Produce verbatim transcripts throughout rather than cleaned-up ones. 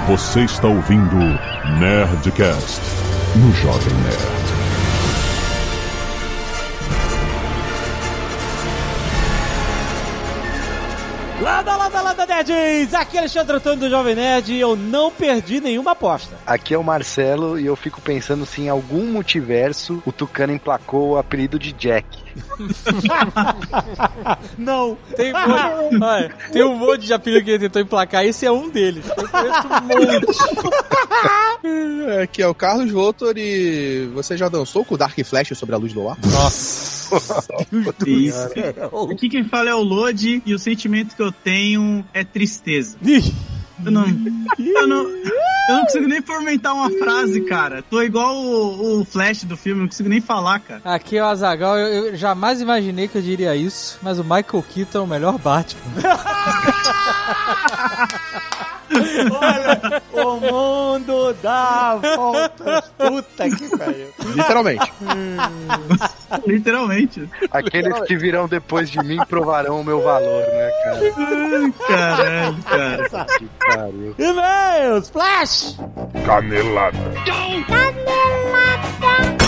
Você está ouvindo Nerdcast no Jovem Nerd. Lada, lada, lada, nerds! Aqui é Alexandre Antônio do Jovem Nerd e eu não perdi nenhuma aposta. Aqui é o Marcelo e eu fico pensando se em algum multiverso o Tucano emplacou o apelido de Jack. Não, tem um monte, olha, tem um monte de apelido que ele tentou emplacar, esse é um deles. Eu conheço um monte. Aqui é o Carlos Voltor e você já dançou com o Dark Flash sobre a luz do ar? Nossa. Isso. Aqui quem fala é o Lodi e o sentimento que eu tenho é tristeza. Eu não, eu não, eu não consigo nem fomentar uma frase, cara. Tô igual o, o Flash do filme, não consigo nem falar, cara. Aqui é o Azaghal, eu, eu jamais imaginei que eu diria isso, mas o Michael Keaton é o melhor Batman. Olha, o mundo dá voltas. Puta que pariu. Literalmente. Literalmente. Aqueles que virão depois de mim provarão o meu valor, né, cara? Caralho, cara. Que pariu. E-mails, Flash! Canelada. Canelada.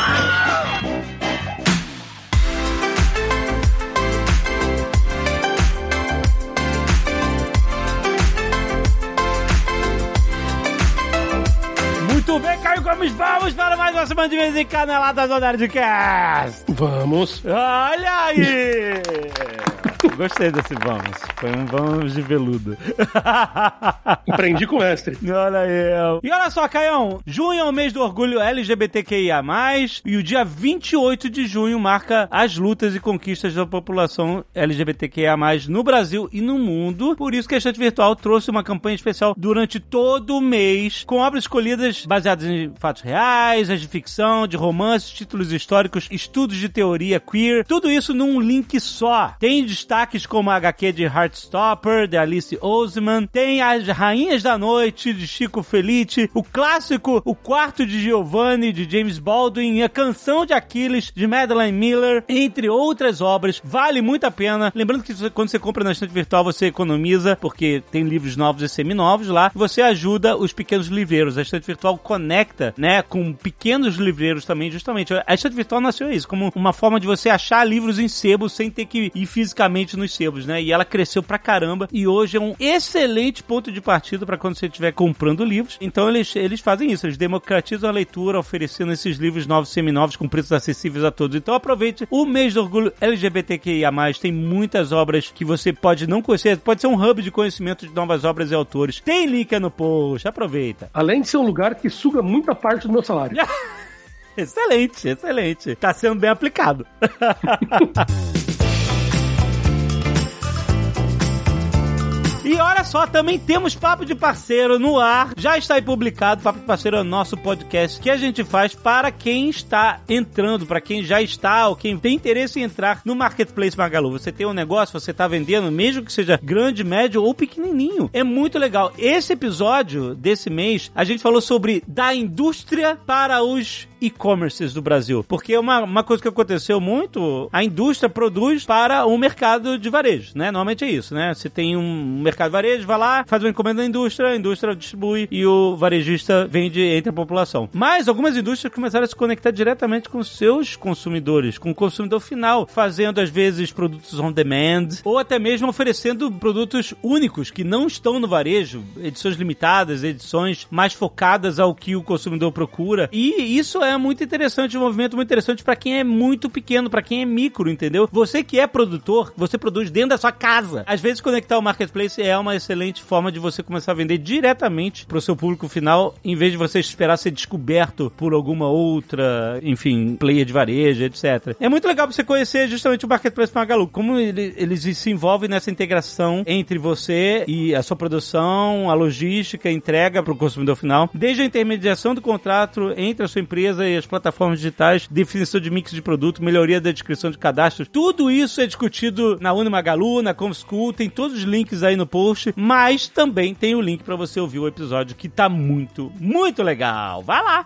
Muito bem, Caio Gomes, vamos para mais uma semana de vez em Caneladas do Nerdcast. Vamos. Olha aí! Gostei desse vamos. Foi um vamos de veludo. Aprendi com o mestre. Olha aí. E olha só, Caião. Junho é o mês do orgulho L G B T Q I A mais, e o dia vinte e oito de junho marca as lutas e conquistas da população L G B T Q I A mais, no Brasil e no mundo. Por isso que a Estante Virtual trouxe uma campanha especial durante todo o mês, com obras escolhidas baseadas em fatos reais, as de ficção, de romances, títulos históricos, estudos de teoria queer, tudo isso num link só. Tem destaques como a H Q de Heartstopper, de Alice Oseman, tem as Rainhas da Noite, de Chico Felice, o clássico O Quarto de Giovanni, de James Baldwin, e a Canção de Aquiles, de Madeline Miller, entre outras obras. Vale muito a pena. Lembrando que você, quando você compra na Estante Virtual, você economiza, porque tem livros novos e seminovos lá, você ajuda os pequenos livreiros. A Estante Virtual conecta, né, com pequenos livreiros também, justamente. A Estante Virtual nasceu isso, como uma forma de você achar livros em sebo sem ter que ir fisicamente nos sebos, né? E ela cresceu pra caramba e hoje é um excelente ponto de partida pra quando você estiver comprando livros. Então eles, eles fazem isso, eles democratizam a leitura, oferecendo esses livros novos, seminovos, com preços acessíveis a todos. Então aproveite o mês do orgulho L G B T Q I A mais, tem muitas obras que você pode não conhecer, pode ser um hub de conhecimento de novas obras e autores. Tem link aí no post, aproveita. Além de ser um lugar que suga muita parte do meu salário. Excelente, excelente. Tá sendo bem aplicado. E olha só, também temos Papo de Parceiro no ar. Já está aí publicado. Papo de Parceiro é o nosso podcast que a gente faz para quem está entrando, para quem já está ou quem tem interesse em entrar no Marketplace Magalu. Você tem um negócio, você está vendendo, mesmo que seja grande, médio ou pequenininho. É muito legal. Esse episódio desse mês, a gente falou sobre da indústria para os e-commerces do Brasil. Porque uma, uma coisa que aconteceu muito, a indústria produz para o mercado de varejo, né? Normalmente é isso, né? Você tem um mercado de varejo, vai lá, faz uma encomenda da indústria, a indústria distribui e o varejista vende entre a população. Mas algumas indústrias começaram a se conectar diretamente com seus consumidores, com o consumidor final, fazendo às vezes produtos on demand ou até mesmo oferecendo produtos únicos que não estão no varejo, edições limitadas, edições mais focadas ao que o consumidor procura. E isso é muito interessante, um movimento muito interessante para quem é muito pequeno, para quem é micro, entendeu? Você que é produtor, você produz dentro da sua casa. Às vezes conectar o Marketplace é uma excelente forma de você começar a vender diretamente pro seu público final, em vez de você esperar ser descoberto por alguma outra, enfim, player de varejo, etcétera. É muito legal você conhecer justamente o Marketplace Magalu, como ele, eles se envolvem nessa integração entre você e a sua produção, a logística, a entrega pro consumidor final, desde a intermediação do contrato entre a sua empresa e as plataformas digitais, definição de mix de produto, melhoria da descrição de cadastros, tudo isso é discutido na Unimagalu, na ComSchool, tem todos os links aí no post, mas também tem o link pra você ouvir o episódio que tá muito, muito legal. Vai lá!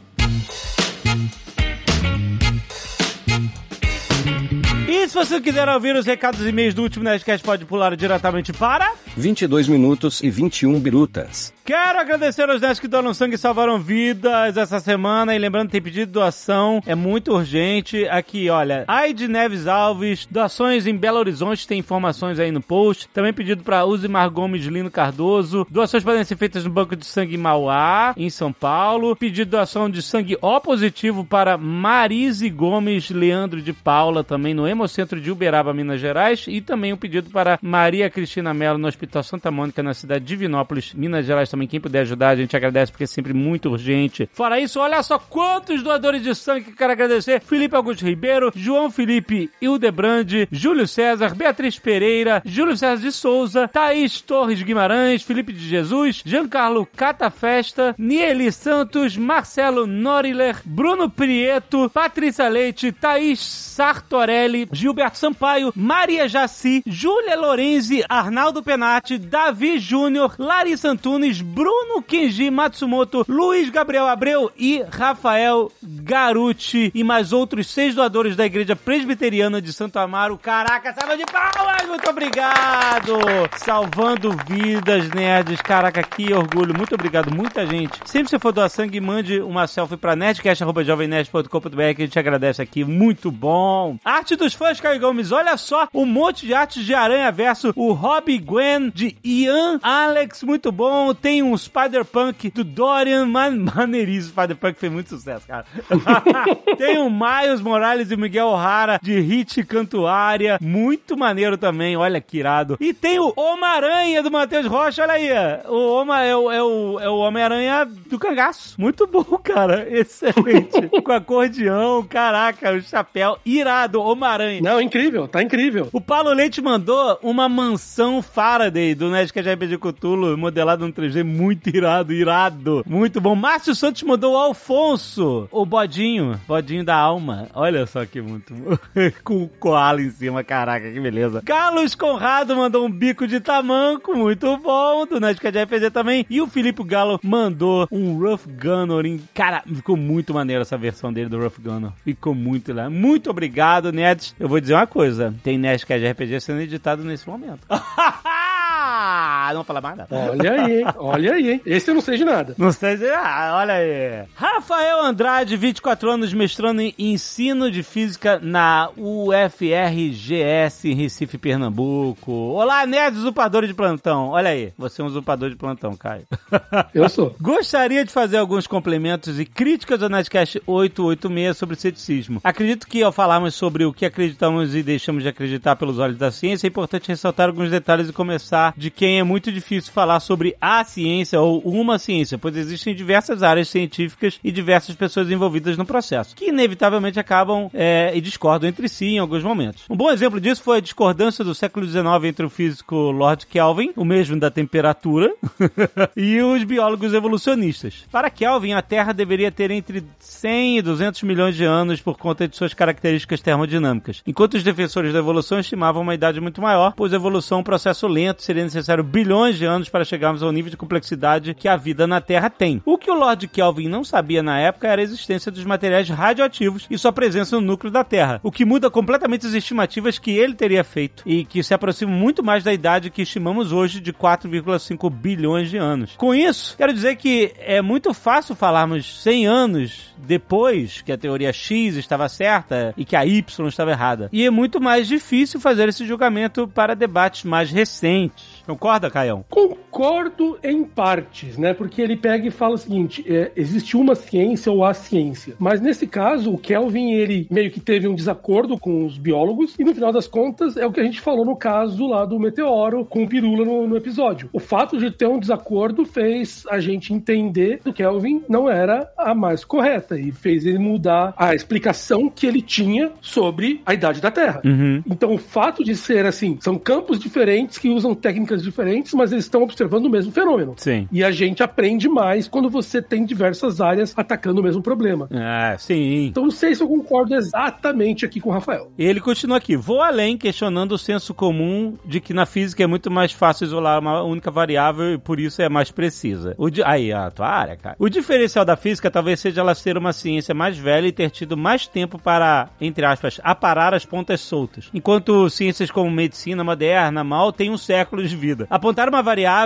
E se você quiser ouvir os recados e e-mails do último Nerdcast, pode pular diretamente para... vinte e dois minutos e vinte e um birutas. Quero agradecer aos nerds que doam sangue e salvaram vidas essa semana. E lembrando, tem pedido de doação, é muito urgente. Aqui, olha, Aide Neves Alves, doações em Belo Horizonte, tem informações aí no post. Também pedido para Usimar Gomes Lino Cardoso. Doações podem ser feitas no Banco de Sangue Mauá, em São Paulo. Pedido de doação de sangue O positivo para Marise Gomes Leandro de Paula, também no Hemocentro de Uberaba, Minas Gerais. E também um pedido para Maria Cristina Mello, no Hospital Santa Mônica, na cidade de Divinópolis, Minas Gerais. Também quem puder ajudar, a gente agradece porque é sempre muito urgente. Fora isso, olha só quantos doadores de sangue que eu quero agradecer. Felipe Augusto Ribeiro, João Felipe Hildebrand, Júlio César, Beatriz Pereira, Júlio César de Souza, Thaís Torres Guimarães, Felipe de Jesus, Giancarlo Catafesta, Nieli Santos, Marcelo Noriler, Bruno Prieto, Patrícia Leite, Thaís Sartorelli, Gilberto Sampaio, Maria Jaci, Júlia Lorenzi, Arnaldo Penati, Davi Júnior, Larissa Antunes, Bruno Kenji Matsumoto, Luiz Gabriel Abreu e Rafael Garuti e mais outros seis doadores da Igreja Presbiteriana de Santo Amaro. Caraca, salva de palmas! Muito obrigado! Salvando vidas, nerds. Caraca, que orgulho. Muito obrigado, muita gente. Sempre que você for doar sangue, mande uma selfie pra nerdcast arroba jovem nerd ponto com ponto b r que a gente agradece aqui. Muito bom! Arte dos fãs, Caio Gomes. Olha só, um monte de artes de Aranha Verso. O Robbie Gwen de Ian Alex, muito bom. Tem um Spider-Punk do Dorian, man, maneiríssimo. Spider-Punk fez muito sucesso, cara. Tem o Miles Morales e Miguel O'Hara de Hit Cantuária, muito maneiro também, olha que irado. E tem o Homem-Aranha do Matheus Rocha, olha aí. O Oma é o, é o, é o Homem-Aranha do cangaço. Muito bom, cara. Excelente. Com acordeão, caraca, o chapéu, irado, Homem-Aranha. Não, incrível, tá incrível. O Paulo Leite mandou uma mansão Faraday do Nerdcast R P G Cthulhu, modelado no três D, muito irado, irado. Muito bom. Márcio Santos mandou o Alfonso, o bodinho, bodinho da alma. Olha só que muito... com o koala em cima, caraca, que beleza. Carlos Conrado mandou um bico de tamanco, muito bom, do Nerdcast R P G também. E o Filipe Galo mandou um Rough Gunner. Em... Cara, ficou muito maneiro essa versão dele do Rough Gunner. Ficou muito lá. Muito obrigado, nerds. Eu vou dizer uma coisa, tem Nerdcast R P G sendo editado nesse momento. Não vou falar mais nada. Olha aí, hein? Olha aí, hein? Esse eu não sei de nada. Não sei de nada, olha aí. Rafael Andrade, vinte e quatro anos, mestrando em ensino de física na U F R G S em Recife, Pernambuco. Olá, nerds usurpadores de plantão. Olha aí, você é um usurpador de plantão, Caio. Eu sou. Gostaria de fazer alguns complementos e críticas ao Nerdcast oitocentos e oitenta e seis sobre ceticismo. Acredito que ao falarmos sobre o que acreditamos e deixamos de acreditar pelos olhos da ciência, é importante ressaltar alguns detalhes e começar de quem é muito difícil falar sobre a ciência ou uma ciência, pois existem diversas áreas científicas e diversas pessoas envolvidas no processo, que inevitavelmente acabam é, e discordam entre si em alguns momentos. Um bom exemplo disso foi a discordância do século dezenove entre o físico Lord Kelvin, o mesmo da temperatura, e os biólogos evolucionistas. Para Kelvin, a Terra deveria ter entre cem e duzentos milhões de anos por conta de suas características termodinâmicas, enquanto os defensores da evolução estimavam uma idade muito maior, pois a evolução é um processo lento, seria necessário bilhões de anos para chegarmos ao nível de complexidade que a vida na Terra tem. O que o Lord Kelvin não sabia na época era a existência dos materiais radioativos e sua presença no núcleo da Terra, o que muda completamente as estimativas que ele teria feito e que se aproximam muito mais da idade que estimamos hoje de quatro vírgula cinco bilhões de anos. Com isso, quero dizer que é muito fácil falarmos cem anos depois que a teoria X estava certa e que a Y estava errada. E é muito mais difícil fazer esse julgamento para debates mais recentes. Concorda, Caião? Concordo em partes, né? Porque ele pega e fala o seguinte, é, existe uma ciência ou a ciência. Mas nesse caso, o Kelvin, ele meio que teve um desacordo com os biólogos e no final das contas é o que a gente falou no caso lá do meteoro com o Pirula no, no episódio. O fato de ter um desacordo fez a gente entender que o Kelvin não era a mais correta e fez ele mudar a explicação que ele tinha sobre a idade da Terra. Uhum. Então o fato de ser assim, são campos diferentes que usam técnicas diferentes, mas eles estão observando o mesmo fenômeno. Sim. E a gente aprende mais quando você tem diversas áreas atacando o mesmo problema. Ah, sim. Então não sei se eu concordo exatamente aqui com o Rafael. Ele continua aqui. Vou além, questionando o senso comum de que na física é muito mais fácil isolar uma única variável e por isso é mais precisa. O di... Aí, a tua área, cara. O diferencial da física talvez seja ela ser uma ciência mais velha e ter tido mais tempo para, entre aspas, aparar as pontas soltas. Enquanto ciências como medicina moderna, mal, têm um século de vida. Apontar uma variável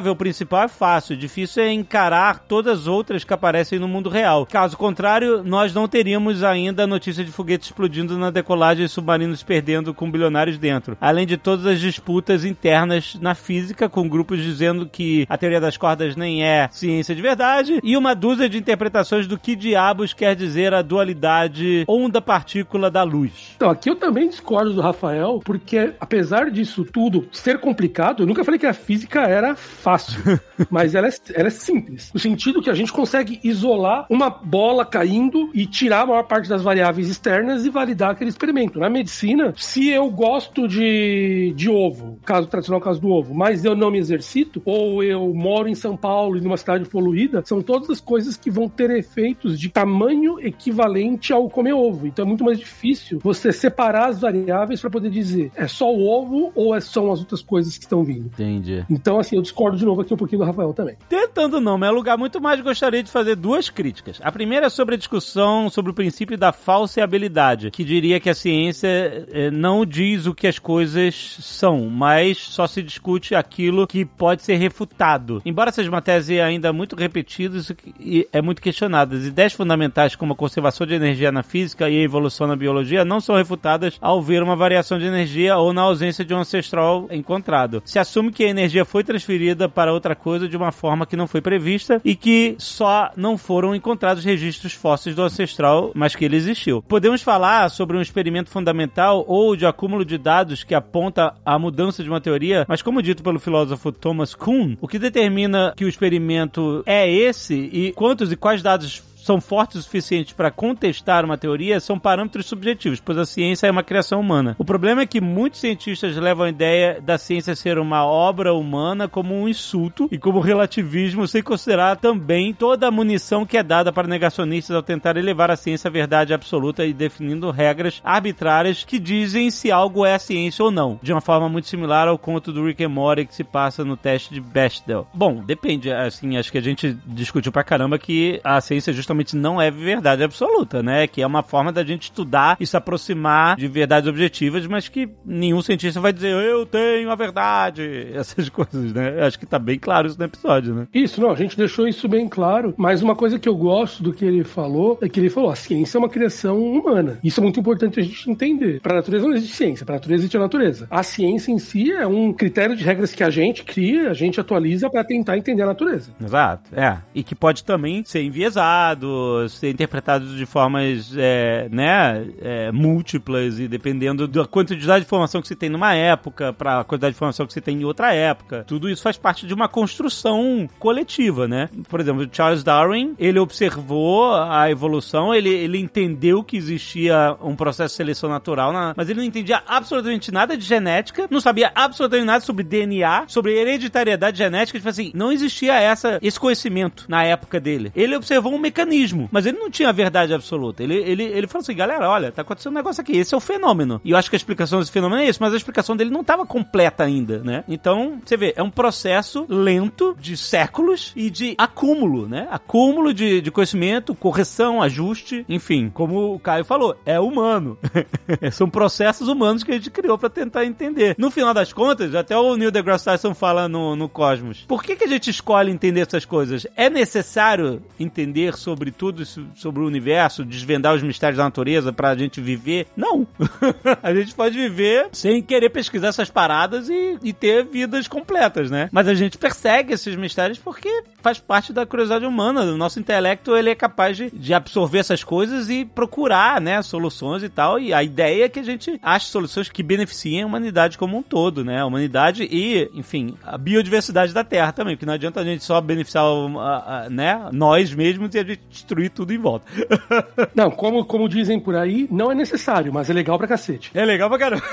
variável principal é fácil, difícil é encarar todas as outras que aparecem no mundo real. Caso contrário, nós não teríamos ainda a notícia de foguetes explodindo na decolagem e submarinos perdendo com bilionários dentro. Além de todas as disputas internas na física, com grupos dizendo que a teoria das cordas nem é ciência de verdade, e uma dúzia de interpretações do que diabos quer dizer a dualidade onda-partícula da luz. Então, aqui eu também discordo do Rafael, porque apesar disso tudo ser complicado, eu nunca falei que a física era fácil, mas ela é, ela é simples, no sentido que a gente consegue isolar uma bola caindo e tirar a maior parte das variáveis externas e validar aquele experimento. Na medicina, se eu gosto de, de ovo, caso tradicional, caso do ovo, mas eu não me exercito, ou eu moro em São Paulo e numa cidade poluída, são todas as coisas que vão ter efeitos de tamanho equivalente ao comer ovo. Então é muito mais difícil você separar as variáveis para poder dizer, é só o ovo ou é só as outras coisas que estão vindo. Entendi. Então, assim, eu discordo de novo aqui um pouquinho do Rafael também. Tentando não, mas é lugar muito mais gostaria de fazer duas críticas. A primeira é sobre a discussão sobre o princípio da falseabilidade, que diria que a ciência eh, não diz o que as coisas são, mas só se discute aquilo que pode ser refutado. Embora seja uma tese ainda muito repetida e é muito questionada, as ideias fundamentais como a conservação de energia na física e a evolução na biologia não são refutadas ao ver uma variação de energia ou na ausência de um ancestral encontrado. Se assume que a energia foi transferida para outra coisa de uma forma que não foi prevista e que só não foram encontrados registros fósseis do ancestral, mas que ele existiu. Podemos falar sobre um experimento fundamental ou de acúmulo de dados que aponta a mudança de uma teoria, mas como dito pelo filósofo Thomas Kuhn, o que determina que o experimento é esse e quantos e quais dados são fortes o suficiente para contestar uma teoria são parâmetros subjetivos, pois a ciência é uma criação humana. O problema é que muitos cientistas levam a ideia da ciência ser uma obra humana como um insulto e como relativismo, sem considerar também toda a munição que é dada para negacionistas ao tentar elevar a ciência à verdade absoluta e definindo regras arbitrárias que dizem se algo é ciência ou não, de uma forma muito similar ao conto do Rick and Morty que se passa no teste de Bechdel. Bom, depende, assim, acho que a gente discutiu pra caramba que a ciência justamente não é verdade absoluta, né? Que é uma forma da gente estudar e se aproximar de verdades objetivas, mas que nenhum cientista vai dizer eu tenho a verdade, essas coisas, né? Acho que tá bem claro isso no episódio, né? Isso, não, a gente deixou isso bem claro, mas uma coisa que eu gosto do que ele falou é que ele falou, a ciência é uma criação humana. Isso é muito importante a gente entender. Para a natureza não existe ciência, para a natureza existe a natureza. A ciência em si é um critério de regras que a gente cria, a gente atualiza para tentar entender a natureza. Exato, é. E que pode também ser enviesado, ser interpretados de formas é, né, é, múltiplas e dependendo da quantidade de informação que se tem numa época para a quantidade de informação que se tem em outra época. Tudo isso faz parte de uma construção coletiva, né? Por exemplo, Charles Darwin, ele observou a evolução, ele, ele entendeu que existia um processo de seleção natural, na, mas ele não entendia absolutamente nada de genética, não sabia absolutamente nada sobre D N A, sobre hereditariedade genética, tipo assim, não existia essa, esse conhecimento na época dele. Ele observou um mecanismo, mas ele não tinha a verdade absoluta. Ele, ele, ele falou assim, galera, olha, tá acontecendo um negócio aqui, esse é o fenômeno. E eu acho que a explicação desse fenômeno é isso, mas a explicação dele não estava completa ainda, né? Então, você vê, é um processo lento de séculos e de acúmulo, né? Acúmulo de, de conhecimento, correção, ajuste, enfim, como o Caio falou, é humano. São processos humanos que a gente criou pra tentar entender. No final das contas, até o Neil deGrasse Tyson fala no, no Cosmos, por que que a gente escolhe entender essas coisas? É necessário entender sobre tudo isso, sobre o universo, desvendar os mistérios da natureza pra gente viver? Não. A gente pode viver sem querer pesquisar essas paradas e, e ter vidas completas, né? Mas a gente persegue esses mistérios porque faz parte da curiosidade humana. O nosso intelecto, ele é capaz de, de absorver essas coisas e procurar, né, soluções e tal. E a ideia é que a gente ache soluções que beneficiem a humanidade como um todo, né? A humanidade e, enfim, a biodiversidade da Terra também, porque não adianta a gente só beneficiar, a, a, né, nós mesmos e a gente destruir tudo em volta. Não, como, como dizem por aí, não é necessário, mas é legal pra cacete. É legal pra caramba.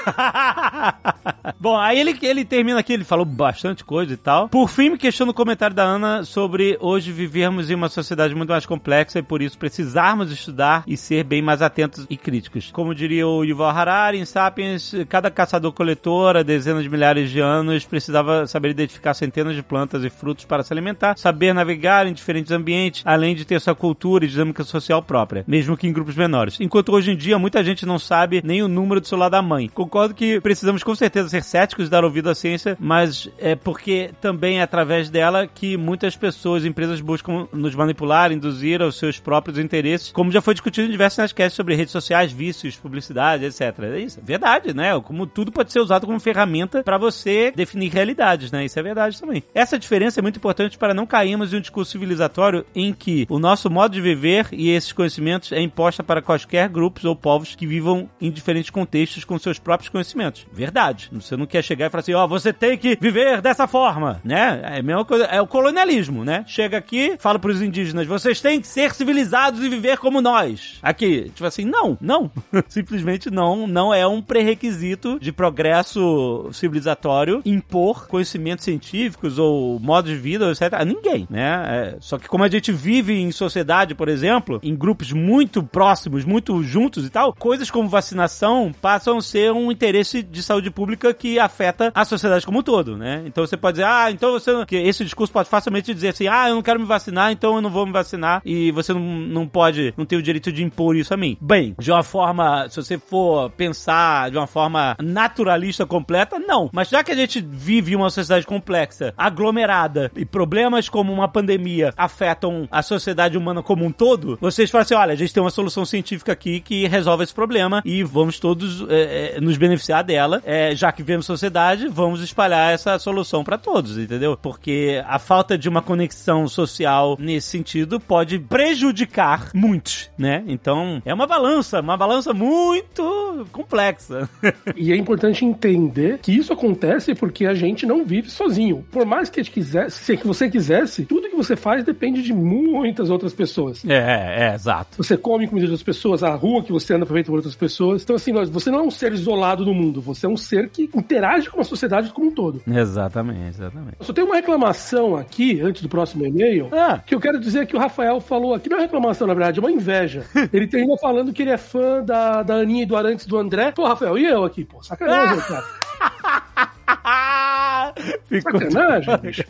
Bom, aí ele, ele termina aqui, ele falou bastante coisa e tal. Por fim, me questiona o comentário da Ana sobre hoje vivermos em uma sociedade muito mais complexa e por isso precisarmos estudar e ser bem mais atentos e críticos. Como diria o Yuval Harari, em Sapiens, cada caçador-coletor há dezenas de milhares de anos precisava saber identificar centenas de plantas e frutos para se alimentar, saber navegar em diferentes ambientes, além de ter sua cultura e dinâmica social própria, mesmo que em grupos menores. Enquanto hoje em dia muita gente não sabe nem o número do celular da mãe. Concordo que precisamos com certeza ser céticos e dar ouvido à ciência, mas é porque também é através dela que muitas pessoas e empresas buscam nos manipular, induzir aos seus próprios interesses, como já foi discutido em diversos podcasts sobre redes sociais, vícios, publicidade, etcétera. É isso, é verdade, né? Como tudo pode ser usado como ferramenta para você definir realidades, né? Isso é verdade também. Essa diferença é muito importante para não cairmos em um discurso civilizatório em que o nosso modo de viver e esses conhecimentos é imposta para quaisquer grupos ou povos que vivam em diferentes contextos com seus próprios conhecimentos. Verdade. Você não quer chegar e falar assim, ó, oh, você tem que viver dessa forma, né? É a mesma coisa, é o colonialismo, né? Chega aqui, fala pros indígenas, vocês têm que ser civilizados e viver como nós. Aqui, tipo assim, não, não. Simplesmente não, não é um pré-requisito de progresso civilizatório impor conhecimentos científicos ou modo de vida, etcétera a ninguém, né? É, só que como a gente vive em sociedade, por exemplo, em grupos muito próximos, muito juntos e tal, coisas como vacinação passam a ser um interesse de saúde pública que afeta a sociedade como um todo, né? Então você pode dizer, ah, então você não... que esse discurso pode facilmente dizer assim, ah, eu não quero me vacinar, então eu não vou me vacinar e você não, não pode, não tem o direito de impor isso a mim. Bem, de uma forma, se você for pensar de uma forma naturalista completa, não. Mas já que a gente vive em uma sociedade complexa, aglomerada, e problemas como uma pandemia afetam a sociedade humana como um todo, vocês falam assim, olha, a gente tem uma solução científica aqui que resolve esse problema e vamos todos é, é, nos beneficiar dela, é, já que vivemos sociedade, vamos espalhar essa solução pra todos, entendeu? Porque a falta de uma conexão social nesse sentido pode prejudicar muitos, né? Então, é uma balança, uma balança muito complexa. E é importante entender que isso acontece porque a gente não vive sozinho. Por mais que a gente quisesse, se você quisesse, tudo que você faz depende de muitas outras pessoas. É, é, exato. Você come comida de outras pessoas, a rua que você anda foi feita por outras pessoas. Então, assim, você não é um ser isolado no mundo, você é um ser que interage com a sociedade como um todo. Exatamente, exatamente. Eu só tenho uma reclamação aqui, antes do próximo e-mail, ah. que eu quero dizer que o Rafael falou aqui, não é uma reclamação, na verdade, é uma inveja. Ele termina falando que ele é fã da, da Aninha e do Arantes do André. Pô, Rafael, e eu aqui? Pô, sacanagem, cara. Ficou sacanagem, bicho.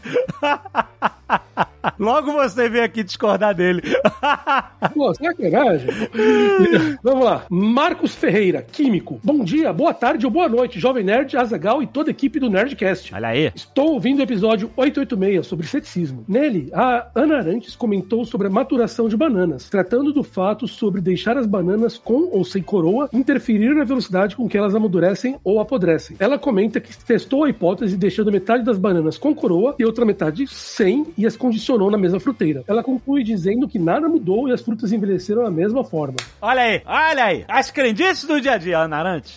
Logo você vem aqui discordar dele. Pô, sacanagem. Vamos lá. Marcos Ferreira, químico. Bom dia, boa tarde ou boa noite, Jovem Nerd, Azaghal e toda a equipe do Nerdcast. Olha aí. Estou ouvindo o episódio oitocentos e oitenta e seis sobre ceticismo. Nele, a Ana Arantes comentou sobre a maturação de bananas, tratando do fato sobre deixar as bananas com ou sem coroa interferir na velocidade com que elas amadurecem ou apodrecem. Ela comenta que testou a hipótese deixando metade das bananas com coroa e outra metade sem e as condicionou na mesma fruteira. Ela conclui dizendo que nada mudou e as frutas envelheceram da mesma forma. Olha aí, olha aí. As crendices do dia a dia, Ana Arantes.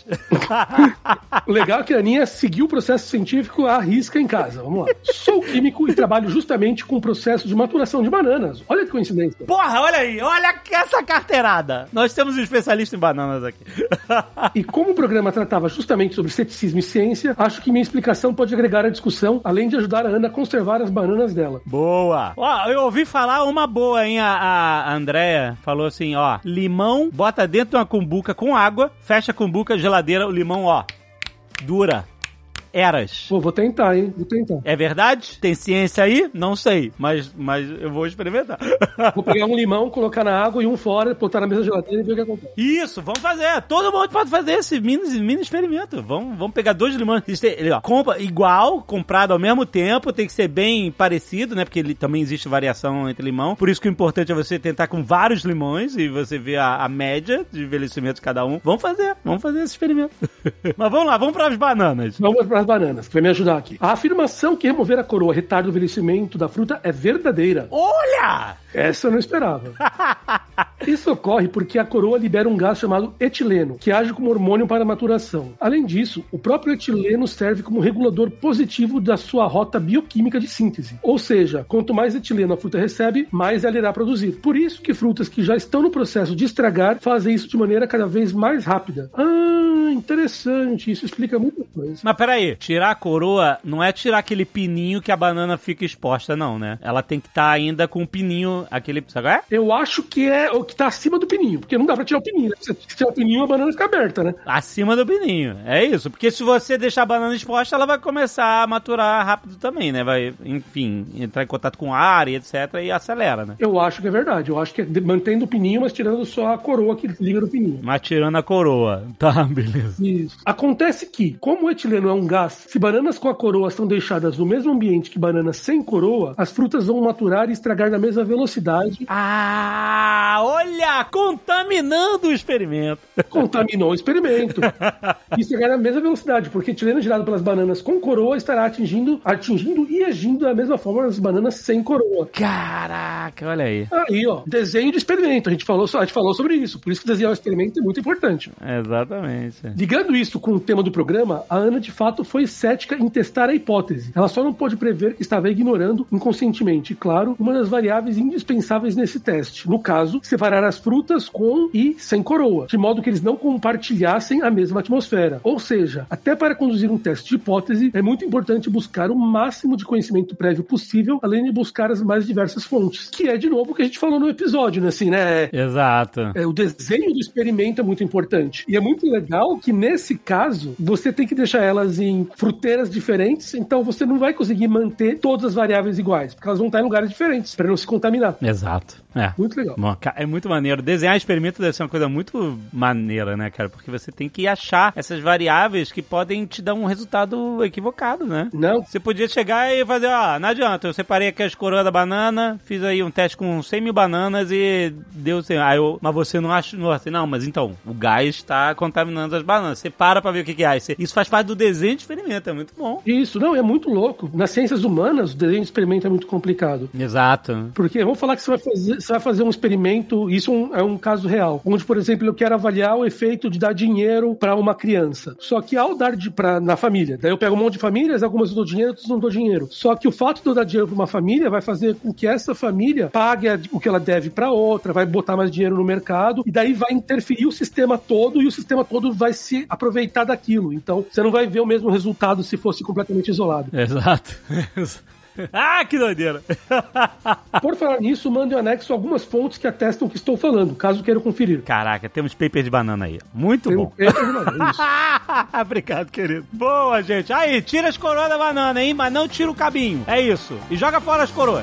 O legal é que a Aninha seguiu o processo científico à risca em casa. Vamos lá. Sou químico e trabalho justamente com o processo de maturação de bananas. Olha que coincidência. Porra, olha aí. Olha essa carteirada. Nós temos um especialista em bananas aqui. E como o programa tratava justamente sobre ceticismo e ciência, acho que minha explicação pode agregar à discussão, além de ajudar a Ana a conservar as bananas dela. Boa. Ó, eu ouvi falar uma boa, hein? A, a Andréia falou assim, ó, limão, bota dentro de uma cumbuca com água, fecha a cumbuca, geladeira, o limão, ó, dura. Eras. Pô, vou tentar, hein? Vou tentar. É verdade? Tem ciência aí? Não sei, mas, mas eu vou experimentar. Vou pegar um limão, colocar na água e um fora, botar na mesa geladeira e ver o que acontece. Isso, vamos fazer. Todo mundo pode fazer esse mini, mini experimento. Vamos, vamos pegar dois limões. Ele, ó, compra igual, comprado ao mesmo tempo, tem que ser bem parecido, né? Porque ele, também existe variação entre limão. Por isso que o importante é você tentar com vários limões e você ver a, a média de envelhecimento de cada um. Vamos fazer, vamos fazer esse experimento. Mas vamos lá, vamos para as bananas. Vamos para as bananas, que vai me ajudar aqui. A afirmação que remover a coroa retarda o envelhecimento da fruta é verdadeira. Olha! Essa eu não esperava. Isso ocorre porque a coroa libera um gás chamado etileno, que age como hormônio para a maturação. Além disso, o próprio etileno serve como regulador positivo da sua rota bioquímica de síntese. Ou seja, quanto mais etileno a fruta recebe, mais ela irá produzir. Por isso que frutas que já estão no processo de estragar fazem isso de maneira cada vez mais rápida. Ah, interessante. Isso explica muita coisa. Mas peraí, tirar a coroa não é tirar aquele pininho que a banana fica exposta, não, né? Ela tem que estar tá ainda com o pininho, aquele... Sabe qual é? Eu acho que é o que tá acima do pininho, porque não dá pra tirar o pininho, né? Se tirar o pininho, a banana fica aberta, né? Acima do pininho, é isso. Porque se você deixar a banana exposta, ela vai começar a maturar rápido também, né? Vai, enfim, entrar em contato com ar e etcétera e acelera, né? Eu acho que é verdade. Eu acho que é mantendo o pininho, mas tirando só a coroa que liga no pininho. Mas tirando a coroa. Tá, beleza. Isso. Acontece que, como o etileno é um gás, se bananas com a coroa são deixadas no mesmo ambiente que bananas sem coroa, as frutas vão maturar e estragar na mesma velocidade. Ah, olha! Contaminando o experimento. Contaminou o experimento. E estragar na mesma velocidade, porque o etileno gerado pelas bananas com coroa estará atingindo, atingindo e agindo da mesma forma as bananas sem coroa. Caraca, olha aí. Aí, ó, desenho de experimento. A gente falou, a gente falou sobre isso. Por isso que desenhar o experimento é muito importante. Exatamente. Ligando isso com o tema do programa, a Ana de fato foi cética em testar a hipótese. Ela só não pôde prever que estava ignorando inconscientemente, claro, uma das variáveis indispensáveis nesse teste. No caso, separar as frutas com e sem coroa, de modo que eles não compartilhassem a mesma atmosfera. Ou seja, até para conduzir um teste de hipótese, é muito importante buscar o máximo de conhecimento prévio possível, além de buscar as mais diversas fontes. Que é, de novo, o que a gente falou no episódio, né? Assim, né? Exato. É, o desenho do experimento é muito importante. E é muito legal que, nesse caso, você tem que deixar elas em fruteiras diferentes, então você não vai conseguir manter todas as variáveis iguais, porque elas vão estar em lugares diferentes, para não se contaminar. Exato. É. Muito legal. Bom, é muito maneiro. Desenhar experimento deve ser uma coisa muito maneira, né, cara? Porque você tem que achar essas variáveis que podem te dar um resultado equivocado, né? Não. Você podia chegar e fazer, ó, não adianta, eu separei aqui as coroas da banana, fiz aí um teste com cem mil bananas e deu assim, aí eu, mas você não acha, não, assim, não, mas então, o gás está contaminando as bananas. Você para pra ver o que que é. Isso faz parte do desenho de experimento, é muito bom. Isso, não, é muito louco. Nas ciências humanas, o desenho de experimento é muito complicado. Exato. Porque, vamos falar que você vai fazer, você vai fazer um experimento, isso é um, é um caso real, onde, por exemplo, eu quero avaliar o efeito de dar dinheiro pra uma criança. Só que ao dar de, pra, na família, daí eu pego um monte de famílias, algumas eu dou dinheiro, outras não dou dinheiro. Só que o fato de eu dar dinheiro pra uma família vai fazer com que essa família pague a, o que ela deve pra outra, vai botar mais dinheiro no mercado, e daí vai interferir o sistema todo, e o sistema todo vai se aproveitar daquilo. Então, você não vai ver o mesmo resultado se fosse completamente isolado. Exato. Ah, que doideira! Por falar nisso, mande um anexo algumas fontes que atestam o que estou falando, caso queiram conferir. Caraca, temos papers de banana aí. Muito Tem bom. Um paper de banana, isso. Obrigado, querido. Boa, gente. Aí, tira as coroas da banana, hein? Mas não tira o cabinho. É isso. E joga fora as coroas.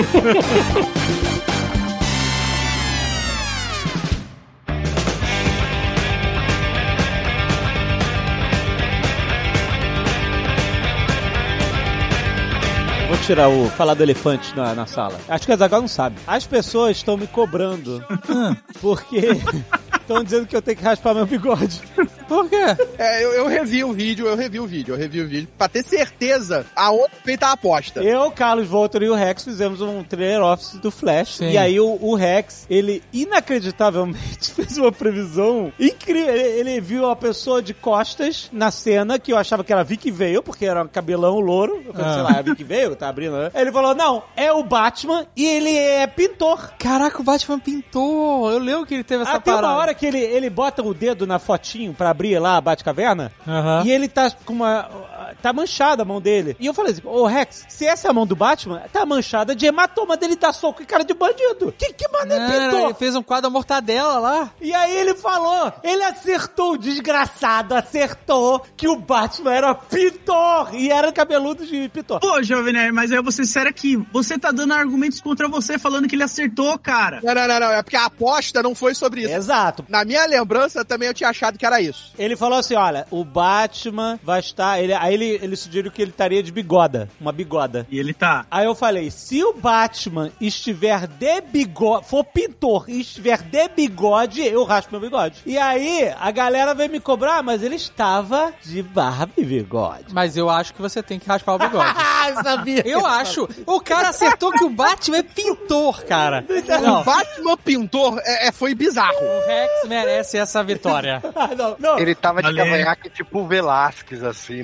Vou tirar o falar do elefante na, na sala. Acho que a Zagal não sabe. As pessoas estão me cobrando porque estão dizendo que eu tenho que raspar meu bigode. Por quê? É, eu, eu revi o vídeo, eu revi o vídeo, eu revi o vídeo pra ter certeza aonde feita a aposta. Eu, Carlos Voltor e o Rex fizemos um trailer office do Flash. Sim. E aí o, o Rex, ele inacreditavelmente fez uma previsão incrível. Ele, ele viu uma pessoa de costas na cena, que eu achava que era Vicky Vale, porque era um cabelão louro. Eu falei, Ah. sei lá, é Vicky Vale, tá abrindo, né? Ele falou, não, é o Batman e ele é pintor. Caraca, o Batman pintou. Eu lembro que ele teve essa Ah, tem parada. uma hora que ele, ele bota o dedo na fotinho pra abrir lá a Batcaverna. Aham. E ele tá com uma... Tá manchada a mão dele. E eu falei assim, ô Rex, se essa é a mão do Batman, tá manchada de hematoma dele dar soco em cara de bandido. Que, que maneiro Cara, pintor? ele fez um quadro da mortadela lá. E aí ele falou, ele acertou, o desgraçado, acertou que o Batman era pintor. E era cabeludo de pintor. Pô, Jovem Nerd, mas aí eu vou ser sério aqui. Você tá dando argumentos contra você, falando que ele acertou, cara. Não, não, não, não, é porque a aposta não foi sobre isso. Exato. Na minha lembrança, também eu tinha achado que era isso. Ele falou assim, olha, o Batman vai estar... Ele, aí ele, ele sugeriu que ele estaria de bigoda, uma bigoda. E ele tá. Aí eu falei, se o Batman estiver de bigode, for pintor e estiver de bigode, eu raspo meu bigode. E aí, a galera veio me cobrar, mas ele estava de barba e bigode. Mas eu acho que você tem que raspar o bigode. Ah, eu sabia. Eu acho. O cara acertou que o Batman é pintor, cara. Não, O Batman pintor é, é, foi bizarro. o Rex merece essa vitória. Ah, não, não. Ele tava de Valeu. cavanhaque tipo o Velasquez, assim, né? O pintor.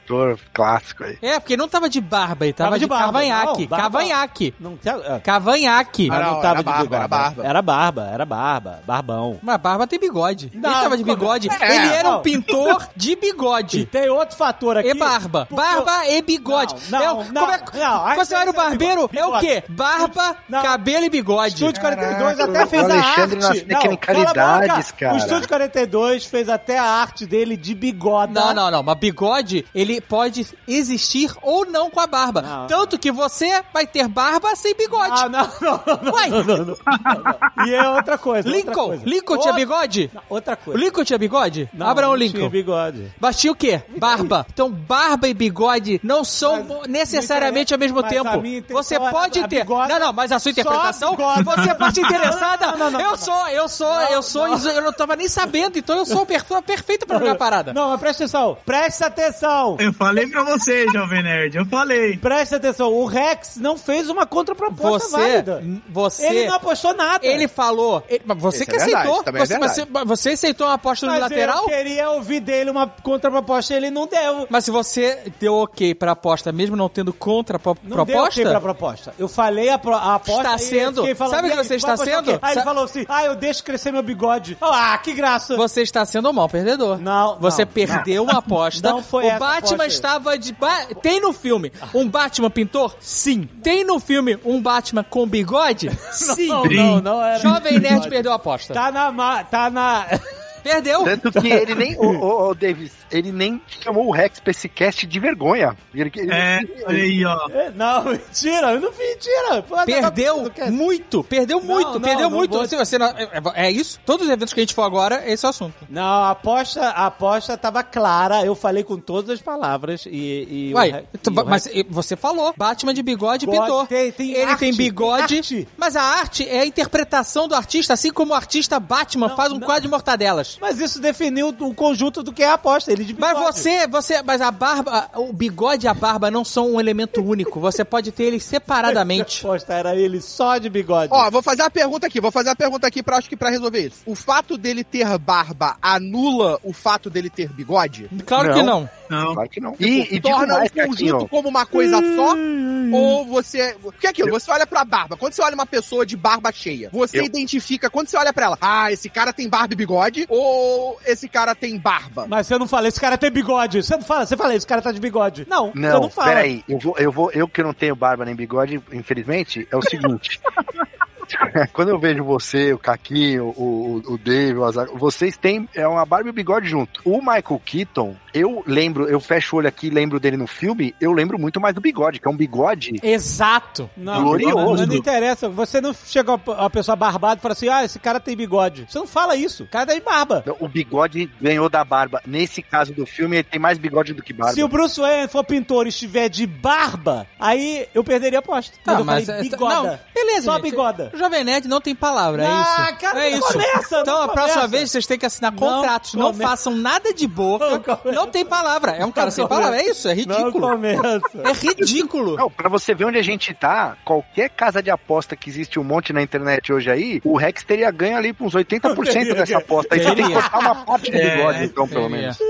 pintor clássico aí. É, porque ele não tava de barba, ele tava, Tava de, de barba. cavanhaque. Não, barba- Cavanhaque. Não, tinha- Cavanhaque. mas Ah, não não, tava era de barba, bigode. era barba. Era barba, era barba. Barbão. Mas barba tem bigode. Não, ele tava de como- bigode. É. Ele era um Não. pintor de E bigode. tem outro fator aqui. E barba. porque- Barba e bigode. Não, É não, o- não, como é- não, aí Você vai no tem que ser barbeiro, bigode. é o quê? Barba, Não. cabelo e bigode. Estúdio quarenta e dois Caraca, até fez o a Alexandre arte. nas Não, tecnicalidades, cala a boca. cara. O Estúdio quarenta e dois fez até a arte dele de bigode. Não, não, não. Mas bigode, ele pode existir ou não com a barba. Não. Tanto que você vai ter barba sem bigode. Ah, não, não, não, não, Uai. não, não, não, não. E é outra coisa. outra Lincoln. coisa. Lincoln tinha Outra- bigode? Não, Outra O coisa. Lincoln tinha bigode? Não, Abraão não Lincoln. tinha bigode. Mas tinha o quê? Barba. Então, barba e bigode não são Mas- necessariamente ao mesmo mas tempo. a minha intenção Você era pode a ter. bigode- Não, não, mas a sua Só interpretação, bigode. você pode interessada. Não, não, não, eu não. sou, eu sou, eu sou, eu não tava nem sabendo, então eu sou a pessoa perfeita pra jogar a parada. Não, mas presta atenção. Presta atenção. Eu falei pra você, Jovem Nerd, eu falei. Presta atenção. O Rex não fez uma contraproposta Você, válida. você, Ele não apostou nada. ele falou, ele- mas você Isso que é verdade, aceitou, também é você, você, você aceitou uma aposta Mas unilateral? eu queria ouvir dele uma contraproposta e ele não deu. Mas se você deu ok pra aposta, mesmo não tendo Não contra-proposta, deu ok pra proposta. Eu falei a, pro, a aposta Está e sendo- eu fiquei falando, sabe o que "E aí, você tu vai está apostar o quê?" sendo? Aí ele Sa- falou assim, ah, eu deixo crescer meu bigode. Ah, que graça. você está sendo um mau perdedor. Não, Você não, perdeu uma aposta. Não foi o essa Batman aposta aí. estava de... Ba- Tem no filme um Batman pintor? Sim. Tem no filme um Batman com bigode? Sim. Não, não, não era Jovem Nerd bigode. perdeu a aposta. Tá na... ma- Tá na... Perdeu. Tanto que ele nem, o, o, o Davis, ele nem chamou o Rex pra esse cast de vergonha. Ele, ele, É, olha aí, ó. É, Não, mentira, eu não fiz mentira. Pô, Perdeu não quer- muito, perdeu Não, muito, não, perdeu não muito. vou- Se você não- é, é isso? Todos os eventos que a gente for agora, esse é o assunto. Não, a aposta, a aposta tava clara, eu falei com todas as palavras e... e o Uai, Re- tu- e o mas Rex- e- você falou, Batman de bigode Bigode, pintor. tem- tem Ele arte, tem bigode, tem arte. mas a arte é a interpretação do artista, assim como o artista Batman Não, faz um não. quadro de mortadelas. Mas isso definiu o conjunto do que é a aposta, ele de bigode. Mas você, você, mas a barba, o bigode e a barba não são um elemento único. Você pode ter eles separadamente. A aposta era ele só de bigode. Ó, vou fazer uma pergunta aqui, vou fazer uma pergunta aqui pra, acho que pra resolver isso. O fato dele ter barba anula o fato dele ter bigode? Claro Não. que não. Não. Claro que não. E, e digo Torna mais, o conjunto Caquinho, como uma coisa só? Ou você... Porque é aquilo, você olha pra barba, quando você olha uma pessoa de barba cheia, você Eu- identifica, quando você olha pra ela, ah, esse cara tem barba e bigode, ou esse cara tem barba? Mas você não fala, esse cara tem bigode. Você não fala, você fala, esse cara tá de bigode. Não, você Não, não fala. peraí, eu vou, eu vou, eu que não tenho barba nem bigode, infelizmente, é o seguinte. Quando eu vejo você, o Caquinho, o, o, o Dave, o Azaghal, vocês têm é uma barba e bigode junto. O Michael Keaton, eu lembro, eu fecho o olho aqui e lembro dele no filme, eu lembro muito mais do bigode, que é um bigode. Exato. Não, Glorioso. não, não, não interessa. Você não chega a pessoa barbada e fala assim, ah, esse cara tem bigode. Você não fala isso. O cara tem barba. O bigode ganhou da barba. Nesse caso do filme, ele tem mais bigode do que barba. Se o Bruce Wayne for pintor e estiver de barba, aí eu perderia a aposta. Tá, eu mas falei é, bigoda. não, beleza, Só gente. bigoda. O Jovem Nerd não tem palavra, é Ah, isso. cara, é não isso. começa, não então, a próxima começa. vez vocês têm que assinar Não contratos. Não, come- façam nada de boca. Não começa. Não tem palavra. É um cara sem palavra. É isso, é Não ridículo. começa. É ridículo. Não, pra você ver onde a gente tá, qualquer casa de aposta que existe um monte na internet hoje aí, o Rex teria ganho ali com uns oitenta por cento dessa aposta. Aí você tem que Teria. cortar uma parte do É, bigode, então, pelo teria. menos.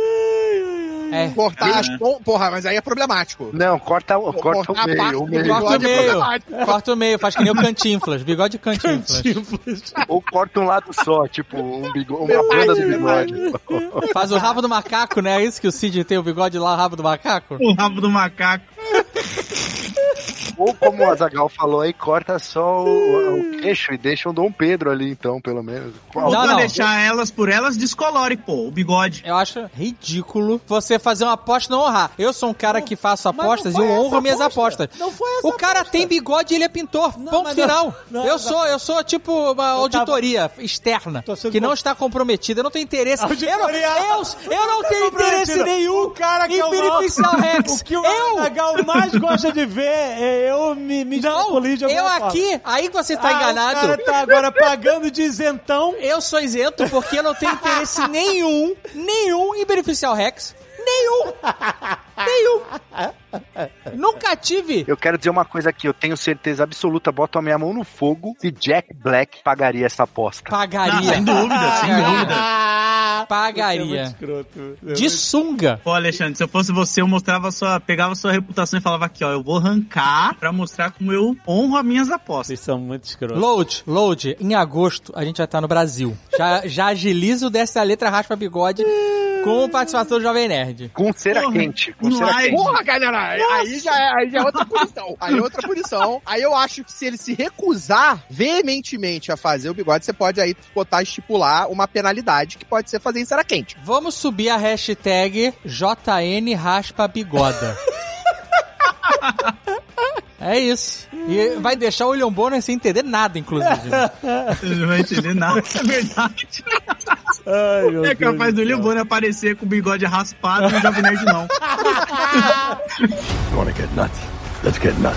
É. Cortar Ah, as né? pon- Porra, mas aí é problemático. Não, corta, o- corta cortar o a parte meio, o do meio. Corta o bigode é meio. problemático. Corta o meio. Faz que nem o Cantinflas. Bigode Cantinflas. Ou corta um lado só, tipo, um bigode, uma banda do bigode. Faz o rabo do macaco, né? É isso que o Cid tem, o bigode lá, o rabo do macaco? O rabo do macaco. Ou como o Azaghal falou aí, corta só o, o queixo e deixa o Dom Pedro ali, então, pelo menos. Não, Ou não. deixar elas por elas, descolore, pô, o bigode. Eu acho ridículo você fazer uma aposta e não honrar. Eu sou um cara que faço Mas não apostas e foi eu honro essa minhas aposta. apostas. Não foi essa O cara aposta. tem bigode e ele é pintor. Não, Ponto mas não- final. não, eu não. sou, eu sou tipo uma auditoria externa Tô sendo que não com- está comprometida. Eu não tenho interesse. Eu não, Auditoria- eu, eu não tenho interesse nenhum O cara que em é o beneficiar o Rex. O que o eu Azaghal mais gosta de ver é eu me, me não, extrapolir de alguma eu forma. aqui, aí que você tá Ah, enganado. O cara tá agora pagando de isentão. Eu sou isento porque eu não tenho interesse nenhum, nenhum em beneficiar o Rex. Nenhum. Nenhum. Nunca tive. Eu quero dizer uma coisa aqui, eu tenho certeza absoluta, boto a minha mão no fogo, se Jack Black pagaria essa aposta. Pagaria. Não, sem dúvida, sem Pagaria. dúvida. Ah, Pagaria. É escroto. É de sunga. Pô, Alexandre, se eu fosse você, eu mostrava sua, pegava sua reputação e falava aqui, ó, eu vou arrancar pra mostrar como eu honro as minhas apostas. Vocês são muito escrotos. Load, load, em agosto a gente vai estar no Brasil. Já, já agiliza o Desce a Letra Raspa Bigode com participação do Jovem Nerd. Com cera Porra, quente. Com no cera live. quente. Porra, galera, aí já, é, aí já é outra punição. Aí é outra punição. Aí eu acho que se ele se recusar veementemente a fazer o bigode, você pode aí botar, estipular uma penalidade que pode ser fazer em cera quente. Vamos subir a hashtag J N Raspa Bigoda. É isso. E vai deixar o William Bonner sem entender nada, inclusive. Você não vai entender nada, é verdade. Ai, meu É capaz do William Bonner aparecer com o bigode raspado e o Jovem Nerd não. You wanna get nuts? Let's get nuts.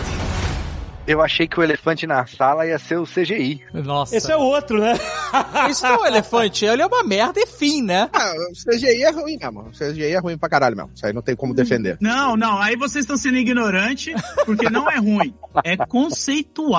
Eu achei que o elefante na sala ia ser o C G I. Nossa. Esse é o outro, né? Isso não é um elefante, ele é uma merda e fim, né? Ah, o C G I é ruim mesmo. O C G I é ruim pra caralho mesmo. Isso aí não tem como defender. Não, não, aí vocês estão sendo ignorantes, porque não é ruim, é conceitual.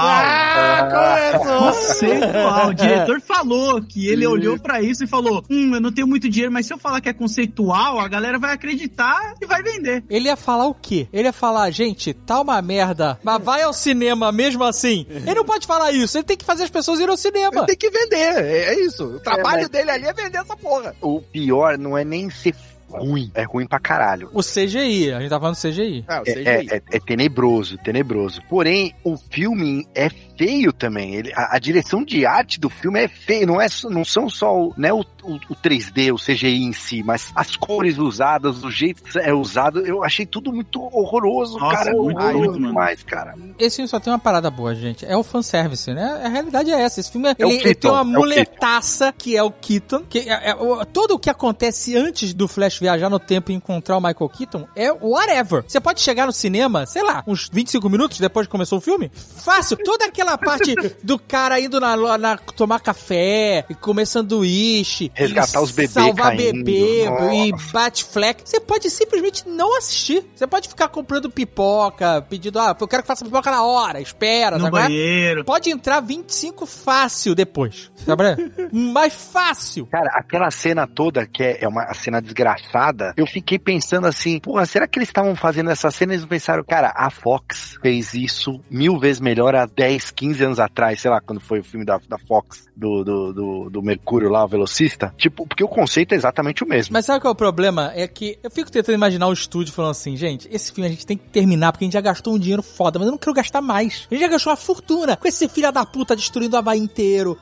Ah, começou! Conceitual. O diretor falou que ele olhou pra isso e falou, hum, eu não tenho muito dinheiro, mas se eu falar que é conceitual, a galera vai acreditar e vai vender. Ele ia falar o quê? Ele ia falar, gente, tá uma merda, mas vai ao cinema mesmo assim. Ele não pode falar isso, ele tem que fazer as pessoas irem ao cinema. Ele tem que vender, é, é isso. O trabalho É, mas- dele ali é vender essa porra. O pior não é nem ser ruim, é ruim pra caralho. O C G I, a gente tá falando do C G I. É, o C G I. É, é, é tenebroso, tenebroso. Porém, o filme é feio também. Ele, a, a direção de arte do filme é feia. Não, é, só- não são só o, né, o, o, o três D, o C G I em si, mas as cores usadas, o jeito que é usado. Eu achei tudo muito horroroso, Nossa, cara. muito, horroroso muito, mano. demais, cara. Esse filme só tem uma parada boa, gente. É o fanservice, né? A realidade é essa. Esse filme, é, É o ele, ele tem Keaton, uma é o muletaça que é o Keaton. Que é, é, o- todo o que acontece antes do Flash viajar no tempo e encontrar o Michael Keaton é whatever. Você pode chegar no cinema, sei lá, uns vinte e cinco minutos depois que começou o filme. Fácil. Toda aquela parte do cara indo na, na tomar café e comer sanduíche. Resgatar e os bebês salvar caindo. bebê e Nossa. bate fleck. Você pode simplesmente não assistir. Você pode ficar comprando pipoca, pedindo, ah, eu quero que faça pipoca na hora, espera, No sabe? qual é? banheiro. Pode entrar vinte e cinco fácil depois, sabe? Mais fácil. Cara, aquela cena toda, que é é uma cena desgraçada, eu fiquei pensando assim, porra, será que eles estavam fazendo essa cena e eles não pensaram, cara, a Fox fez isso mil vezes melhor há dez, quinze anos atrás, sei lá, quando foi o filme da, da Fox, do, do, do, do Mercúrio lá, o velocista? Tipo, porque o conceito é exatamente o mesmo. Mas sabe qual é o problema? É que eu fico tentando imaginar o estúdio falando assim, gente, esse filme a gente tem que terminar porque a gente já gastou um dinheiro foda, mas eu não quero gastar mais. A gente já gastou uma fortuna com esse filho da puta destruindo o Havaí inteiro.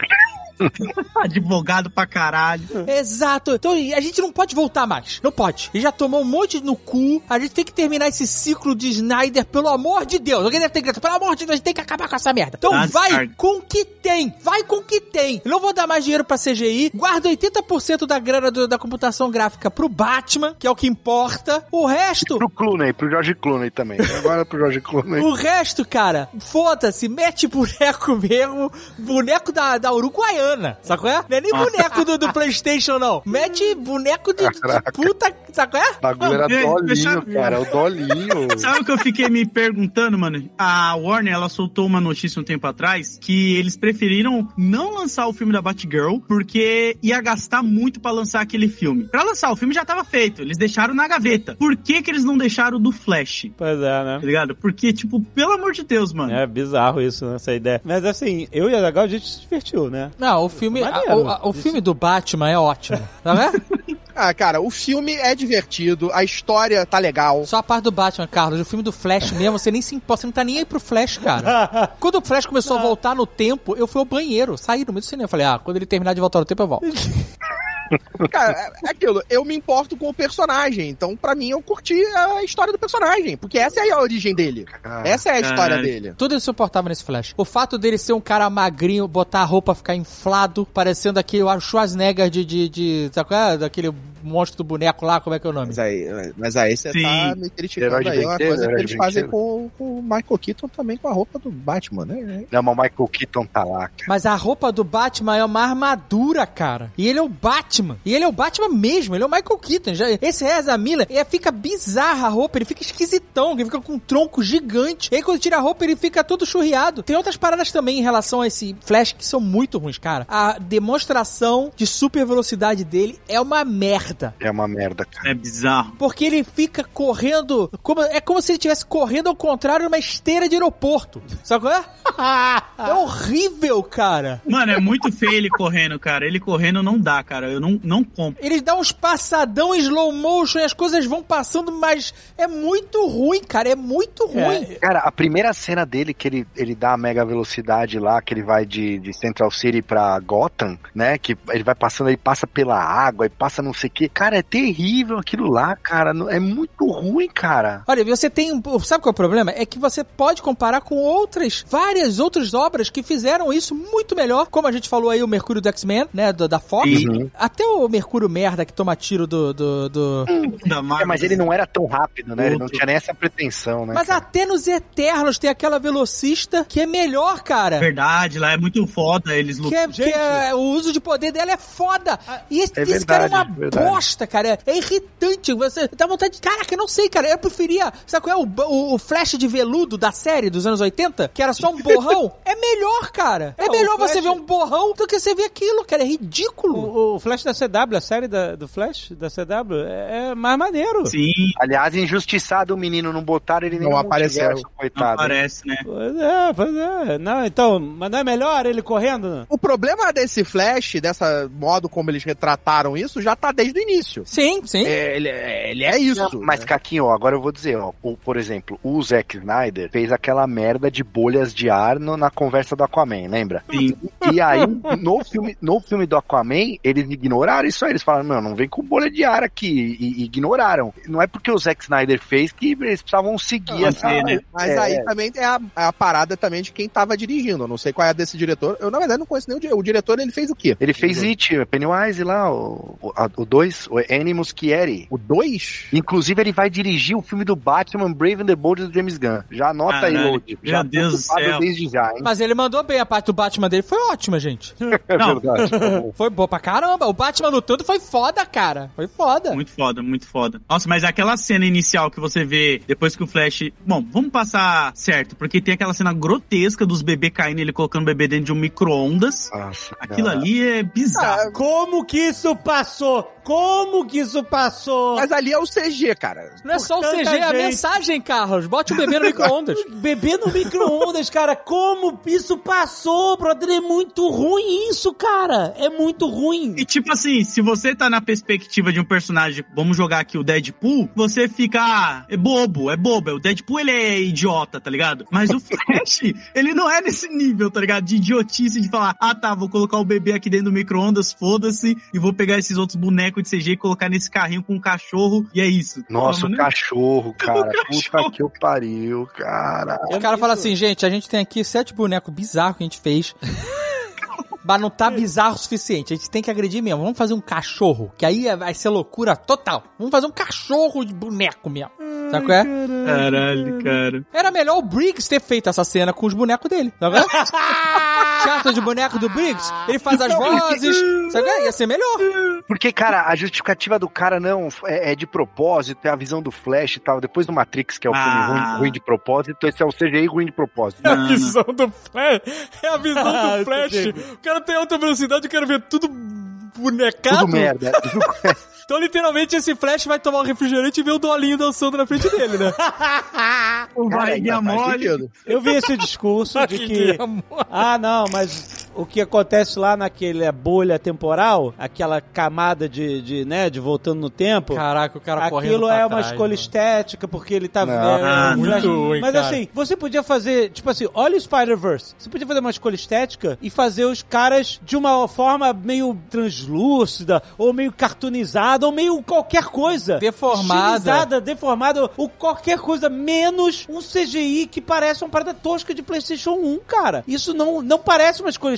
Advogado pra caralho. Exato. Então a gente não pode voltar mais. Não pode. Ele já tomou um monte no cu. A gente tem que terminar esse ciclo de Snyder, pelo amor de Deus. Alguém deve ter gritado, pelo amor de Deus, a gente tem que acabar com essa merda. Então Tá vai descarga. com o que tem. Vai com o que tem. Eu não vou dar mais dinheiro pra C G I. Guarda oitenta por cento da grana do- da computação gráfica pro Batman, que é o que importa. O resto... Pro Clooney, pro George Clooney também. Agora pro George Clooney. O resto, cara, foda-se, mete boneco mesmo, boneco da, da Uruguaiana, sabe qual é? Não é nem boneco do, do PlayStation, não. Mete boneco de, de Caraca. puta, sabe qual é? O bagulho era Não, dolinho, deixa- cara. O dolinho. Sabe o que eu fiquei me perguntando, mano? A Warner, ela soltou uma notícia um tempo atrás que eles preferiram não lançar o filme da Batgirl porque ia gastar muito pra lançar aquele filme. Pra lançar o filme já tava feito, eles deixaram na gaveta. Por que que eles não deixaram do Flash? Pois é, né? Tá ligado? Porque, tipo, pelo amor de Deus, mano. É bizarro isso, né, essa ideia. Mas assim, eu e a Zagal, a gente se divertiu, né? Não, o filme, a- Maneiro. o, a- o filme do Batman é ótimo, tá vendo? Ah, cara, o filme é divertido, a história tá legal. Só a parte do Batman, Carlos. O filme do Flash mesmo, você nem se importa, você não tá nem aí pro Flash, cara. Quando o Flash começou a voltar no tempo, eu fui ao banheiro, saí no meio do cinema. Eu falei, ah, quando ele terminar de voltar no tempo, eu volto. Cara, é aquilo, eu me importo com o personagem, então pra mim eu curti a história do personagem, porque essa é a origem dele. Essa é a história Caralho. dele. Tudo isso suportava nesse Flash. O fato dele ser um cara magrinho, botar a roupa, ficar inflado, parecendo aquele Schwarzenegger de, de, de sabe qual é? Daquele monstro do boneco lá, como é que é o nome? Mas aí, mas aí você Sim. tá me criticando Herói de aí, uma brinquedo, coisa que herói eles de fazem brinquedo. com, com o Michael Keaton também com a roupa do Batman, né? Não, mas o Michael Keaton tá lá, cara. Mas a roupa do Batman é uma armadura, cara. E ele é o Batman. E ele é o Batman mesmo, ele é o Michael Keaton. Já, esse Ezra Miller, ele fica bizarra a roupa, ele fica esquisitão, ele fica com um tronco gigante. E aí quando tira a roupa, ele fica todo churriado. Tem outras paradas também em relação a esse Flash que são muito ruins, cara. A demonstração de super velocidade dele é uma merda. É uma merda, cara. É bizarro. Porque ele fica correndo, como, é como se ele estivesse correndo ao contrário numa esteira de aeroporto. Sabe qual é? É horrível, cara. Mano, é muito feio ele correndo, cara. Ele correndo não dá, cara. Eu não, não compro. Ele dá uns passadão em slow motion e as coisas vão passando, mas é muito ruim, cara. É muito ruim. É, Cara, a primeira cena dele, que ele, ele dá a mega velocidade lá, que ele vai de, de Central City pra Gotham, né? Que ele vai passando, ele passa pela água, e passa não sei o quê. Cara, é terrível aquilo lá, cara. É muito ruim, cara. Olha, você tem... Sabe qual é o problema? É que você pode comparar com outras, várias outras obras que fizeram isso muito melhor. Como a gente falou aí, o Mercúrio do X-Men, né? Do, da Fox. Uhum. Até o Mercúrio merda que toma tiro do... do, do... Da É, Marvel. mas ele não era tão rápido, né? Ele não Outro. tinha nem essa pretensão, né? Mas cara? até nos Eternos tem aquela velocista que é melhor, cara. Verdade, lá é muito foda eles Que, lutando. é, que é- o uso de poder dela é foda. E esse, É esse cara é uma verdade, verdade. bosta, cara. É, é irritante. Você dá vontade de... Caraca, eu não sei, cara. Eu preferia... Sabe qual é? O, o, o Flash de veludo da série dos anos oitenta? Que era só um borrão. É melhor, cara. É, É, o melhor você Flash- ver um borrão do que você ver aquilo, cara. É ridículo. O, o Flash da C W, a série da, do Flash da C W, é, é mais maneiro. Sim, Aliás, injustiçado o menino, não botaram ele nem Não no apareceu. multiverso, não coitado. parece, né? Pois é, pois é. Não, então, mas não é melhor ele correndo? O problema desse Flash, dessa modo como eles retrataram isso, já tá desde o início. Sim, sim. É, ele, é, ele é isso. Não, mas, né? Caquinho, ó, agora eu vou dizer, ó, o, por exemplo, o Zack Snyder fez aquela merda de bolhas de ar no- na conversa do Aquaman, lembra? Sim. E aí, no filme, no filme do Aquaman, eles ignoraram isso aí, eles falaram, meu, não vem com bolha de ar aqui, e, e ignoraram. Não é porque o Zack Snyder fez que eles precisavam seguir Não essa... sei, né? Mas É. aí também é a, é a parada também de quem tava dirigindo. Eu não sei qual é a desse diretor. Eu, na verdade, não conheço nem o, di- o diretor. Ele fez o quê? Ele fez It, Pennywise lá, o dois, o Animus Chieri. O dois? Inclusive, ele vai dirigir o filme do Batman Brave and the Bold do James Gunn. Já anota aí, Caralho. Load. Meu Já tô Deus do ocupado céu. desde já, hein? Mas ele mandou bem. A parte do Batman dele foi ótima, gente. É Não. verdade. tá bom. Foi boa pra caramba. O Batman lutando foi foda, cara. Foi foda. Muito foda, muito foda. Nossa, mas aquela cena inicial que você vê depois que o Flash... Bom, vamos passar certo, porque tem aquela cena grotesca dos bebês caindo e ele colocando o bebê dentro de um micro-ondas. Nossa, Aquilo cara. ali é bizarro. Como que isso passou? Como que isso passou? Mas ali é o C G, cara. Não é só o Tanta C G, é a gente. mensagem, Carlos. Bote o bebê no micro-ondas. Bebê no micro-ondas, cara. Como isso passou, brother? É muito ruim isso, cara. É muito ruim. E tipo assim, se você tá na perspectiva de um personagem, vamos jogar aqui o Deadpool, você fica, ah, é bobo, é bobo. O Deadpool, ele é idiota, tá ligado? Mas o Flash, ele não é nesse nível, tá ligado? De idiotice, de falar, ah tá, vou colocar o bebê aqui dentro do micro-ondas, foda-se, e vou pegar esses outros bonecos de C G e colocar nesse carrinho com um cachorro, e é isso. Nossa, Pô, o mano, cachorro, cara. O cachorro. Puta que eu pariu, cara. O cara fala assim, gente, a gente tem aqui sete bonecos bizarros que a gente fez. Mas não tá bizarro o suficiente. A gente tem que agredir mesmo. Vamos fazer um cachorro, que aí vai ser loucura total. Vamos fazer um cachorro de boneco mesmo. Sabe qual é? Caralho, cara. Era melhor o Briggs ter feito essa cena com os bonecos dele. Sabe qual é? Teatro de boneco do Briggs. Ele faz as vozes. Sabe qual é? Ia ser melhor. Porque, cara, a justificativa do cara não é, é de propósito, é a visão do Flash e tal. Depois do Matrix, que é o filme Ah. ruim, ruim de propósito, esse é o C G I ruim de propósito. A visão do Flash. É a visão Ah, do Flash. O cara tem alta velocidade, eu quero ver tudo bonecado. Tudo merda. Então, literalmente, esse Flash vai tomar um refrigerante e ver o Dolinho dançando na frente dele, né? O barriguinha faz mole. sentido. Eu vi esse discurso de que... Ah, não, mas o que acontece lá naquela bolha temporal, aquela camada de, de, né, de voltando no tempo... Caraca, o cara correndo Aquilo pra é uma trás, escolha mano. estética, porque ele tá... Não, é, ah, muito flash- ruim, Mas cara. assim, você podia fazer, tipo assim, olha o Spider-Verse. Você podia fazer uma escolha estética e fazer os caras de uma forma meio translúcida, ou meio cartoonizada, ou meio qualquer coisa. Deformada. Estilizada, deformada, ou qualquer coisa, menos um C G I que parece uma parada tosca de PlayStation um, cara. Isso não, não parece uma escolha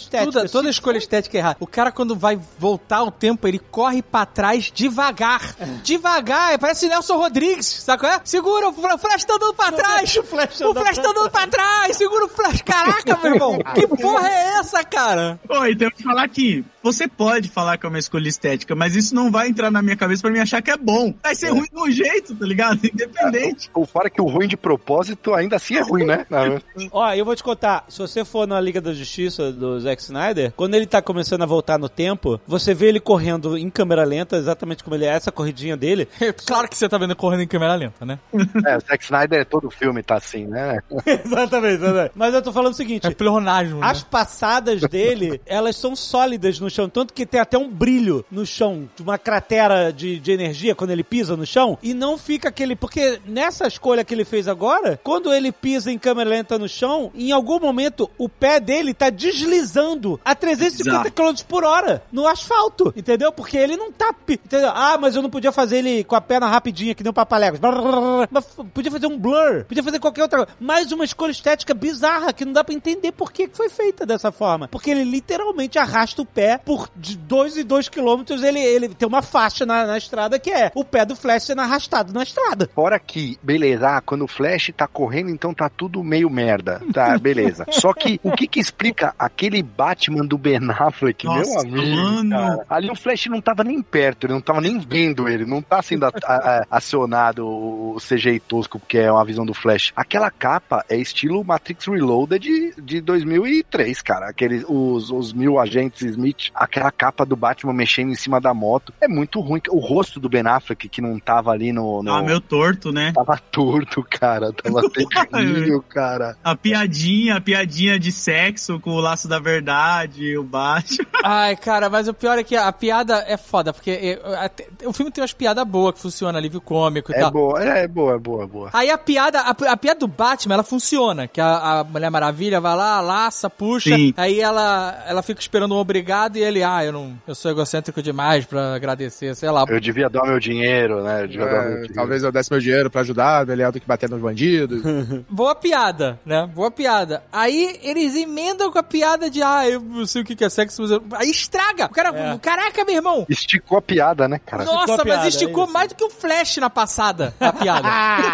estética. Toda, toda escolha estética é errada. O cara, quando vai voltar ao tempo, ele corre pra trás devagar. Devagar, parece Nelson Rodrigues, sabe qual é? Segura, o Flash tá andando pra trás. O Flash tá andando pra trás, segura o Flash. Caraca, meu irmão, que porra é essa, cara? Oi, então eu vou falar aqui. Você pode falar que é uma escolha estética, mas isso não vai entrar na minha cabeça pra me achar que é bom. Vai ser é. ruim de um jeito, tá ligado? Independente. É, o fora que o ruim de propósito ainda assim é ruim, né? Ó, eu vou te contar. Se você for na Liga da Justiça do Zack Snyder, quando ele tá começando a voltar no tempo, você vê ele correndo em câmera lenta, exatamente como ele é, essa corridinha dele. Claro que você tá vendo correndo em câmera lenta, né? É, o Zack Snyder, todo filme tá assim, né? exatamente, exatamente. Mas eu tô falando o seguinte. É pleonasmo, As né? passadas dele, elas são sólidas no chão, tanto que tem até um brilho no chão, de uma cratera de, de energia quando ele pisa no chão, e não fica aquele... Porque nessa escolha que ele fez agora, quando ele pisa em câmera lenta no chão, em algum momento o pé dele tá deslizando a trezentos e cinquenta quilômetros por hora no asfalto, entendeu? Porque ele não tá... Entendeu? Ah, mas eu não podia fazer ele com a perna rapidinha, que nem o Papaléguas. Mas podia fazer um blur, podia fazer qualquer outra... Mais uma escolha estética bizarra, que não dá pra entender por que foi feita dessa forma. Porque ele literalmente arrasta o pé por de dois e dois quilômetros, ele, ele tem uma faixa na, na estrada que é o pé do Flash sendo arrastado na estrada. Fora que, beleza, ah, quando o Flash tá correndo, então tá tudo meio merda. Tá, beleza. Só que o que que explica aquele Batman do Ben Affleck, Nossa, meu amigo, mano. cara, ali o Flash não tava nem perto, ele não tava nem vendo ele, não tá sendo a, a, a, acionado o C G I tosco, porque é uma visão do Flash. Aquela capa é estilo Matrix Reloaded de, de dois mil e três, cara. Aqueles, os, os mil agentes Smith, aquela capa do Batman mexendo em cima da moto, é muito ruim. O rosto do Ben Affleck, que não tava ali no... no... Ah, meio torto, né? Tava torto, cara. Tava terrível, cara. A piadinha, a piadinha de sexo com o laço da verdade, o Batman. Ai, cara, mas o pior é que a piada é foda, porque é, até, o filme tem umas piadas boas que funcionam, alívio cômico e é tal. Boa, é boa, é boa, é boa. Aí a piada, a, a piada do Batman, ela funciona, que a, a Mulher Maravilha vai lá, laça, puxa, Sim. aí ela, ela fica esperando um obrigado e ele, ah, eu não, eu sou egocêntrico demais pra agradecer, sei lá. Eu devia dar meu dinheiro, né? Eu devia é, dar meu dinheiro. Talvez eu desse meu dinheiro pra ajudar, melhor do que bater nos bandidos. Boa piada, né? Boa piada. Aí eles emendam com a piada de, ah, eu não sei o que é sexo, mas eu... aí estraga. O cara, é. Caraca, meu irmão. Esticou a piada, né, cara? Nossa, esticou mas piada, esticou é mais do que o Flash na passada, a piada.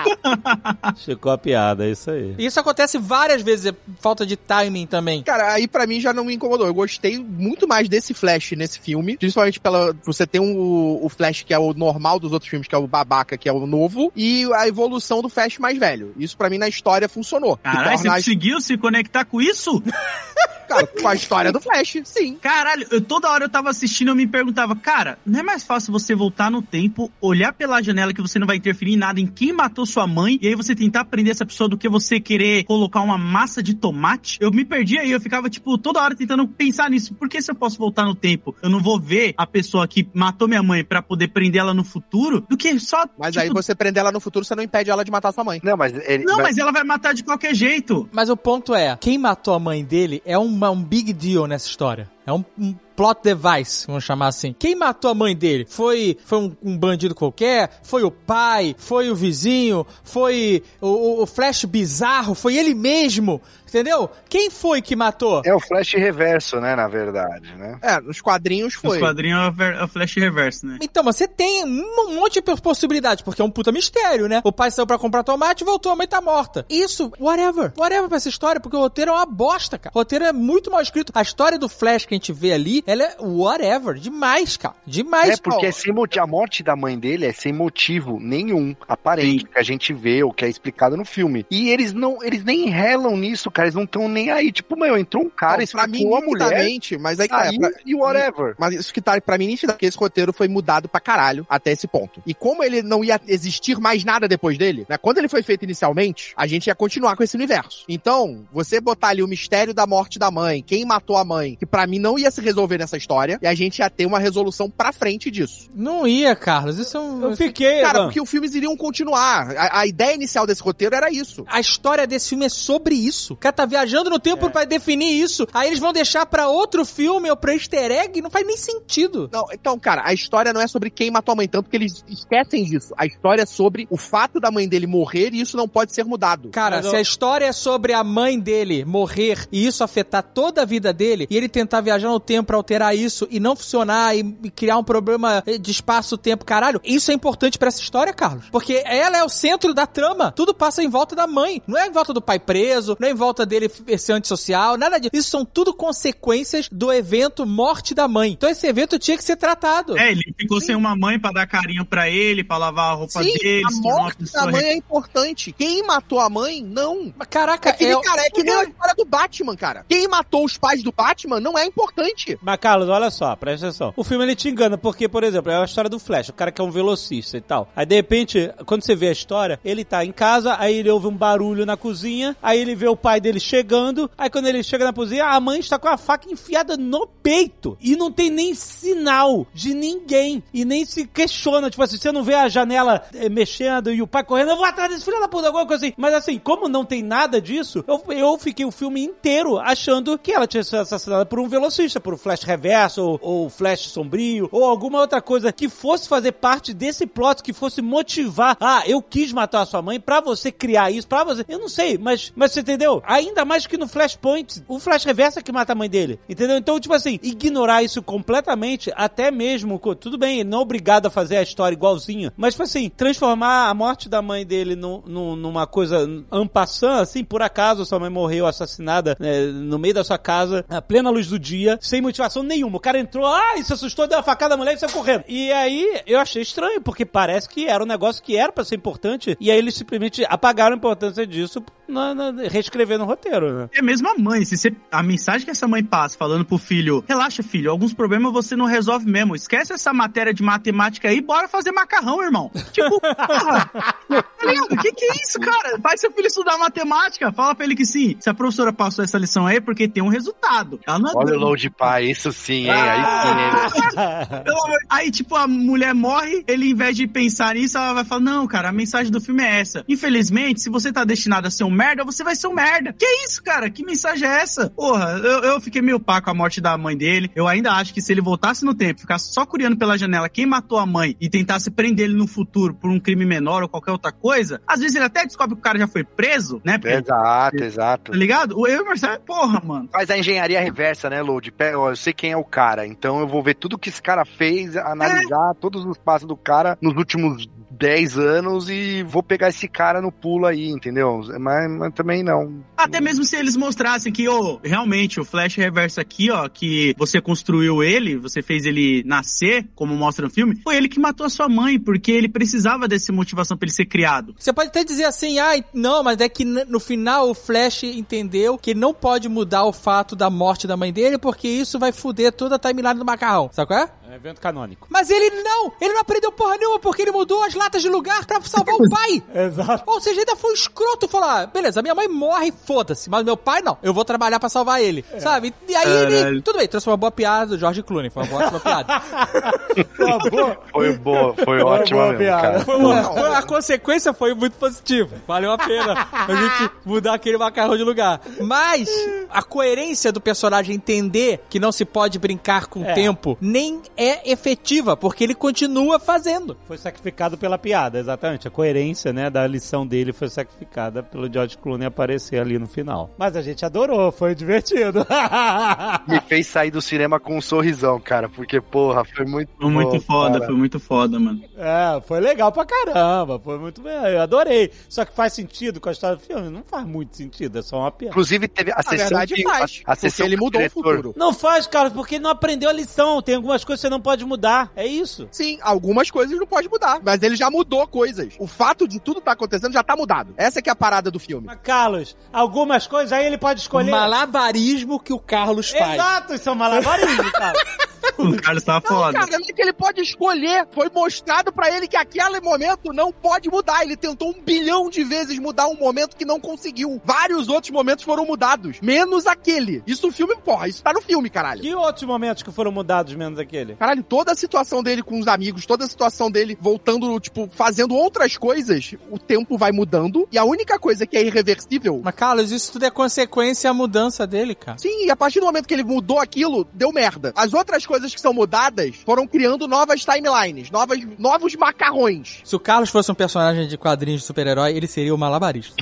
Esticou a piada, é isso aí. E isso acontece várias vezes, é falta de timing também. Cara, aí pra mim já não me incomodou. Eu gostei muito mais desse Flash nesse filme, principalmente pela você ter um, o Flash que é o normal dos outros filmes, que é o babaca, que é o novo, e a evolução do Flash mais velho. Isso pra mim na história funcionou. Caralho, você conseguiu se conectar com isso? Cara, com a história do Flash, sim. Caralho, eu, toda hora eu tava assistindo e eu me perguntava, cara, não é mais fácil você voltar no tempo, olhar pela janela que você não vai interferir em nada em quem matou sua mãe, e aí você tentar prender essa pessoa do que você querer colocar uma massa de tomate? Eu me perdi aí, eu ficava, tipo, toda hora tentando pensar nisso. Por que se eu posso voltar no tempo, eu não vou ver a pessoa que matou minha mãe pra poder prender ela no futuro, do que só... Mas tipo... aí você prender ela no futuro, você não impede ela de matar sua mãe. Não, mas... Ele, não, mas... mas ela vai matar de qualquer jeito. Mas o ponto é, quem matou a mãe dele é uma, um big deal nessa história. É um, um plot device, vamos chamar assim. Quem matou a mãe dele? Foi, foi um, um bandido qualquer? Foi o pai? Foi o vizinho? Foi o, o Flash bizarro? Foi ele mesmo? Entendeu? Quem foi que matou? É o Flash reverso, né, na verdade, né? É, nos quadrinhos foi. Nos quadrinhos é o Flash reverso, né? Então, mas você tem um monte de possibilidades, porque é um puta mistério, né? O pai saiu pra comprar tomate e voltou, a mãe tá morta. Isso, whatever. Whatever pra essa história, porque o roteiro é uma bosta, cara. O roteiro é muito mal escrito. A história do Flash que a gente vê ali, ela é whatever. Demais, cara. Demais. É, porque é sem motivo. A morte da mãe dele é sem motivo nenhum aparente, Sim. que a gente vê, ou que é explicado no filme. E eles não, eles nem relam nisso, cara. Eles não estão nem aí. Tipo, meu, entrou um cara, explicou a mulher, mas aí, cara, aí, pra, e whatever. Mas isso que tá pra mim nítido, porque esse roteiro foi mudado pra caralho até esse ponto. E como ele não ia existir mais nada depois dele, né? Quando ele foi feito inicialmente, a gente ia continuar com esse universo. Então, você botar ali o mistério da morte da mãe, quem matou a mãe, que pra mim não ia se resolver nessa história e a gente ia ter uma resolução pra frente disso. Não ia, Carlos. Isso é um... Eu fiquei... Cara, mano. porque os filmes iriam continuar. A, a ideia inicial desse roteiro era isso. A história desse filme é sobre isso. O cara tá viajando no tempo é. pra definir isso. Aí eles vão deixar pra outro filme ou pra easter egg. Não faz nem sentido. Não, então, cara, a história não é sobre quem matou a mãe, tanto que eles esquecem disso. A história é sobre o fato da mãe dele morrer e isso não pode ser mudado. Cara, Mas se eu... a história é sobre a mãe dele morrer e isso afetar toda a vida dele, e ele tentar viajar no tempo pra alterar isso e não funcionar e, e criar um problema de espaço-tempo, caralho, isso é importante pra essa história, Carlos. Porque ela é o centro da trama. Tudo passa em volta da mãe. Não é em volta do pai preso, não é em volta dele ser antissocial, nada disso. Isso são tudo consequências do evento morte da mãe. Então esse evento tinha que ser tratado. É, ele ficou Sim. sem uma mãe pra dar carinho pra ele, pra lavar a roupa Sim, dele. A morte da mãe é importante. Quem matou a mãe, não. Mas, caraca, Aquele é... cara é que nem a história do Batman, cara. Quem matou os pais do Batman não é importante. Mas, Carlos, olha só, presta atenção. O filme, ele te engana, porque, por exemplo, é a história do Flash, o cara que é um velocista e tal. Aí, de repente, quando você vê a história, ele tá em casa, aí ele ouve um barulho na cozinha, aí ele vê o pai dele chegando, aí quando ele chega na cozinha, a mãe está com a faca enfiada no peito. E não tem nem sinal de ninguém. E nem se questiona, tipo assim, você não vê a janela é, mexendo e o pai correndo, eu vou atrás desse filho da puta, alguma coisa assim. Mas assim, como não tem nada disso, eu, eu fiquei o filme inteiro achando que ela tinha sido assassinada por um velocista, por um flash reverso, ou, ou flash sombrio, ou alguma outra coisa que fosse fazer parte desse plot, que fosse motivar, ah, eu quis matar a sua mãe pra você criar isso, pra você... Eu não sei, mas, mas você entendeu? Ainda mais que no Flashpoint, o flash reverso é que mata a mãe dele, entendeu? Então, tipo assim, ignorar isso completamente, até mesmo, tudo bem, ele não é obrigado a fazer a história igualzinha, mas, tipo assim, transformar a morte da mãe dele no, no, numa coisa en passant, assim, por acaso sua mãe morreu assassinada né, no meio da sua casa, à plena luz do dia, sem motivação nenhuma. O cara entrou, ah, e se assustou, deu uma facada na mulher e saiu correndo. E aí, eu achei estranho, porque parece que era um negócio que era pra ser importante, e aí eles simplesmente apagaram a importância disso na, na, reescrevendo o roteiro, né? É mesmo a mãe, se você, a mensagem que essa mãe passa, falando pro filho, relaxa, filho, alguns problemas você não resolve mesmo, esquece essa matéria de matemática aí, bora fazer macarrão, irmão. Tipo, porra, tá ligado? O que que é isso, cara? Faz seu filho estudar matemática, fala pra ele que sim, se a professora passou essa lição aí, é porque tem um resultado. Ela não é Olha o load pai, isso sim, hein? Ah, aí sim, hein? Aí, tipo, a mulher morre, ele, em vez de pensar nisso, ela vai falar, não, cara, a mensagem do filme é essa. Infelizmente, se você tá destinado a ser um merda, você vai ser um merda. Que isso, cara? Que mensagem é essa? Porra, eu, eu fiquei meio pá com a morte da mãe dele. Eu ainda acho que se ele voltasse no tempo, ficasse só curiando pela janela quem matou a mãe e tentasse prender ele no futuro por um crime menor ou qualquer outra coisa, às vezes ele até descobre que o cara já foi preso, né? Porque, exato, exato. Tá ligado? O eu e o Marcelo, porra, mano. Faz a engenharia reversa, né, Load? Eu sei quem é o cara, então eu vou ver tudo que esse cara fez, analisar é. todos os passos do cara nos últimos dez anos e vou pegar esse cara no pulo aí, entendeu? Mas, mas também não. Até mesmo se eles mostrassem que, oh, realmente, o Flash Reverso aqui, ó, que você construiu ele, você fez ele nascer, como mostra no filme, foi ele que matou a sua mãe, porque ele precisava dessa motivação pra ele ser criado. Você pode até dizer assim, ah, não, mas é que no final o Flash entendeu que ele não pode mudar o fato da morte da mãe dele, porque isso vai foder toda a timeline do macarrão, sabe qual é? É evento canônico. Mas ele não! Ele não aprendeu porra nenhuma porque ele mudou as latas de lugar pra salvar o pai! Exato. Ou seja, ainda foi um escroto falar, beleza, minha mãe morre, foda-se, mas meu pai não, eu vou trabalhar pra salvar ele, é. sabe? E aí é, ele, é. tudo bem, trouxe uma boa piada do George Clooney, foi uma ótima piada. Foi boa. Foi boa, foi ótima mesmo, cara. Foi uma, foi, a consequência foi muito positiva, valeu a pena a gente mudar aquele macarrão de lugar. Mas a coerência do personagem entender que não se pode brincar com o é. tempo, nem é efetiva, porque ele continua fazendo. Foi sacrificado pela piada, exatamente. A coerência, né, da lição dele foi sacrificada pelo George Clooney aparecer ali no final. Mas a gente adorou, foi divertido. Me fez sair do cinema com um sorrisão, cara, porque, porra, foi muito Foi muito bom, foda, cara. foi muito foda, mano. É, foi legal pra caramba, foi muito bem, eu adorei. Só que faz sentido com a história do filme? Não faz muito sentido, é só uma piada. Inclusive, teve a Na sessão verdade, que, faz, a, a sessão ele mudou diretor... o futuro. Não faz, cara, porque ele não aprendeu a lição. Tem algumas coisas que você não pode mudar. É isso. Sim, algumas coisas não pode mudar, mas ele já mudou coisas. O fato de tudo tá acontecendo já tá mudado. Essa é que é a parada do filme. Mas, Carlos, algumas coisas aí ele pode escolher. Malabarismo que o Carlos faz. Exato, isso é um malabarismo, cara. O Carlos tava Não, foda. cara, não é que ele pode escolher. Foi mostrado pra ele que aquele momento não pode mudar. Ele tentou um bilhão de vezes mudar um momento que não conseguiu. Vários outros momentos foram mudados, menos aquele. Isso o filme, porra, isso tá no filme, caralho. Que outros momentos que foram mudados menos aquele? Caralho, toda a situação dele com os amigos, toda a situação dele voltando, tipo, fazendo outras coisas, o tempo vai mudando. E a única coisa que é irreversível... Mas, Carlos, isso tudo é consequência à mudança dele, cara. Sim, e a partir do momento que ele mudou aquilo, deu merda. As outras coisas que são mudadas foram criando novas timelines, novas, novos macarrões. Se o Carlos fosse um personagem de quadrinhos de super-herói, ele seria o malabarista.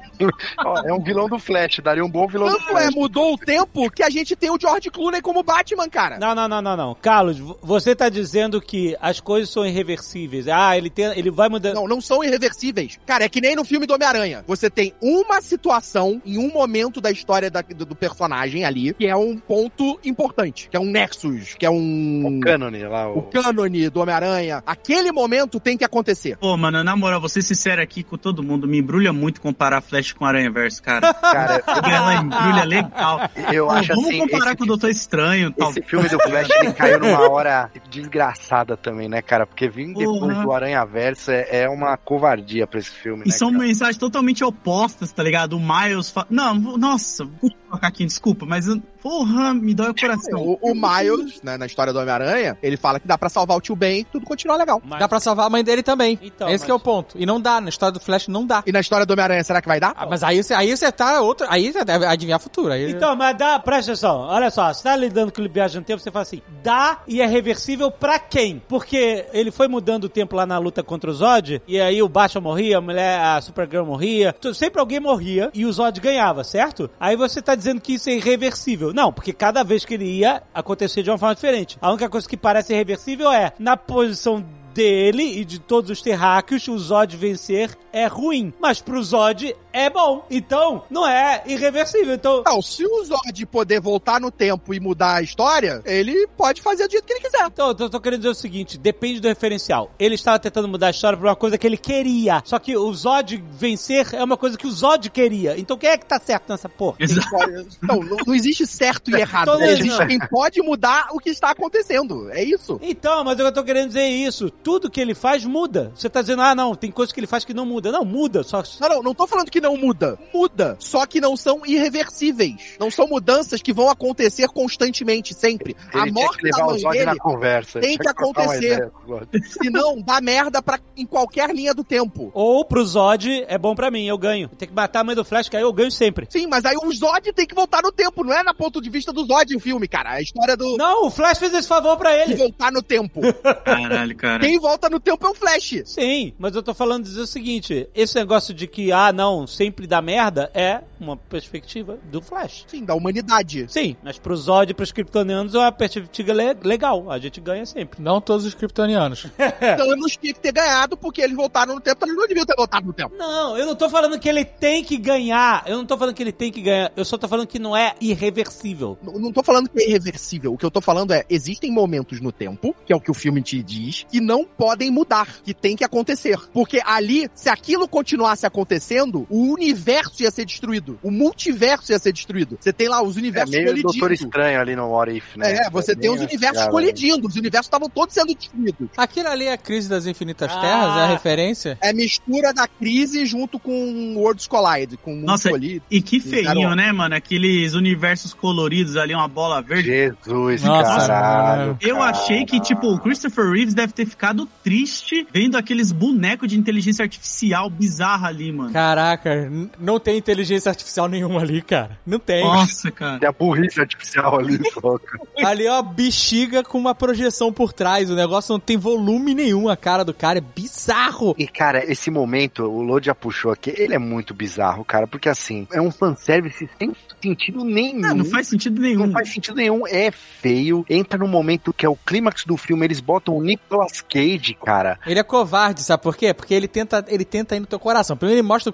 Ó, é um vilão do Flash, daria um bom vilão do Tanto é, Flash. mudou o tempo que a gente tem o George Clooney como Batman, cara. Não, não, não, não, não. Carlos, vo- você tá dizendo que as coisas são irreversíveis. Ah, ele, tem, ele vai mudando... Não, não são irreversíveis. Cara, é que nem no filme do Homem-Aranha. Você tem uma situação em um momento da história da- do, do personagem ali, que é um ponto importante, que é um nexus, que é um... O cânone lá. O O... cânone do Homem-Aranha. Aquele momento tem que acontecer. Pô, mano, na moral, vou ser sincero aqui com todo mundo, me embrulha muito comparar Flash com Aranha Verso, cara. Cara, Porque ela embrulha legal. eu Pô, acho vamos assim... comparar esse, com o Doutor Estranho, tal. esse filme do Flash, ele caiu numa hora desgraçada também, né, cara? Porque vir depois Porra. do Aranha-Verso é, é uma covardia pra esse filme, E né, são cara? mensagens totalmente opostas, tá ligado? O Miles fala... Não, vou- nossa, vou colocar aqui, desculpa, mas... eu- Porra, me dói o coração. O, o Miles, né, na história do Homem-Aranha, ele fala que dá pra salvar o tio Ben e tudo continua legal. Mas- Dá pra salvar a mãe dele também. Então, Esse mas- que é o ponto. E não dá, na história do Flash não dá. E na história do Homem-Aranha, será que vai dar? Ah, mas aí você, aí você tá outro. Aí você deve adivinhar o futuro. Aí... Então, mas dá, presta atenção, olha só, você tá lidando com viagem no tempo, você fala assim, dá e é reversível pra quem? Porque ele foi mudando o tempo lá na luta contra o Zod, e aí o Batman morria, a mulher, a Supergirl morria, tu- sempre alguém morria e o Zod ganhava, certo? Aí você tá dizendo que isso é irreversível. Não, porque cada vez que ele ia, acontecia de uma forma diferente. A única coisa que parece irreversível é, na posição dele e de todos os terráqueos, o Zod vencer é ruim. Mas pro Zod é bom. Então, não é irreversível. Então, Não, se o Zod poder voltar no tempo e mudar a história, ele pode fazer do jeito que ele quiser. Então, eu tô querendo dizer o seguinte, depende do referencial. Ele estava tentando mudar a história por uma coisa que ele queria. Só que o Zod vencer é uma coisa que o Zod queria. Então quem é que tá certo nessa porra? Exato. Não, não, não existe certo e errado. Todo Existe mundo. quem pode mudar o que está acontecendo. É isso. Então, mas eu tô querendo dizer isso. Tudo que ele faz muda. Você tá dizendo, ah, não, tem coisas que ele faz que não muda. Não, muda. Só... Não, não, não tô falando que não muda. Muda. Só que não são irreversíveis. Não são mudanças que vão acontecer constantemente, sempre. Ele a tinha morte que da levar o mãe Zod dele, na conversa. tem Tinha que trocar uma acontecer. ideia com o Zod. senão dá merda pra, em qualquer linha do tempo. Ou pro Zod é bom pra mim, eu ganho. Tem que matar a mãe do Flash, que aí eu ganho sempre. Sim, mas aí o Zod tem que voltar no tempo. Não é na ponto de vista do Zod o filme, cara. A história do... Não, o Flash fez esse favor pra de ele. voltar no tempo. Caralho, cara. Quem volta no tempo é o Flash. Sim, mas eu tô falando dizer o seguinte, esse negócio de que, ah, não, sempre dá merda, é uma perspectiva do Flash. Sim, da humanidade. Sim, mas pro Zod e pros kryptonianos é uma perspectiva le- legal, a gente ganha sempre. Não todos os kryptonianos. Thanos tinha que ter ganhado porque eles voltaram no tempo, então eles não deviam ter voltado no tempo. Não, eu não tô falando que ele tem que ganhar, eu não tô falando que ele tem que ganhar, eu só tô falando que não é irreversível. Não, não tô falando que é irreversível. O que eu tô falando é, existem momentos no tempo, que é o que o filme te diz, que não podem mudar, que tem que acontecer. Porque ali, se aquilo continuasse acontecendo, o universo ia ser destruído. O multiverso ia ser destruído. Você tem lá os É universos meio colidindo. Doutor Estranho ali no What If, né? É, você tem os Bem universos assim, colidindo. Os universos estavam todos sendo destruídos. Aquilo ali é a crise das infinitas Ah. terras, é a referência? É mistura da crise junto com Worlds Collide, com o mundo Nossa, colhido. E que feinho, Fizeram- né, mano? Aqueles universos coloridos ali, uma bola verde. Jesus, Nossa, caralho. Eu achei que, tipo, o Christopher Reeves deve ter ficado triste vendo aqueles bonecos de inteligência artificial bizarra ali, mano. Caraca, n- não tem inteligência artificial nenhuma ali, cara. Não tem. Nossa, cara. Tem a burrice artificial ali, só, cara. Ali é uma bexiga com uma projeção por trás. O negócio não tem volume nenhum. A cara do cara é bizarro. E, cara, esse momento, o Lodi já puxou aqui, ele é muito bizarro, cara, porque, assim, é um fanservice sem sentido nenhum. Ah, não faz sentido nenhum. Não faz sentido nenhum, é feio. Entra no momento que é o clímax do filme, eles botam o Nicolas Cage, cara. Ele é covarde, sabe por quê? Porque ele tenta, ele tenta ir no teu coração. Primeiro ele mostra o Chris,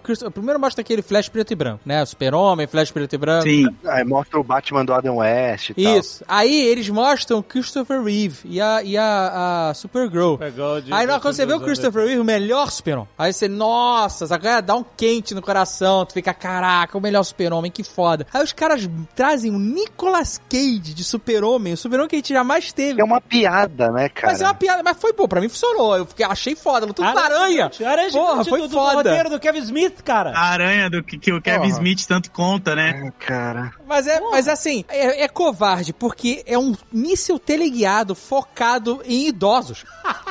Primeiro mostra aquele Flash preto e branco, né? Super-Homem, Flash preto e branco. Sim. Aí mostra o Batman do Adam West e tal. Isso. Aí eles mostram o Christopher Reeve e a, e a, a Supergirl. Aí não, quando você vê o Christopher Reeve, o melhor Super-Homem, aí você, nossa, sabe, dá um quente no coração, tu fica, caraca, o melhor Super-Homem, que foda. Aí os caras trazem o Nicolas Cage de Super-Homem, o Super-Homem que a gente jamais teve. É uma piada, né, cara? Mas é uma piada, mas foi, pô, pra mim funcionou. Eu fiquei, achei foda, tudo Ah, da aranha. Aranha Porra, foi do, do foda. roteiro do Kevin Smith, cara. A aranha do que, que o Kevin Porra. Smith tanto conta, né? Ai, cara. Mas é, mas assim, é, é covarde, porque é um míssil teleguiado focado em idosos.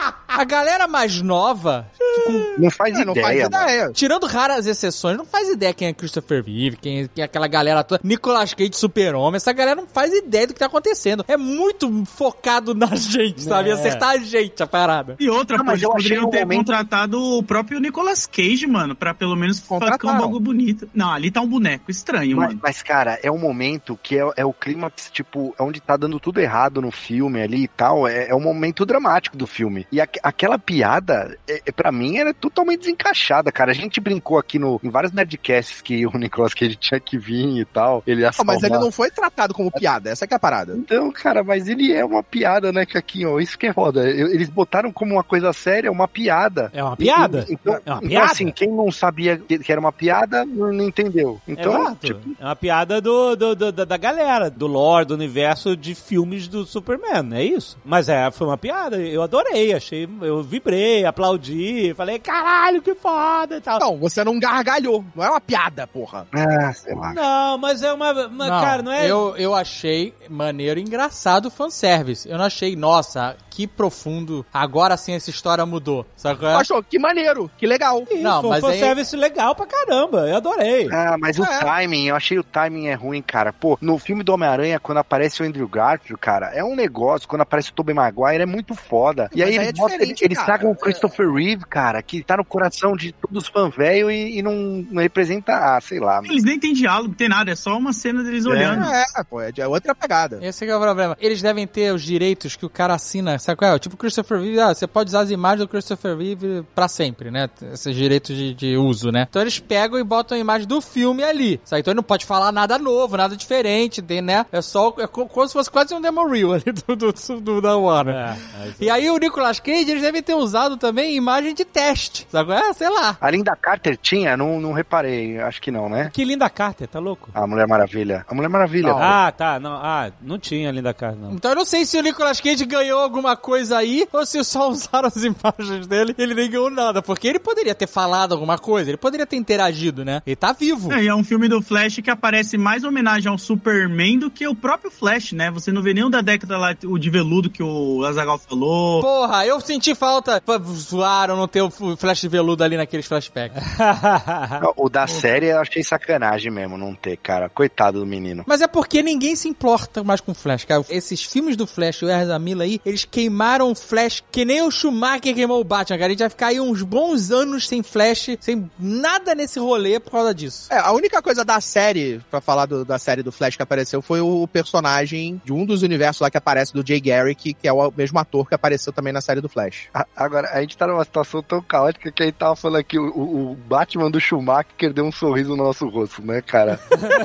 A galera mais nova, Não faz É, não faz ideia, mano. ideia. tirando raras exceções, não faz ideia quem é Christopher Reeve, quem, quem é aquela galera toda. Nicolas Cage, Super-Homem, essa galera não faz ideia do que tá acontecendo. É muito focado na gente, sabe? É. Acertar a gente, a parada. E outra, Não, pô, mas eles eu achei poderiam um ter momento- contratado o próprio Nicolas Cage, mano, pra pelo menos ficar um Contrataram. bagulho bonito. Não, ali tá um boneco estranho, Mas, mano. mas, cara, é um momento que é, é o clímax, tipo, é onde tá dando tudo errado no filme ali e tal. É, é um momento dramático do filme. E a, aquela piada, é, é, pra mim, era totalmente desencaixada, cara. A gente brincou aqui no, em vários Nerdcasts que o Nicolas Cage tinha que vir e tal. Ele ia Não, mas salvar. ele não foi tratado como piada, essa que é a parada. Então, cara, mas ele é uma piada, né, Caquinho? Isso que é foda. Eles botaram como uma coisa séria, uma piada. É uma piada? E- então, É uma então, piada? assim, quem não sabia que que era uma piada, não, não entendeu. Então, Exato. tipo, É uma piada do, do- do- da, da galera, do lore, do universo de filmes do Superman, é isso? Mas é, foi uma piada, eu adorei, achei, eu vibrei, aplaudi, falei, caralho, que foda e tal. Não, você não gargalhou. Não é uma piada, porra. ah, sei lá. Não, mas é uma, uma- Não, cara, não é... eu, eu achei maneiro e engraçado o fanservice. Eu não achei, nossa, que profundo. Agora sim essa história mudou. Sabe qual é? Achou que maneiro, que legal. Isso, Não, foi mas um aí- serviço legal pra caramba, eu adorei. Ah, mas o É. timing, eu achei o timing é ruim, cara. Pô, no filme do Homem-Aranha, quando aparece o Andrew Garfield, cara, é um negócio. Quando aparece o Tobey Maguire, é muito foda. E Mas aí aí é eles, botam- diferente, eles cara. tragam o Christopher Reeve, cara, que tá no coração de todos os fãs velho e, e não, não representa, ah, sei lá. Eles nem tem diálogo, tem nada, é só uma cena deles olhando. É, pô, é de- é outra pegada. Esse que é o problema. Eles devem ter os direitos que o cara assina, sabe qual é? Tipo Christopher Reeve, ah, você pode usar as imagens do Christopher Reeve pra sempre, né? Esses direitos de, de uso, né? Então eles pegam e botam a imagem do filme ali, sabe? Então ele não pode falar nada novo, nada diferente, tem, né? É só, é co- como se fosse quase um demo reel ali do, do, do- da Warner. É, mas- E aí o Nicolas Cage, eles devem ter usado também imagem de teste, sabe qual é? Sei lá. A Linda Carter tinha? Não, não reparei, acho que não, né? Que linda Carter, tá louco? A Mulher Maravilha. A Mulher Maravilha. Não. tá? Ah, tá, não, ah, não tinha linda Carter, não. Então eu não sei se o Nicolas Cage ganhou alguma coisa aí, ou se só usaram as imagens dele e ele nem ganhou nada. Porque ele poderia ter falado alguma coisa, ele poderia ter interagido, né? Ele tá vivo. É, e é um filme do Flash que aparece mais homenagem ao Superman do que o próprio Flash, né? Você não vê nenhum da década lá, o de veludo que o Azaghal falou. Porra, eu senti falta. Pô, zoaram não ter o flash de veludo ali naqueles flashbacks. O da série eu achei sacanagem mesmo não ter, cara. Coitado do menino. Mas é porque ninguém se importa mais com o Flash, cara. Esses filmes do Flash, o Ezra Miller aí, eles queimaram o Flash que nem o Schumacher queimou o Batman, cara. A gente vai ficar aí uns bons anos sem Flash, sem nada nesse rolê por causa disso. É, a única coisa da série, pra falar do- da série do Flash que apareceu, foi o personagem de um dos universos lá que aparece do Jay Garrick, que é o mesmo ator que apareceu também na série do Flash. A- Agora, a gente tá numa situação tão caótica que a gente tava falando aqui, o, o- o Batman do Schumacher deu um sorriso no nosso rosto, né, cara?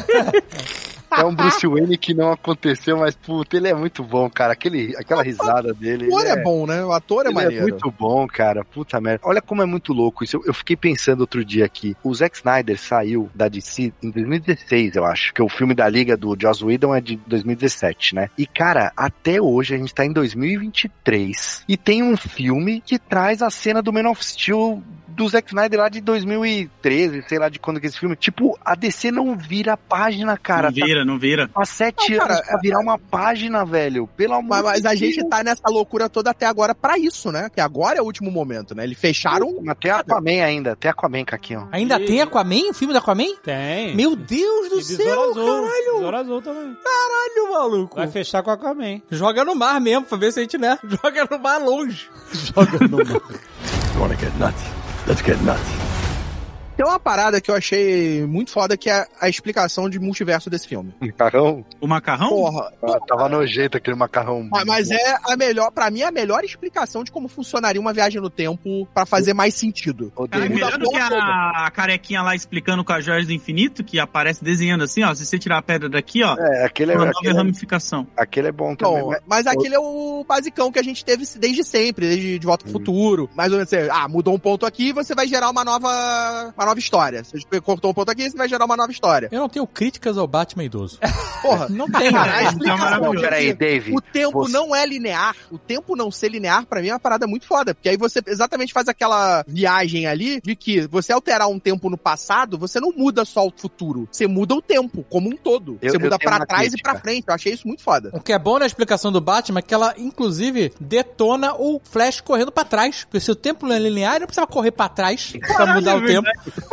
É um Bruce Wayne que não aconteceu, mas, puta, ele é muito bom, cara. Aquele, aquela risada dele. O ator ele é bom, né? O ator é Ele maneiro. é muito bom, cara. Puta merda. Olha como é muito louco isso. Eu, eu fiquei pensando outro dia aqui. O Zack Snyder saiu da D C em dois mil e dezesseis, eu acho. Que o filme da Liga do Joss Whedon é de dois mil e dezessete, né? E, cara, até hoje a gente tá em dois mil e vinte e três e tem um filme que traz a cena do Man of Steel do Zack Snyder lá de dois mil e treze, sei lá de quando que é esse filme. Tipo, a D C não vira a página, cara. não vira, não vira. Tá há sete Não, cara, anos pra virar uma página, velho. Pelo amor Mas, mas de a Deus. gente tá nessa loucura toda até agora pra isso, né? Que agora é o último momento, né? Eles fecharam. Até Aquaman ainda, até Aquaman, Caquinho. Ainda E- tem Aquaman? O filme do Aquaman? Tem. Meu Deus do E céu, Besouro Azul. caralho! Besouro Azul também. Caralho, maluco! Vai fechar com a Aquaman. Joga no mar mesmo, pra ver se a gente, né? Joga no mar longe. Joga no mar. Wanna get nuts? Let's get nuts. Tem uma parada que eu achei muito foda, que é a explicação de multiverso desse filme. Macarrão? O macarrão? Porra. Ah, tava nojento aquele macarrão. Mas, mas é a melhor, pra mim, a melhor explicação de como funcionaria uma viagem no tempo pra fazer mais sentido. Cara, é melhor do que a, a carequinha lá explicando com as joias do infinito, que aparece desenhando assim, ó, se você tirar a pedra daqui, ó, É, aquele é, uma nova aquele, ramificação. aquele é bom também. Então, Mas... mas aquele é o basicão que a gente teve desde sempre, desde De Volta pro Futuro. Mais ou menos assim, ah, mudou um ponto aqui, você vai gerar uma nova, uma nova história. Você cortou um ponto aqui, você vai gerar uma nova história. Eu não tenho críticas ao Batman idoso. Porra, Não tem. a explicação de Peraí, que Dave. o tempo você- não é linear, o tempo não ser linear, pra mim é uma parada muito foda, porque aí você exatamente faz aquela viagem ali de que você alterar um tempo no passado, você não muda só o futuro, você muda o tempo como um todo. Eu- você eu muda tenho pra uma trás crítica. e pra frente. Eu achei isso muito foda. O que é bom na explicação do Batman é que ela, inclusive, detona o Flash correndo pra trás. Porque se o tempo não é linear, ele não precisava correr pra trás pra mudar o tempo.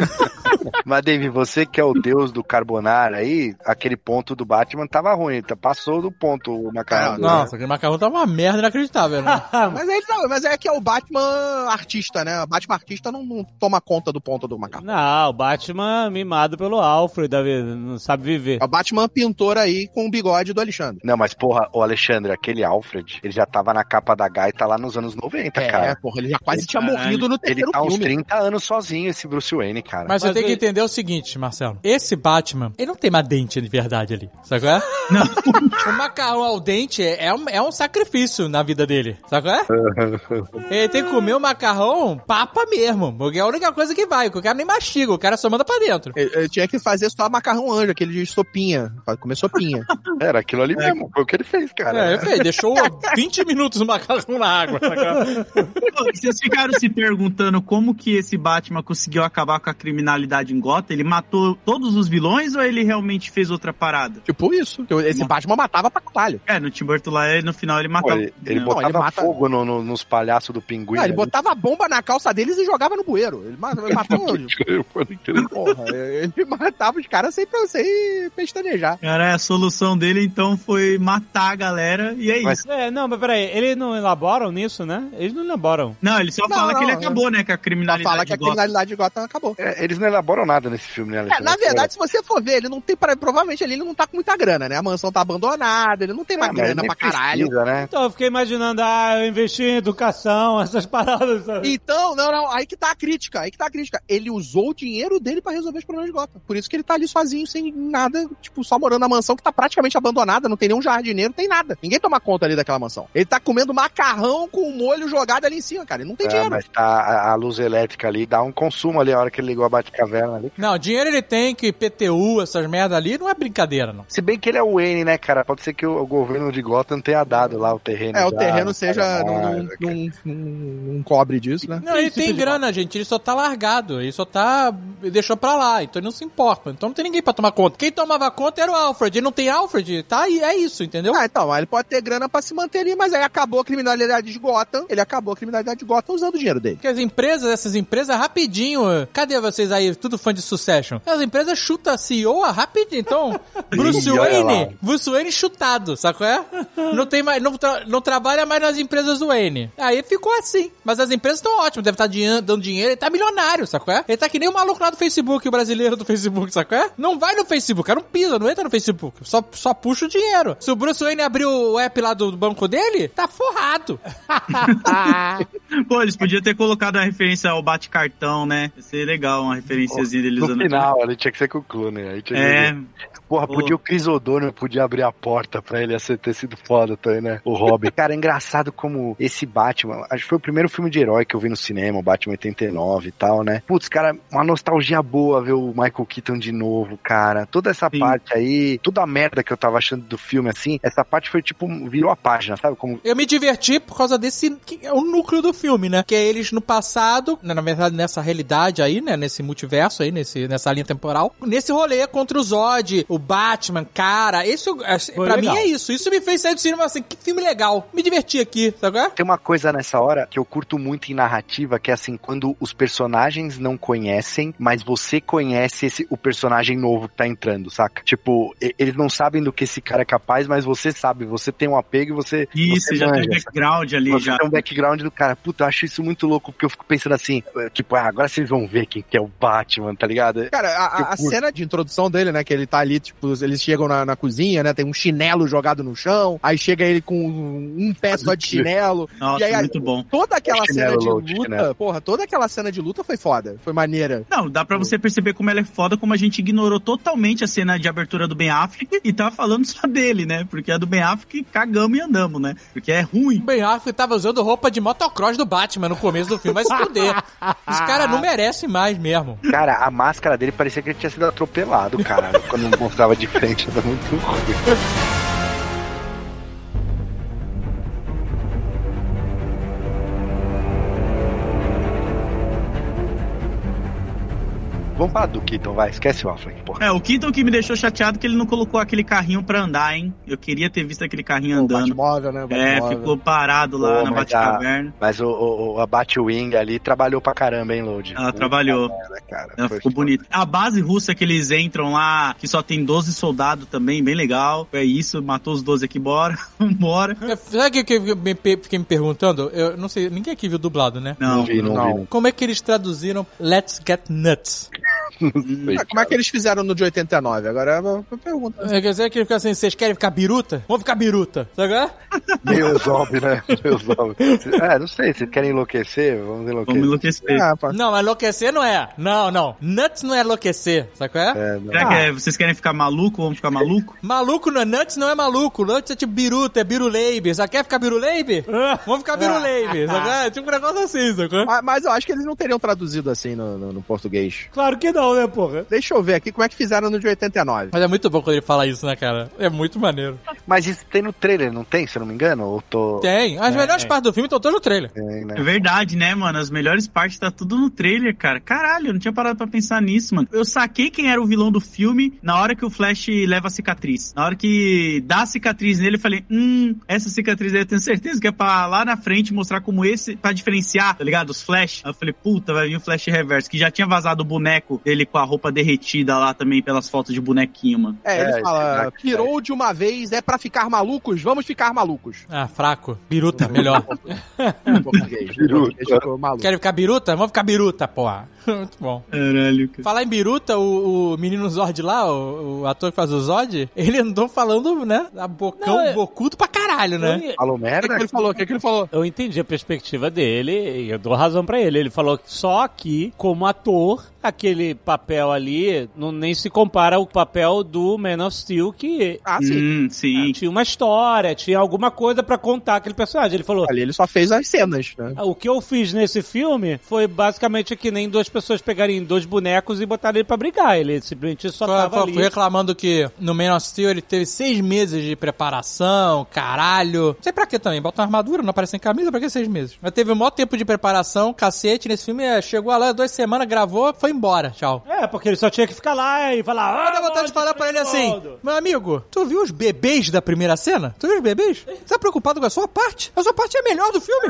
Mas, Dave, você que é o deus do carbonara aí, aquele ponto do Batman tava ruim. tá- Passou do ponto o macarrão. Nossa, aquele macarrão tava uma merda inacreditável, né? Mas, aí, não, mas é que é o Batman artista, né? O Batman artista não, não toma conta do ponto do macarrão. Não, o Batman mimado pelo Alfred, Davi, não sabe viver. É o Batman pintor aí com o bigode do Alexandre. Não, mas porra, o Alexandre, aquele Alfred, ele já tava na capa da gaita lá nos anos noventa, É, cara. porra, ele já quase tinha Caralho. morrido no Ele terceiro tá uns filme. trinta anos sozinho, esse Bruce Wayne, cara. Mas você Mas tem que ele- entender o seguinte, Marcelo. Esse Batman, ele não tem mais dente de verdade ali. Sabe qual é? Não. O macarrão ao dente é, é um, é um sacrifício na vida dele. Sabe qual é? Ele tem que comer o macarrão papa mesmo. Porque é a única coisa que vai. Que o cara nem mastiga, o cara só manda pra dentro. Ele, ele tinha que fazer só macarrão anjo, aquele de sopinha. Pra comer sopinha. Era aquilo ali mesmo, foi o que ele fez, cara. É, velho, deixou vinte minutos o macarrão na água. sabe qual é? Pô, vocês ficaram se perguntando como que esse Batman conseguiu acabar com a criminalidade em Gotham? Ele matou todos os vilões ou ele realmente fez outra parada? Tipo isso. que Esse Batman matava pra caralho. É, no Tim Burton lá, no final ele Pô, matava... ele, ele Não, botava ele mata- fogo no- no- nos palhaços do pinguim. Ah, ele ali. botava a bomba na calça deles e jogava no bueiro. Ele ma- ele matou. Pode crer. Porra, ele matava os caras sem, sem pestanejar. Cara, a solução dele então foi matar a galera e é Mas- isso. É, não, mas peraí, eles não elaboram nisso, né? Eles não elaboram. Não, ele só Não, fala não, que ele é. acabou, né? Que a Só criminalidade fala que a de Gotham. criminalidade de Gotham acabou. É, eles não elaboram nada nesse filme, né, É, Alexandre? na verdade, se você for ver, ele não tem. pra- Provavelmente ali ele não tá com muita grana, né? A mansão tá abandonada, ele não tem mais Ah, mas grana nem pra caralho. precisa, né? Então eu fiquei imaginando, ah, eu investi em educação, essas paradas, sabe? Então, não, não, aí que tá a crítica, aí que tá a crítica. Ele usou o dinheiro dele pra resolver os problemas de Gotham. Por isso que ele tá ali sozinho, sem nada, tipo, só morando na mansão que tá praticamente abandonada, não tem nenhum jardineiro, não tem nada. Ninguém toma conta ali daquela mansão. Ele tá comendo macarrão com o molho jogado ali em cima, cara. Ele não tem É, dinheiro. mas tá a, a luz elétrica ali, dá um consumo ali a hora que ele ligou a Batcaverna ali. Não, dinheiro ele tem, que I P T U, essas merda ali, não é brincadeira, não. Se bem que ele é o Wayne, né, cara? Pode ser que o, o governo de Gotham tenha dado lá o terreno. É, o já, terreno não seja. paga Não, nada, não, cara. não, não- não cobre disso, né? Não, ele tem grana, gente. Ele só tá largado. Ele só tá. Ele deixou pra lá. Então ele não se importa. Então não tem ninguém pra tomar conta. Quem tomava conta era o Alfred. Ele não tem Alfred. Tá aí, é isso, entendeu? Ah, então, ele pode ter grana pra se manter ali, mas aí acabou a criminalidade de Gotham. Ele acabou a criminalidade de Gotham usando o dinheiro dele. Porque as empresas, essas empresas, rapidinho. Cadê vocês aí, tudo fã de Succession? As empresas chutam a C E O rapidinho. Então, Bruce Ih, olha lá. Wayne, Bruce Wayne chutado, sabe qual é? Não tem mais, não, tra- não trabalha mais nas empresas do Wayne. Aí ficou assim. Mas as empresas estão ótimas, deve estar dinhe- dando dinheiro, ele tá milionário, sabe qual é? Ele tá que nem o maluco lá do Facebook, o brasileiro do Facebook, sabe qual é? Não vai no Facebook, cara, não pisa, não entra no Facebook, só, só puxa o dinheiro. Se o Bruce Wayne abrir o app lá do banco dele, tá forrado. Pô, eles podiam ter colocado a referência ao bate-cartão, né? Ia ser legal, uma referenciazinha deles No usando. final, ali tinha que ser com o Clooney. Aí tinha que É, ver. Porra, Pô. podia o Chris O'Donnell, podia abrir a porta pra ele, ia ser- ter sido foda também, né? O Robin. Cara, é engraçado como esse Batman, acho que foi o primeiro filme de herói que eu vi no cinema, o Batman oitenta e nove e tal, né? Putz, cara, uma nostalgia boa ver o Michael Keaton de novo, cara. Toda essa Sim. parte aí, toda a merda que eu tava achando do filme, assim, essa parte foi tipo, virou a página, sabe? Como Eu me diverti por causa desse, que é o núcleo do filme, né? Que é eles no passado, né, na verdade nessa realidade aí, né? Nesse multiverso aí, nesse, nessa linha temporal. Nesse rolê contra o Zod, o Batman, cara, esse, Foi pra legal. mim é isso. Isso me fez sair do cinema assim, que filme legal. Me diverti aqui, sabe qual é? tem uma coisa nessa hora que eu curto muito em narrativa, que é assim, quando os personagens não conhecem, mas você conhece esse, o personagem novo que tá entrando, saca? Tipo, e- eles não sabem do que esse cara é capaz, mas você sabe, você tem um apego e você... isso, você já tem manja, background ali, Você já. tem um background do cara. Putz, puta, eu acho isso muito louco, porque eu fico pensando assim, tipo, ah, agora vocês vão ver quem que é o Batman, tá ligado? Cara, a, a, a cena de introdução dele, né, que ele tá ali, tipo, eles chegam na, na cozinha, né, tem um chinelo jogado no chão, aí chega ele com um pé só de chinelo. Nossa, e aí, muito bom. Toda aquela Chinelo, cena de load, luta, chinelo. porra, toda aquela cena de luta foi foda, foi maneira. Não, dá pra você perceber como ela é foda, como a gente ignorou totalmente a cena de abertura do Ben Affleck e tava falando só dele, né? Porque a do Ben Affleck cagamos e andamos, né? Porque é ruim. O Ben Affleck tava usando roupa de motocross do Batman no começo do filme, vai se fuder. Esse cara não merece mais mesmo. Cara, a máscara dele parecia que ele tinha sido atropelado, cara, quando mostrava de frente, era muito ruim. Vamos para do Keaton, vai. Esquece o Affleck, porra. É, o Keaton que me deixou chateado que ele não colocou aquele carrinho pra andar, hein? Eu queria ter visto aquele carrinho O andando. Batmóvel, né? O É, Batmóvel. ficou parado lá Pô, na mas Batcaverna. Mas o, o, a Batwing ali trabalhou pra caramba, hein, Load? Ela trabalhou. Merda, cara. Ela Foi ficou foda. bonita. A base russa que eles entram lá, que só tem doze soldados também, bem legal. É isso, matou os doze aqui, bora. Bora. Sabe o que eu me- fiquei me perguntando? Eu não sei, ninguém aqui viu dublado, né? Não, Não vi, não, não. vi. Como é que eles traduziram Let's Get Nuts? Ah, como é que eles fizeram no de oitenta e nove? Agora é uma pergunta. É, quer dizer que ele fica assim, vocês querem ficar biruta? Vamos ficar biruta, sabe? qual é? Meio zombie, né? Meio zombie. É, não sei, vocês querem enlouquecer? Vamos enlouquecer. vamos enlouquecer. Ah, pá. Não, mas enlouquecer não é. Não, não. Nuts não é enlouquecer, sabe qual é? É, não. Será que é, vocês querem ficar maluco? Vamos ficar maluco? Maluco não é nuts, não é maluco. Nuts é tipo biruta, é biruleibe. Sabe? Quer ficar biruleibe? Vamos ficar biruleibe, sabe? qual é? Tipo um negócio assim, sabe? qual é? Mas, mas eu acho que eles não teriam traduzido assim no, no, no português. Claro que não, né, porra? Deixa eu ver aqui como é que fizeram no de oitenta e nove. Mas é muito bom quando ele fala isso, né, cara? É muito maneiro. Mas isso tem no trailer, não tem, se eu não me engano? Ou tô... Tem. As melhores partes do filme estão todas no trailer. Tem, né? É verdade, né, mano? As melhores partes tá tudo no trailer, cara. Caralho, eu não tinha parado pra pensar nisso, mano. Eu saquei quem era o vilão do filme na hora que o Flash leva a cicatriz. Na hora que dá a cicatriz nele, eu falei, hum, essa cicatriz aí eu tenho certeza que é pra lá na frente mostrar como esse, pra diferenciar, tá ligado? Os Flash. Aí eu falei, puta, vai vir o Flash Reverso, que já tinha vazado o boneco dele com a roupa derretida lá também pelas fotos de bonequinho, mano. É, ele É, fala, esse pirou de uma vez, é pra ficar malucos, vamos ficar malucos. Ah, fraco. Biruta, melhor. Em português. Em português ficou maluco. Querem ficar biruta? Vamos ficar biruta, porra. Muito bom. Caralho, cara. Falar em biruta, o, o menino Zord lá, o, o ator que faz o Zod, ele andou falando, né? A bocão Não, é- bocudo pra caralho, né? Eu, Falou O que, merda? que ele falou? O que, que ele falou? eu entendi a perspectiva dele e eu dou razão pra ele. Ele falou que só que, como ator, aquele papel ali não, nem se compara ao papel do Man of Steel, que Ah, sim. Hum, sim. tinha uma história, tinha alguma coisa pra contar aquele personagem. Ele falou, Ali ele só fez as cenas, né? o que eu fiz nesse filme foi basicamente que nem duas pessoas pegarem dois bonecos e botarem ele pra brigar. Ele simplesmente só Fui- tava fui ali. reclamando que no Man of Steel ele teve seis meses de preparação, caralho. Não sei pra que também, bota uma armadura, não aparece em camisa, pra que seis meses? Mas teve um maior tempo de preparação, cacete, nesse filme é, chegou lá duas semanas, gravou, foi embora, tchau. É, porque ele só tinha que ficar lá e falar... Eu dá vontade de falar pra ele assim, meu amigo, tu viu os bebês da primeira cena? Tu viu os bebês? Você tá preocupado com a sua parte? A sua parte é a melhor do filme.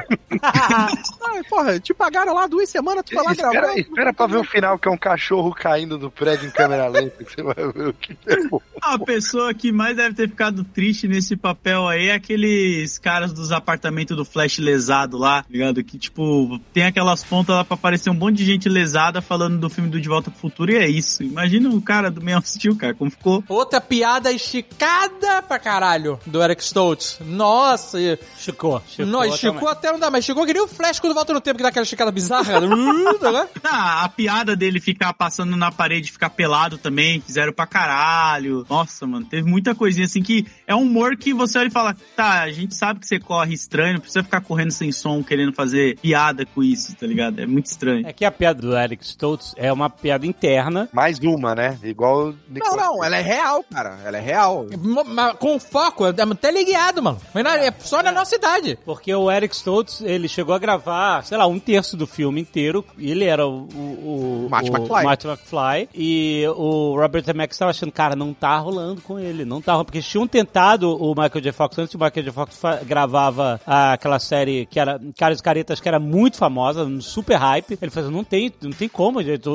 Ai, porra, te pagaram lá duas semanas, tu foi lá gravar. Espera, espera pra ver o final, que é um cachorro caindo do prédio em câmera lenta, que você vai ver o que é. A pessoa que mais deve ter ficado triste nesse papel aí é aqueles caras dos apartamentos do Flash lesado lá, ligado? Que, tipo, tem aquelas pontas lá pra aparecer um monte de gente lesada falando do filme do De Volta pro Futuro e é isso. Imagina o cara do Man of Steel, cara, como ficou. Outra piada esticada pra caralho do Eric Stoltz. Nossa, e... Chicou. Chicou, Não, esticou até não dá, mas esticou que nem o Flash quando volta no tempo, que dá aquela esticada bizarra. Né? Ah, a piada dele ficar passando na parede, ficar pelado também, fizeram pra caralho. Nossa, mano, teve muita coisinha assim que é um humor que você olha e fala, tá, a gente sabe que você corre estranho, não precisa ficar correndo sem som, querendo fazer piada com isso, tá ligado? É muito estranho. É que a piada do Eric Stoltz é uma piada interna. Mais uma, né? Igual o Não, não, ela é real, cara. Ela é real. Mas com foco, é teleguiado, mano. Mas não- é só na nossa idade. Porque o Eric Stoltz, ele chegou a gravar, sei lá, um terço do filme inteiro. E ele era o... o, o Marty o McFly. Marty McFly. E o Robert Zemeckis estava achando, cara, não tá rolando com ele. Não tá rolando. Porque eles tinham tentado o Michael J. Fox. Antes o Michael J. Fox fa- gravava a- aquela série que era Caras e Caretas, que era muito famosa, um super hype. Ele falou, não tem, não tem como, gente. O dia inteiro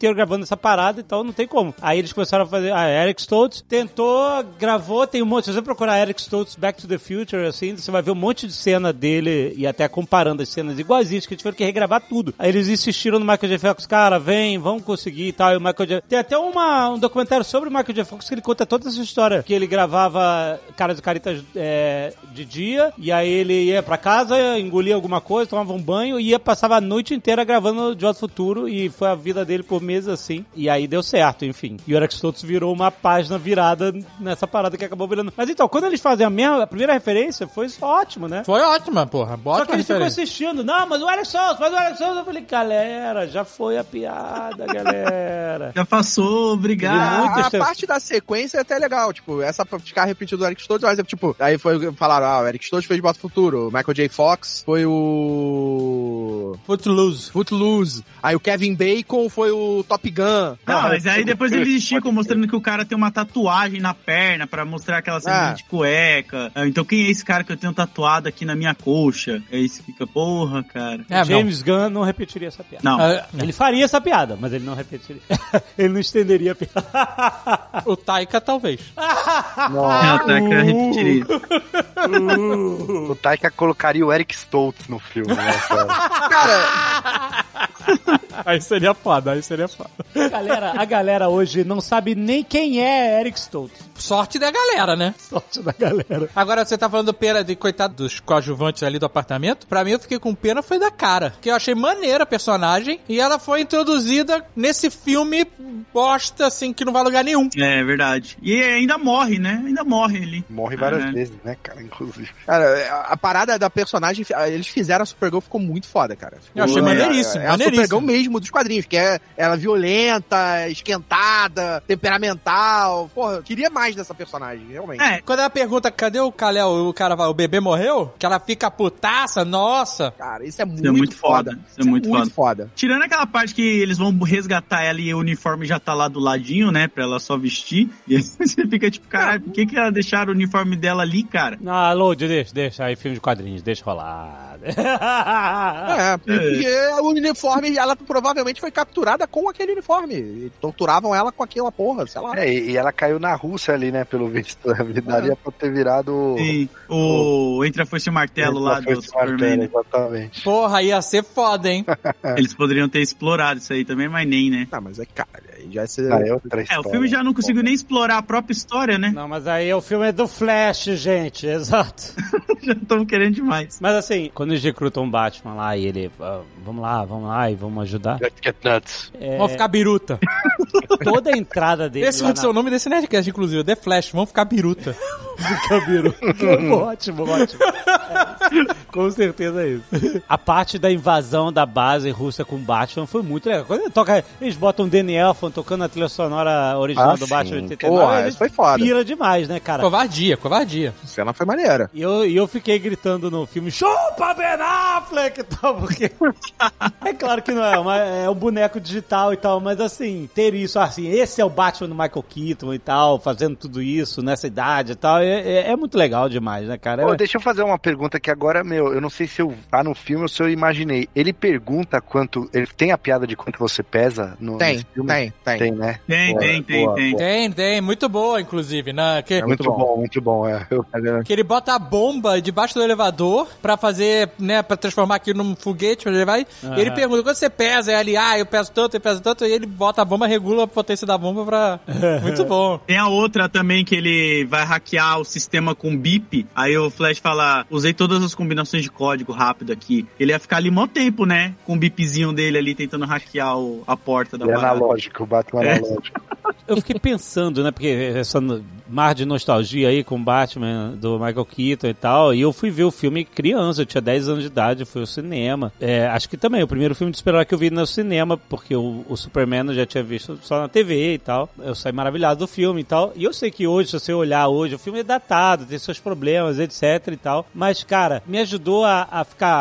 inteiro gravando essa parada, então não tem como. Aí eles começaram a fazer, a Eric Stoltz tentou, gravou, tem um monte, se você procurar Eric Stoltz Back to the Future, assim, você vai ver um monte de cena dele, e até comparando as cenas iguaizinhas, que eles tiveram que regravar tudo. Aí eles insistiram no Michael J. Fox, cara, vem, vamos conseguir e tal, e o Michael J. Tem até uma, um documentário sobre o Michael J. Fox que ele conta toda essa história, que ele gravava Caras e Caritas é, de dia, e aí ele ia pra casa, engolia alguma coisa, tomava um banho, e ia, passava a noite inteira gravando De Volta ao Futuro, e foi a vida dele por meses assim, e aí deu certo, enfim. E o Eric Stoltz virou uma página virada nessa parada que acabou virando. Mas então, quando eles fazem a mesma, a primeira referência, foi ótimo, né? Foi ótima, porra. Ótima Só que eles ficam referência. assistindo, não, mas o Eric Stoltz, mas o Eric Stoltz, eu falei, galera, já foi a piada, galera. Já passou, obrigado. Muitas A, a parte da sequência é até legal, tipo, essa pra ficar repetindo o Eric Stoltz, mas é tipo, aí foi, falaram, ah, o Eric Stoltz fez De Volta ao Futuro, o Michael J. Fox foi o... Footloose. Footloose. Aí o Kevin Bacon foi o Top Gun. Não, mas aí depois eles esticam mostrando que o cara tem uma tatuagem na perna pra mostrar aquela cena Ah. de cueca. Ah, Então quem é esse cara que eu tenho tatuado aqui na minha coxa? Aí você fica, porra, cara. É, James Gunn não repetiria essa piada. Não. Ah, Ele faria essa piada, mas ele não repetiria. Ele não estenderia a piada. o Taika, talvez. Ah, tá, que eu repetiria. O Taika colocaria o Eric Stoltz no filme, né, cara? Cara, Aí seria foda, aí seria foda. Galera, a galera hoje não sabe nem quem é Eric Stoltz. Sorte da galera, né? Sorte da galera. Agora, você tá falando pena de coitado dos coadjuvantes ali do apartamento. Pra mim, eu fiquei com pena foi da cara. Que eu achei maneira a personagem. E ela foi introduzida nesse filme bosta, assim, que não vai a lugar nenhum. É verdade. E ainda morre, né? Ainda morre ele. Morre várias Caralho. vezes, né, cara, inclusive. cara, a, a parada da personagem, eles fizeram a Supergirl, ficou muito foda, cara. Eu achei Ficou- maneiríssimo, É, é a maneiríssimo. Supergirl mesmo dos quadrinhos, que é ela violenta, esquentada, temperamental. Porra, eu queria mais dessa personagem, realmente. É, Quando ela pergunta, cadê o Kal-El? O cara vai, o bebê morreu? Que ela fica putaça, nossa. Cara, isso é muito, é muito foda. foda. Isso é muito foda. foda. Tirando aquela parte que eles vão resgatar ela e o uniforme já tá lá do ladinho, né? Pra ela só vestir. E aí você fica tipo, caralho, por que que ela deixaram o uniforme dela ali, cara? Ah, Load, deixa, deixa aí, filme de quadrinhos, deixa rolar. É, porque o uniforme, ela provavelmente foi capturada com aquele uniforme. E torturavam ela com aquela porra, sei lá. É, e e ela caiu na Rússia ali, né, pelo visto. Daria pra ter virado... Sim, o Entra Foice e Martelo lá Foi do esse Superman. martelo, exatamente. Porra, ia ser foda, hein? Eles poderiam ter explorado isso aí também, mas nem, né? Ah, mas é, cara, aí já se... Ah, é outra É, história. o filme já não conseguiu nem explorar a própria história, né? Não, mas aí o filme é do Flash, gente, exato. Já estão querendo demais. Mas assim, quando eles recrutam o Batman lá e ele, ah, vamos lá, vamos lá e vamos ajudar. Let's get nuts. É, Vamos ficar biruta. toda a entrada dele Esse lá vai ser o nome desse Nerdcast, inclusive, The Flash. Vamos ficar biruta. Fica biruta. Ótimo, ótimo. É, com certeza é isso. A parte da invasão da base russa com o Batman foi muito legal. Quando ele toca, eles botam o Danny Elfman tocando a trilha sonora original Ah, do sim. Batman oitenta e Pô, nove. isso foi foda. Pira demais, né, cara? Covardia, covardia. A cena foi maneira. E eu, e eu fiquei gritando no filme, chupa Ben Affleck e tal, porque... é claro que não é, uma, é um boneco digital e tal, mas assim, ter isso, assim, esse é o Batman do Michael Keaton e tal, fazendo tudo isso nessa idade e tal, é, é, é muito legal demais, né, cara? Ô, É- deixa eu fazer uma pergunta que agora, meu, eu não sei se eu tá no filme ou se eu imaginei. Ele pergunta quanto... Ele tem a piada de quanto você pesa no Tem, nesse filme? tem, tem. Tem, né? Tem, Boa, tem, tem, boa, tem. boa. Tem, tem. Muito boa, inclusive, né? Que, É muito, bom. muito bom, é. Eu- que ele bota a bomba debaixo do elevador pra fazer, né, pra transformar aquilo num foguete, pra levar. E ele pergunta, quanto você pesa? Aí ele, ah, eu peso tanto, eu peso tanto. E ele bota a bomba, regula a potência da bomba pra... Muito bom. Tem a outra também que ele vai hackear o sistema com bip. Aí o Flash fala, usei todas as combinações de código rápido aqui. Ele ia ficar ali mó tempo, né? Com o bipzinho dele ali tentando hackear o- a porta da É parada. analógico, o Batman É. analógico. Eu fiquei pensando, né, porque essa no- mar de nostalgia aí com o Batman do Michael Keaton e tal, e eu fui ver o filme criança, eu tinha dez anos de idade, fui ao cinema. É, acho que também, o primeiro filme de super-herói que eu vi no cinema, porque o, o Superman eu já tinha visto só na T V e tal, eu saí maravilhado do filme e tal, e eu sei que hoje, se você olhar hoje, o filme é datado, tem seus problemas, etc e tal, mas, cara, me ajudou a, a ficar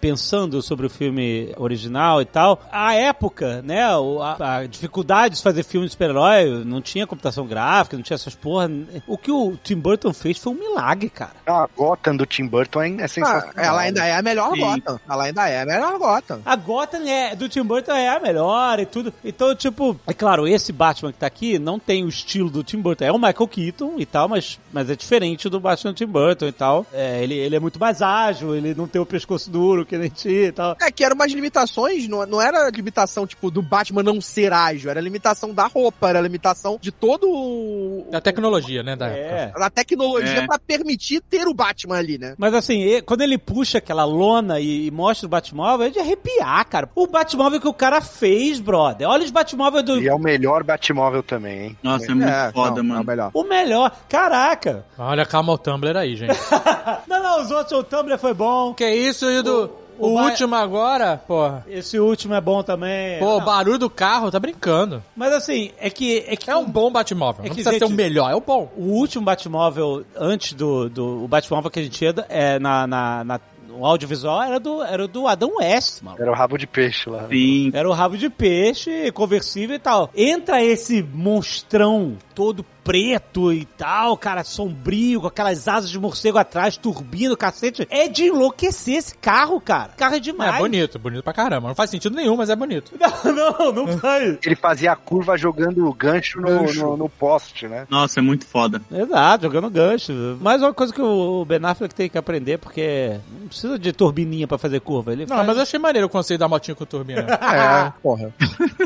pensando sobre o filme original e tal, a época, né, a, a dificuldade de fazer filme de super-herói, não tinha computação gráfica, não tinha essas porra. O que o Tim Burton fez foi um milagre, cara. A Gotham do Tim Burton é sensacional. Ah, ela ainda é a melhor Sim. Gotham. Ela ainda é a melhor Gotham. A Gotham é, do Tim Burton é a melhor e tudo. Então, tipo, é claro, esse Batman que tá aqui não tem o estilo do Tim Burton. É o Michael Keaton e tal, mas, mas é diferente do Batman do Tim Burton e tal. É, ele, ele é muito mais ágil, ele não tem o pescoço duro que nem tinha e tal. É, que eram umas limitações, não, não era limitação, tipo, do Batman não ser ágil, era limitação da roupa, era limitação de todo o... Da tecnologia, né, da é. época. Da tecnologia É. pra permitir ter o Batman ali, né? Mas assim, e- quando ele puxa aquela lona e, e mostra o Batmóvel, é de arrepiar, cara. O Batmóvel que o cara fez, brother. Olha os Batmóveis do... E é o melhor Batmóvel também, hein? Nossa, é muito foda, não, mano. É o melhor. O melhor. Caraca. Olha, calma o Tumblr aí, gente. não, não, os outros, o Tumblr foi bom. Que isso, e do... O, o ba- último agora, porra. Esse último é bom também. Pô, o Não, barulho do carro, tá brincando. mas assim, é que... É, que É um bom Batmóvel. É Não que, precisa ser o gente, melhor, é o bom. O último Batmóvel, antes do, do o Batmóvel que a gente tinha é, na, na, na, no audiovisual, era do, era do Adam West, mano. Era o rabo de peixe lá. Sim. Era o rabo de peixe, conversível e tal. Entra esse monstrão todo preto e tal, cara, sombrio, com aquelas asas de morcego atrás, turbino, cacete. É de enlouquecer esse carro, cara. O carro é demais. É bonito, bonito pra caramba. Não faz sentido nenhum, mas é bonito. Não, não, não faz. Ele fazia a curva jogando o gancho no, Gancho. no, no poste, né? Nossa, é muito foda. Exato, jogando gancho. Mas uma coisa que o Ben Affleck tem que aprender, porque não precisa de turbininha pra fazer curva. Ele Não, faz... mas eu achei maneiro o conceito da motinha com turbina. É, porra.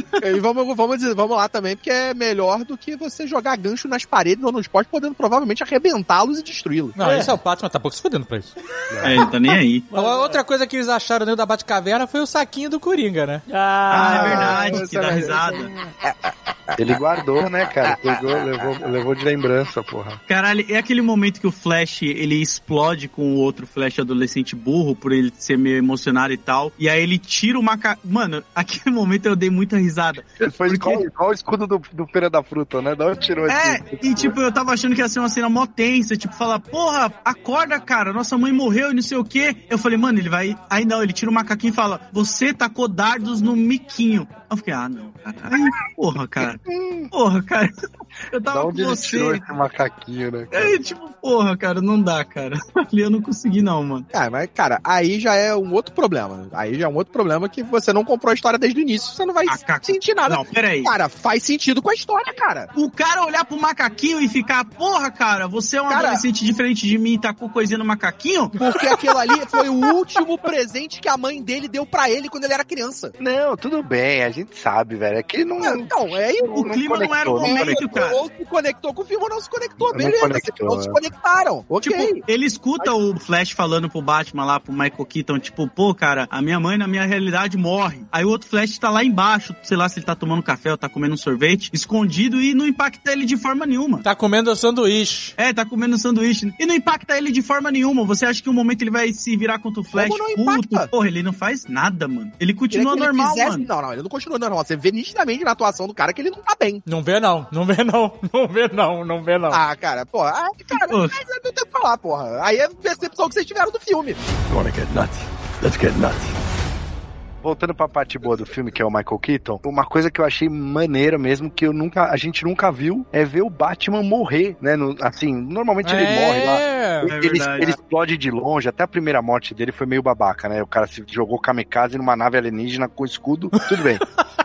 E vamos, vamos, dizer, vamos lá também, porque é melhor do que você jogar gancho nas paredes ou nos postes, podendo provavelmente arrebentá-los e destruí-los. Não, É. isso é o Batman, tá pouco se fudendo pra isso. É, ele tá nem aí. A Outra coisa que eles acharam dentro da Batcaverna foi o saquinho do Coringa, né? Ah, é Ah, verdade, isso que é dá verdade. risada. Ele guardou, né, cara? Pegou, levou, levou de lembrança, porra. Caralho, é aquele momento que o Flash, ele explode com o outro Flash adolescente burro, por ele ser meio emocionado e tal, e aí ele tira o macaco... Mano, aquele momento eu dei muita risada. Ele foi Porque- igual, igual o escudo do, do Feira da Fruta, né? Da onde tirou É, esse... e tipo, eu tava achando que ia ser uma cena mó tensa, tipo, falar, porra, acorda, cara, nossa mãe morreu e não sei o quê. Eu falei, mano, ele vai... Aí não, ele tira o macaquinho e fala, você tacou dardos no miquinho. Eu fiquei, ah, não, cara. Aí, porra, cara. Porra, cara. Eu Da tava onde com ele você. tirou esse macaquinho, né? cara? Aí, tipo, porra, cara, não dá, cara. Ali eu não consegui não, mano. Ah, mas, cara, aí já é um outro problema. Aí já é um outro problema que você não comprou a história desde o início, você não vai Ah, cara, sentir nada. não, peraí. Cara, faz sentido com a história, cara. O cara olhar pro macaquinho e ficar, porra, cara, você é um Cara- adolescente diferente de mim e tacou coisinha no macaquinho? Porque aquilo ali foi o último presente que a mãe dele deu pra ele quando ele era criança. Não, tudo bem, a gente sabe, velho. É que não... Então, é aí O clima não era o conectou, não momento, conectou. cara. ou se conectou com o filme ou não se conectou, Não beleza. conectou, não se é. conectaram. Ok. Tipo, ele escuta o Flash falando pro Batman lá, pro Michael Keaton, tipo, pô, cara, a minha mãe na minha realidade morre. Aí o outro Flash tá lá embaixo, sei lá se ele tá tomando café ou tá comendo um sorvete, escondido e não impacta ele de forma nenhuma. Tá comendo sanduíche. É, tá comendo um sanduíche. E não impacta ele de forma nenhuma. Você acha que um momento ele vai se virar contra o Flash Como não puto? impacta? Porra, ele não faz nada, mano. Ele Queria continua que ele normal, fizesse- mano. Não, não, ele não continua normal. Você vê nitidamente na atuação do cara que ele não tá bem. Não vê não, não vê não, não vê não, não vê não. Ah, cara, pô, ah, cara, Pô. mas eu não tenho que falar, porra. Aí é a percepção que vocês tiveram do filme. Wanna get nutty? Let's get nutty. Voltando pra parte boa do filme, que é o Michael Keaton, uma coisa que eu achei maneira mesmo, que eu nunca, a gente nunca viu, é ver o Batman morrer, né? No- assim, normalmente ele morre lá. É, Ele, É ele- verdade. ele explode de longe, até a primeira morte dele foi meio babaca, né? O cara se jogou kamikaze numa nave alienígena com escudo, tudo bem.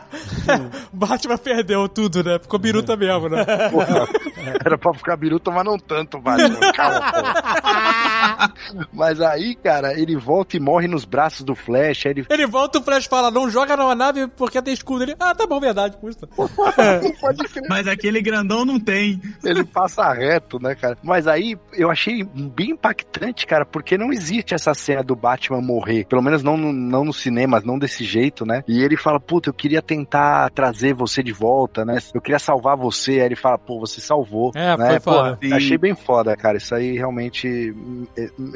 o Batman perdeu tudo, né? Ficou biruta mesmo, né? Porra, era pra ficar biruta, mas não tanto, Batman. Calma, porra. Mas aí, cara, ele volta e morre nos braços do Flash, aí ele... Ele volta, o Flash fala, não joga numa nave porque tem escudo. Ele, ah, tá bom, verdade, custa. Pode crer. Mas aquele grandão não tem. Ele passa reto, né, cara? Mas aí eu achei bem impactante, cara, porque não existe essa cena do Batman morrer. Pelo menos não no, não no cinema, não desse jeito, né? E ele fala, puta, eu queria tentar trazer você de volta, né? Eu queria salvar você. Aí ele fala, pô, você salvou. É, né? foi foda. Pô, achei bem foda, cara. Isso aí realmente...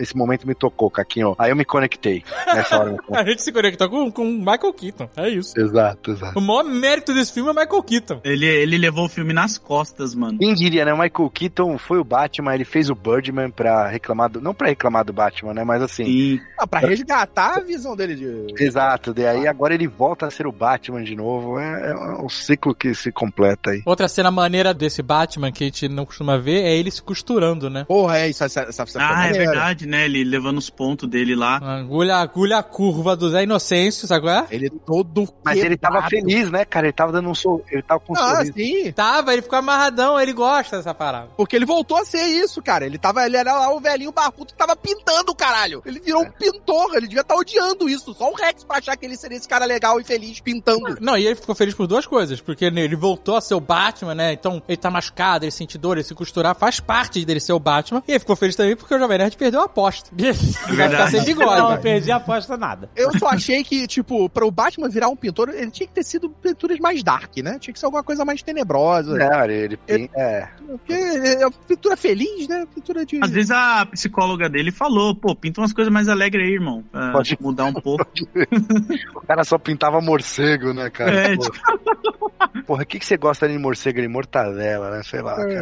esse momento me tocou, Caquinho. Aí eu me conectei. Nessa hora. A gente se conectou com, com Michael Keaton. É isso. Exato, exato. O maior mérito desse filme é Michael Keaton. Ele, ele levou o filme nas costas, mano. Quem diria, né? O Michael Keaton foi o Batman, ele fez o Birdman pra reclamar do... Não pra reclamar do Batman, né? Mas assim... Sim. Ah, pra resgatar a visão dele de... Exato. Daí agora ele volta a ser o Batman de novo. É, é um ciclo que se completa aí. Outra cena maneira desse Batman que a gente não costuma ver é ele se costurando, né? Porra, é isso. Essa, essa, essa Ah, é verdade, né? Ele levando os pontos dele lá. Agulha, agulha curva do Zé Inocêncio, sabe qual é? Ele todo Mas ele tava quebrado. feliz, né, cara? Ele tava dando um sorriso. Ele tava com um Ah, sorriso. sim. Tava, ele ficou amarradão, ele gosta dessa parada. Porque ele voltou a ser isso, cara. Ele tava, ele era lá o velhinho barbudo que tava pintando, caralho. Ele virou um pintor, ele devia estar odiando isso. Só o Rex pra achar que ele seria esse cara legal e feliz pintando. Não, e ele ficou feliz por duas coisas, porque ele voltou a ser o Batman, né? Então, ele tá machucado, ele sente dor, ele se costurar, faz parte dele ser o Batman. E ele ficou feliz também porque o Jovem Nerd perdeu a aposta. Vai ficar sem bigode. Não, perdi a aposta nada. Eu só achei que, tipo, pra o Batman virar um pintor, ele tinha que ter sido pinturas mais dark, né? Tinha que ser alguma coisa mais tenebrosa. Não, ele... ele é... Porque é pintura feliz, né? Pintura de... Às vezes a psicóloga dele falou, pô, pinta umas coisas mais alegres aí, irmão. Pra Pode mudar um pouco. O cara só pintava morcego, né, cara? É, Porra, tipo... Porra, o que, que você gosta de morcego? De mortadela, né? Sei lá, cara.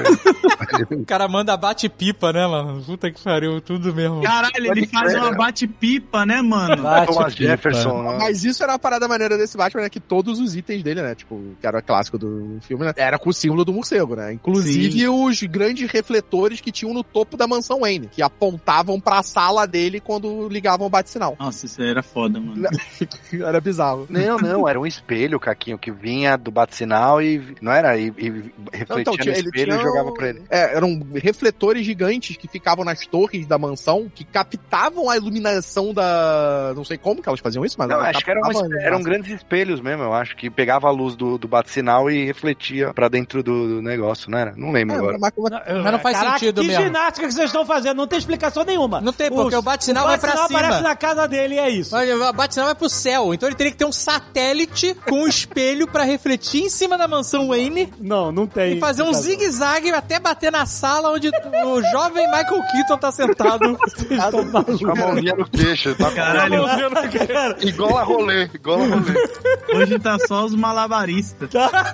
O cara manda bate-pipa, né, mano? Puta que pariu, tudo mesmo. Caralho, ele faz uma bate-pipa, né, mano? Thomas Jefferson, né? Mas isso era uma parada maneira desse Batman, né? Que todos os itens dele, né? Tipo, que era clássico do filme, né? Era com o símbolo do morcego, né? Inclusive Sim. os grandes refletores que tinham no topo da mansão Wayne, que apontavam pra sala dele quando ligavam o bate-sinal. Nossa, isso aí era foda, mano. Era bizarro. Não, não, era um espelho, Caquinho, que vinha do bate-sinal e... Não era? E, e refletia Não, então, no tinha- ele espelho tinha e jogava um- pra ele. É, eram refletores gigantes que ficavam nas torres da mansão, que captavam a iluminação da... Não sei como que elas faziam isso, mas Não, elas acho que eram, captavam espe- a eram iluminação. grandes espelhos mesmo, eu acho, que pegava a luz do, do bate-sinal e refletia pra dentro do, do negócio, não era? Não lembro É, agora. mas- mas- Mas não faz Caraca, sentido que mesmo. ginástica que vocês estão fazendo? Não tem explicação nenhuma. Não tem, porque o bate-sinal vai pra bate-sinal cima. aparece na casa dele e é isso. O bate-sinal vai pro céu, então ele teria que ter um satélite com um espelho pra refletir em cima da mansão Wayne Não, não tem. e fazer um zigue-zague até bater na sala onde o jovem Michael Keaton tá sentado. Com a mãozinha no queixo, tá? Caralho, Igual a rolê, igual a rolê. hoje tá só os malabaristas.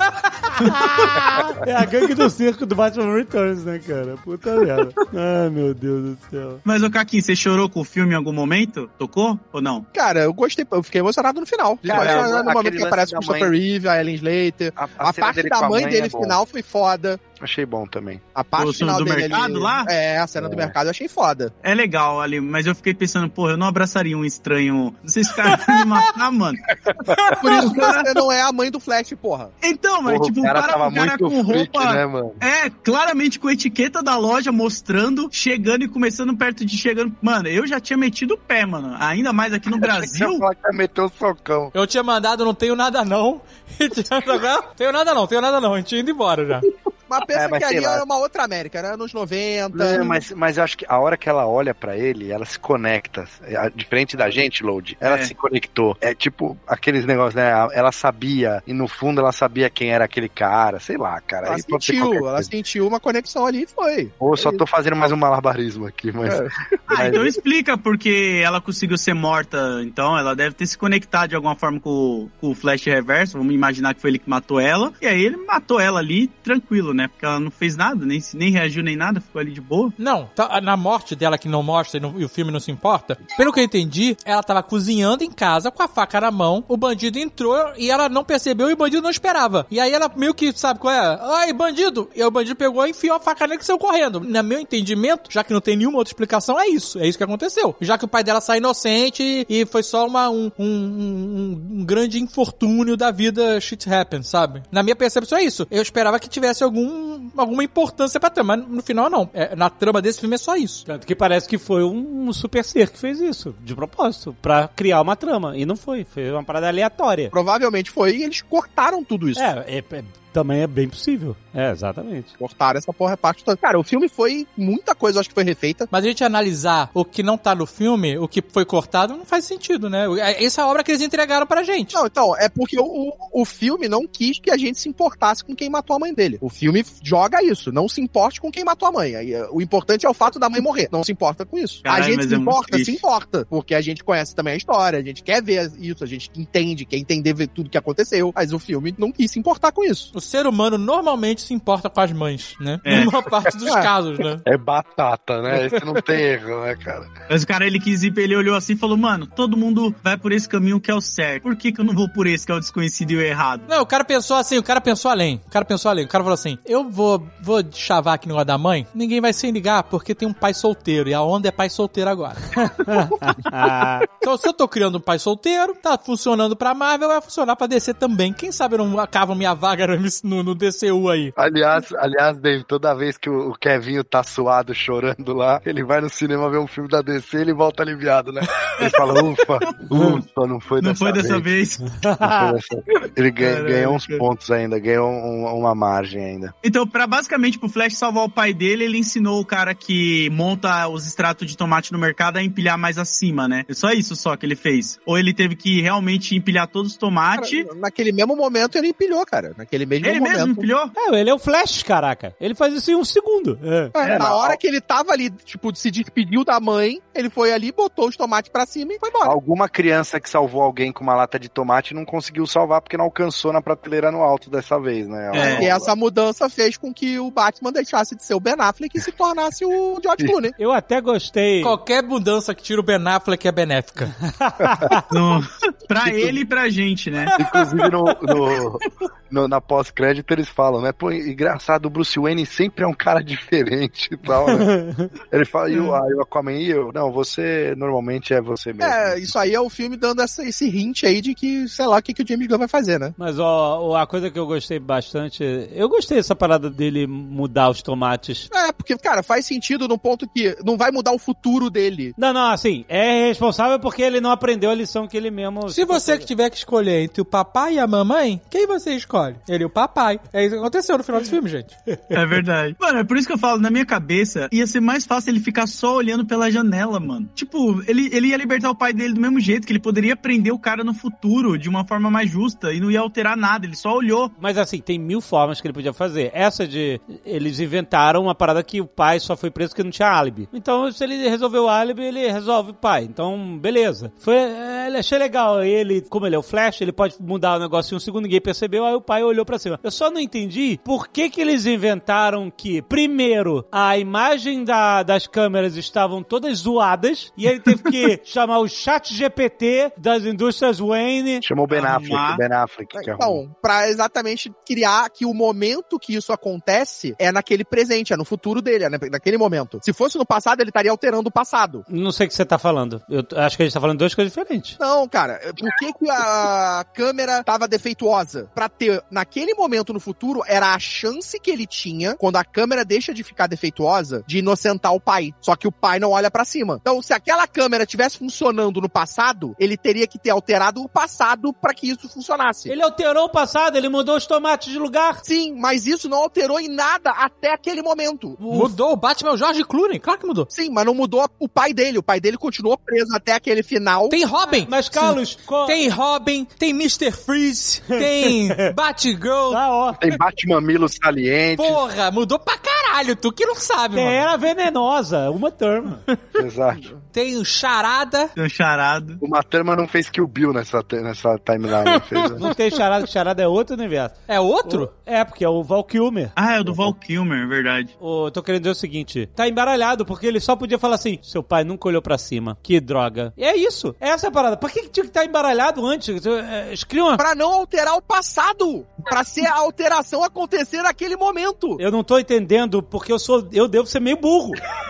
É a gangue do circo do Batman Returns, né, cara? Puta merda. Ai, meu Deus do céu. Mas, ô Caquinho, você chorou com o filme em algum momento? Tocou ou não? Cara, eu gostei, eu fiquei emocionado no final. Cara, Emocionado no aquele momento que lance aparece o da Christopher mãe- Reeve, a Ellen Slater. A, A, cena parte dele da com a mãe é dele bom. final foi foda. Achei bom também. A parte O final do dele mercado ali, lá? É, a cena do mercado eu achei foda. É legal ali, mas eu fiquei pensando, porra, eu não abraçaria um estranho. Não sei se o cara vai me matar, mano. Por isso que você não é a mãe do Flash, porra. Então, mas Porra, tipo, o o cara cara, tava o cara muito com freak, roupa. né, mano? É, claramente com a etiqueta da loja mostrando, chegando e começando perto de chegando. Mano, eu já tinha metido o pé, mano. Ainda mais aqui no Achei que você ia Brasil. falar que ia meter um socão. Eu tinha mandado, não tenho nada não. E tinha jogado, tenho nada não, tenho nada não. A gente tinha ido embora já. Mas pensa É, mas que sei ali lá. é uma outra América, né? Anos noventa. Não, mas, mas eu acho que a hora que ela olha pra ele, ela se conecta. É, diferente da gente, Load, ela É. se conectou. É tipo aqueles negócios, né? Ela sabia, e no fundo ela sabia quem era aquele cara. Sei lá, cara. Ela Aí pode ser sentiu, qualquer ela coisa. sentiu uma conexão ali e foi. Ou só tô fazendo mais um malabarismo aqui, mas. É. Ah, então explica porque ela conseguiu ser morta. Então, ela deve ter se conectado de alguma forma com, o- com o Flash Reverso. Vamos imaginar que foi ele que matou ela. E aí ele matou ela ali, tranquilo, né? Porque ela não fez nada, nem, nem reagiu nem nada, ficou ali de boa. Não, tá- na morte dela que não mostra e, não- e o filme não se importa, pelo que eu entendi, ela tava cozinhando em casa com a faca na mão, o bandido entrou e ela não percebeu e o bandido não esperava. E aí ela meio que, sabe qual é? Ai, bandido! E aí o bandido pegou e enfiou a faca nele e saiu correndo. No meu entendimento, já que não tem nenhuma outra explicação, é isso. É isso que aconteceu. Já que o pai dela saiu inocente e foi só uma, um, um, um, um grande infortúnio da vida, shit happens, sabe? Na minha percepção é isso. Eu esperava que tivesse algum, alguma importância pra trama, mas no final não. É, na trama desse filme é só isso. Tanto que parece que foi um super ser que fez isso, de propósito, pra criar uma trama. E não foi, foi uma parada aleatória. Provavelmente foi e eles cortaram tudo isso. É, é, é Também é bem possível. É, exatamente. Cortaram essa porra parte toda. Cara, o filme foi... Muita coisa, eu acho que foi refeita. Mas a gente analisar o que não tá no filme, o que foi cortado, não faz sentido, né? Essa é a obra que eles entregaram pra gente. Não, então, é porque o, o, o filme não quis que a gente se importasse com quem matou a mãe dele. O filme joga isso. Não se importe com quem matou a mãe. Aí, o importante é o fato da mãe morrer. Não se importa com isso. Caralho, a gente se é importa, se importa. Porque a gente conhece também a história, a gente quer ver isso, a gente entende, quer entender ver tudo que aconteceu. Mas o filme não quis se importar com isso. O ser humano normalmente se importa com as mães, né? É. Em uma parte dos casos, né? É batata, né? Esse não tem erro, né, cara? Mas o cara, ele quis ir, ele olhou assim e falou, mano, todo mundo vai por esse caminho que é o certo. Por que que eu não vou por esse que é o desconhecido e o errado? Não, o cara pensou assim, o cara pensou além. O cara pensou além. O cara falou assim, eu vou, vou chavar aqui no negócio da mãe, ninguém vai se ligar porque tem um pai solteiro e a onda é pai solteiro agora. Então, se eu tô criando um pai solteiro, tá funcionando pra Marvel, vai funcionar pra D C também. Quem sabe eu não acabo minha vaga no, no D C U aí. Aliás, aliás, Dave, toda vez que o, o Kevinho tá suado, chorando lá, ele vai no cinema ver um filme da D C e ele volta aliviado, né? Ele fala, ufa, ufa, não foi não dessa foi dessa vez. vez. Não foi dessa vez. Ele ganha, Caramba, ganhou uns cara. pontos ainda, ganhou um, uma margem ainda. Então, pra basicamente pro Flash salvar o pai dele, ele ensinou o cara que monta os extratos de tomate no mercado a empilhar mais acima, né? É só isso só que ele fez. Ou ele teve que realmente empilhar todos os tomates. Cara, naquele mesmo momento ele empilhou, cara. Naquele mesmo Ele momento. mesmo empilhou? É, ele é o Flash, caraca. Ele faz isso em um segundo. É. É, É, na não. hora que ele tava ali, tipo, se despediu da mãe, ele foi ali, botou os tomates pra cima e foi embora. Alguma criança que salvou alguém com uma lata de tomate não conseguiu salvar porque não alcançou na prateleira no alto dessa vez, né? É. E essa mudança fez com que o Batman deixasse de ser o Ben Affleck e se tornasse o George Clooney. Eu até gostei. Qualquer mudança que tira o Ben Affleck é benéfica. No... pra ele e pra gente, né? Inclusive no, no, no- na pós-crédito eles falam, né? Pô, engraçado, o Bruce Wayne sempre é um cara diferente e tal, né? Ele fala, e o, aí o Aquaman e eu? Não, você normalmente é você mesmo. É, isso aí é o filme dando essa, esse hint aí de que, sei lá, o que, que o James Gunn vai fazer, né? Mas, ó, a coisa que eu gostei bastante... Eu gostei dessa parada dele mudar os tomates. É, porque, cara, faz sentido no ponto que não vai mudar o futuro dele. Não, não, assim, é responsável porque ele não aprendeu a lição que ele mesmo... Se você que tiver que escolher entre o papai e a mamãe, quem você escolhe? Ele, o papai. É isso que aconteceu no final do filme, gente. É verdade. Mano, é por isso que eu falo, na minha cabeça, ia ser mais fácil ele ficar só olhando pela janela, mano. Tipo, ele, ele ia libertar o pai dele do mesmo jeito, que ele poderia prender o cara no futuro de uma forma mais justa e não ia alterar nada, ele só olhou. Mas assim, tem mil formas que ele podia fazer. Essa de... Eles inventaram uma parada que o pai só foi preso porque não tinha álibi. Então, se ele resolveu o álibi, ele resolve o pai. Então, beleza. Foi... é, achei legal. Ele, como ele é o Flash, ele pode mudar o negócio em um segundo, ninguém percebeu, aí o pai olhou pra cima. Eu só não entendi por que que eles inventaram que, primeiro, a imagem da, das câmeras estavam todas zoadas, e ele teve que chamar o chat G P T das indústrias Wayne. Chamou o Ben Arrumar. Affleck, o Ben Affleck. Que arrumou. Então, pra exatamente criar que o momento que isso acontece é naquele presente, é no futuro dele, é na- naquele momento. Se fosse no passado, ele estaria alterando o passado. Não sei o que você tá falando. Eu t- acho que a gente tá falando duas coisas diferentes. Não, cara, por que que a câmera tava defeituosa? Pra ter, naquele momento no futuro, era a chance que ele tinha, quando a câmera deixa de ficar defeituosa, de inocentar o pai. Só que o pai não olha pra cima. Então, se aquela câmera tivesse funcionando no passado, ele teria que ter alterado o passado pra que isso funcionasse. Ele alterou o passado, ele mudou os tomates de lugar. Sim, mas isso não alterou em nada até aquele momento. Mudou, o Batman é o George Clooney, claro que mudou. Sim, mas não mudou o pai dele. O pai dele continuou preso até aquele final. Tem Robin. Mas, Carlos, qual... Tem Robin, tem mister Freeze, tem Batgirl. Tá, ó. Tem Batmamilos salientes. Porra, mudou pra caralho, tu que não sabe, Quem mano. era venenosa, uma turma. Exato. Tem o Charada. Deu charado. Uma turma não fez Kill Bill nessa, te- nessa timeline. Fez, né? Não tem charada, que charada é outro universo. É outro? É, porque é o Val Kilmer. Ah, é o do Val Kilmer, é verdade. Eu tô querendo dizer o seguinte, tá embaralhado, porque ele só podia falar assim, seu pai nunca olhou pra cima, que droga. E é isso, essa é a parada. Por que que tinha que estar embaralhado antes? É, Eles criam uma... Pra não alterar o passado. Pra ser a alteração acontecer naquele momento. Eu não tô entendendo, porque eu sou, eu devo ser meio burro.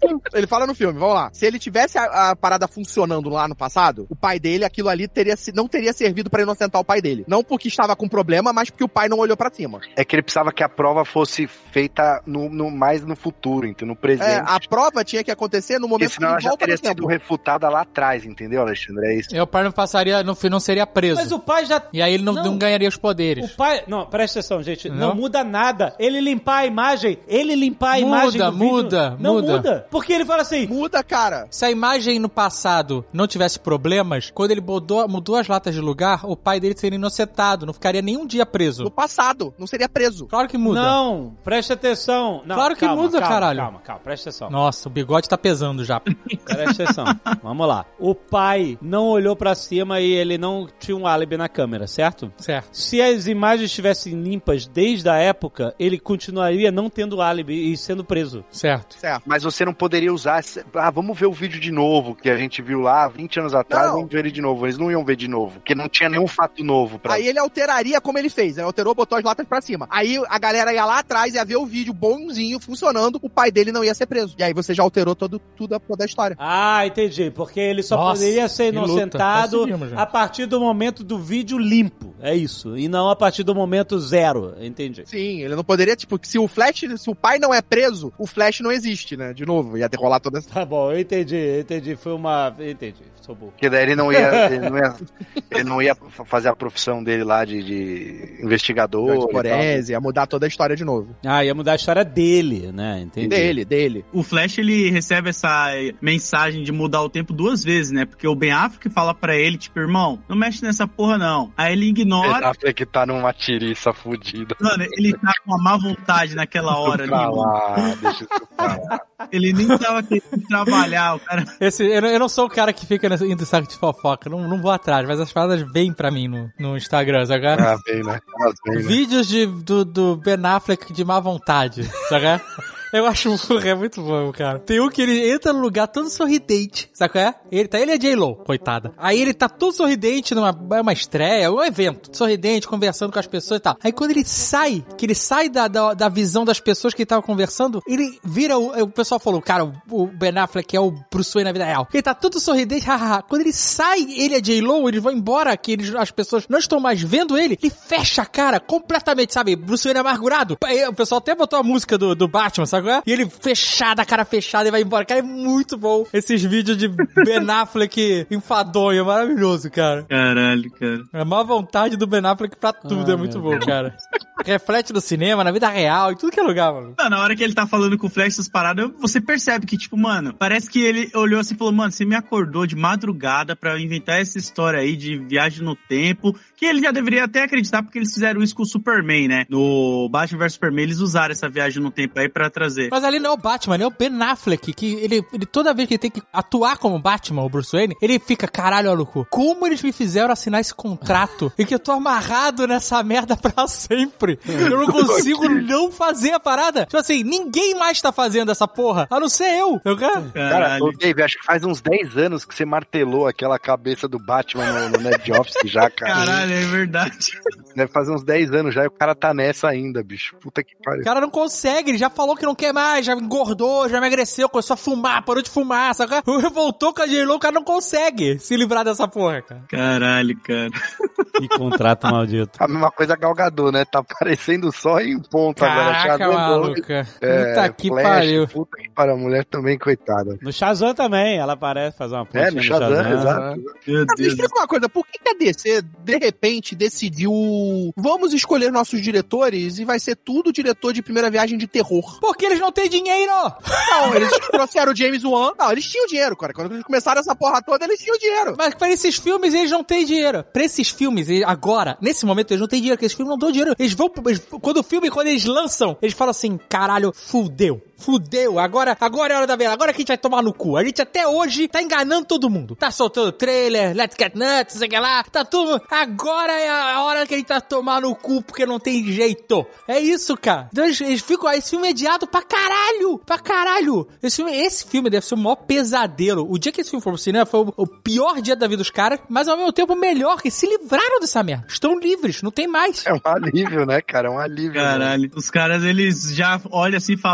Ele fala no filme, vamos lá. Se ele tivesse a, a parada funcionando lá no passado, o pai dele, aquilo ali teria, não teria servido pra inocentar o pai dele. Não porque estava com problema, mas porque o pai não olhou pra cima. É que ele precisava que a prova fosse feita no, no, mais no futuro, então no presente. É, a prova tinha que acontecer no momento que senão que ela já teria sido tempo. refutada lá atrás, entendeu, Alexandre? É isso. E o pai não passaria, não, não seria preso. Mas o pai já... E aí ele não, não. não ganharia os poderes. O pai... Não, presta atenção, gente. Não, não muda nada. Ele limpar a imagem, ele limpar a muda, imagem do vídeo... Muda, não muda. muda. Porque ele fala assim... Muda, cara. Se a imagem no passado não tivesse problemas, quando ele mudou, mudou as latas de lugar, o pai dele seria inocentado, não ficaria nenhum dia preso. No passado, não seria preso. Claro que muda. Não, presta atenção. Não, claro que calma, muda, calma, caralho. Calma, calma, presta atenção. Nossa, o bigode tá pesando já. Presta atenção. Vamos lá. O pai não olhou pra cima e ele não tinha um álibi na câmera, certo? Certo. Se as imagens estivessem limpas desde a época, ele continuaria não tendo álibi e sendo preso. Certo. Certo. Mas você não poderia usar... Ah, vamos ver o vídeo de novo, que a gente viu lá vinte anos atrás, não. vamos ver ele de novo. Eles não iam ver de novo, porque não tinha nenhum fato novo pra... Aí ele alteraria como ele fez, ele alterou, botou as latas pra cima. Aí a galera ia lá atrás, ia ver o vídeo bonzinho, funcionando, o pai dele não ia ser preso. E aí você já alterou todo, tudo a, toda a história. Ah, entendi. Porque ele só Nossa, poderia ser inocentado Conseguimos, a partir do momento do vídeo limpo. É isso. E não a partir do momento zero. Entendi. Sim, ele não poderia, tipo, se o Flash, se o pai não é preso, o Flash não existe, né? De novo, ia derrolar toda essa... Tá bom, eu entendi, eu entendi. Foi uma... Eu entendi, sou burro. Porque daí ele não ia, ele não ia, ele não ia fazer a profissão dele lá de, de investigador. Forense, ia mudar toda a história de novo. Ah, ia mudar a história dele, né? Entendi. Dele, dele. O Flash, ele recebe essa mensagem de mudar o tempo duas vezes, né? Porque o Ben Affleck fala pra ele, tipo, irmão, não mexe nessa porra, não. Aí ele ignora... Ben Affleck tá numa tiriça fudida. Mano, ele tá com uma má vontade naquela hora ali, mano. Lá, deixa isso pra lá. Ele nem tava querendo trabalhar, o cara... Esse, eu, não, eu não sou o cara que fica indo em saco de fofoca, não, não vou atrás, mas as paradas vêm pra mim no, no Instagram, sabe? Ah, bem, né? Ah, bem, né? Vídeos de, do, do Ben Affleck de má vontade, sabe? Eu acho é muito bom, cara. Tem um que ele entra no lugar todo sorridente, sabe qual é? Ele, tá, ele é J-Lo, coitada. Aí ele tá todo sorridente numa uma estreia, um evento, sorridente, conversando com as pessoas e tal. Aí quando ele sai, que ele sai da, da, da visão das pessoas que ele tava conversando, ele vira, o, o pessoal falou, cara, o, o Ben Affleck é o Bruce Wayne na vida real. Ele tá todo sorridente, hahaha. Quando ele sai, ele é J-Lo, eles vão embora, que eles, as pessoas não estão mais vendo ele, ele fecha a cara completamente, sabe? Bruce Wayne amargurado. Aí, o pessoal até botou a música do, do Batman, sabe? E ele fechado, a cara fechada e vai embora. Cara, é muito bom esses vídeos de Ben Affleck enfadonho. É maravilhoso, cara. Caralho, cara. É a má vontade do Ben Affleck pra tudo. Ah, é muito bom, Deus. Cara. Reflete no cinema, na vida real, em tudo que é lugar, mano. Não, na hora que ele tá falando com o Flash essas paradas, você percebe que, tipo, mano, parece que ele olhou assim e falou, mano, você me acordou de madrugada pra inventar essa história aí de viagem no tempo, que ele já deveria até acreditar, porque eles fizeram isso com o Superman, né? No Batman versus Superman, eles usaram essa viagem no tempo aí pra trazer. Mas ali não é o Batman, é o Ben Affleck, que ele, ele toda vez que ele tem que atuar como Batman, o Bruce Wayne, ele fica, caralho, maluco, como eles me fizeram assinar esse contrato e que eu tô amarrado nessa merda pra sempre? Eu não consigo não fazer a parada. Tipo assim, ninguém mais tá fazendo essa porra, a não ser eu. eu cara, cara ô, Dave, acho que faz uns dez anos que você martelou aquela cabeça do Batman no, no Nerd Office já, cara. Caralho, é verdade. Deve fazer uns dez anos já e o cara tá nessa ainda, bicho. Puta que pariu. O cara não consegue, ele já falou que não quer mais, já engordou, já emagreceu, começou a fumar, parou de fumar, sabe? Voltou com a J-Lo, o cara não consegue se livrar dessa porra, cara. Caralho, cara. Que contrato maldito. A mesma coisa Gal Gadot, né? Tá aparecendo só em ponto Caraca, agora. maluca. É, puta que Flash, pariu. Puta que pariu. A mulher também, coitada. No Shazam também, ela aparece fazer uma pontinha É, no Shazam, no Shazam. exato. Meu Mas me Deus. explica uma coisa, por que que a D C, de repente, decidiu vamos escolher nossos diretores e vai ser tudo diretor de primeira viagem de terror? Porque eles não têm dinheiro! Não, eles trouxeram o James Wan. Não, eles tinham dinheiro, cara. Quando eles começaram essa porra toda, eles tinham dinheiro. Mas para esses filmes, eles não têm dinheiro. Pra esses filmes, eles, agora, nesse momento, eles não têm dinheiro, porque esses filmes não dão dinheiro. Eles vão, eles, quando o filme, quando eles lançam, eles falam assim, caralho, fudeu. Fudeu, agora, agora é a hora da vela, agora que a gente vai tomar no cu. A gente até hoje tá enganando todo mundo. Tá soltando trailer, Let's Get Nuts, sei lá, tá tudo... Agora é a hora que a gente vai tomar no cu, porque não tem jeito. É isso, cara. Então eles, eles ficam... Esse filme é adiado pra caralho, pra caralho. Esse filme, esse filme deve ser o maior pesadelo. O dia que esse filme for pro cinema foi o, o pior dia da vida dos caras, mas ao mesmo tempo o melhor, que se livraram dessa merda. Estão livres, não tem mais. É um alívio, né, cara? É um alívio. Caralho. Né? Os caras, eles já olham assim e falam, mano,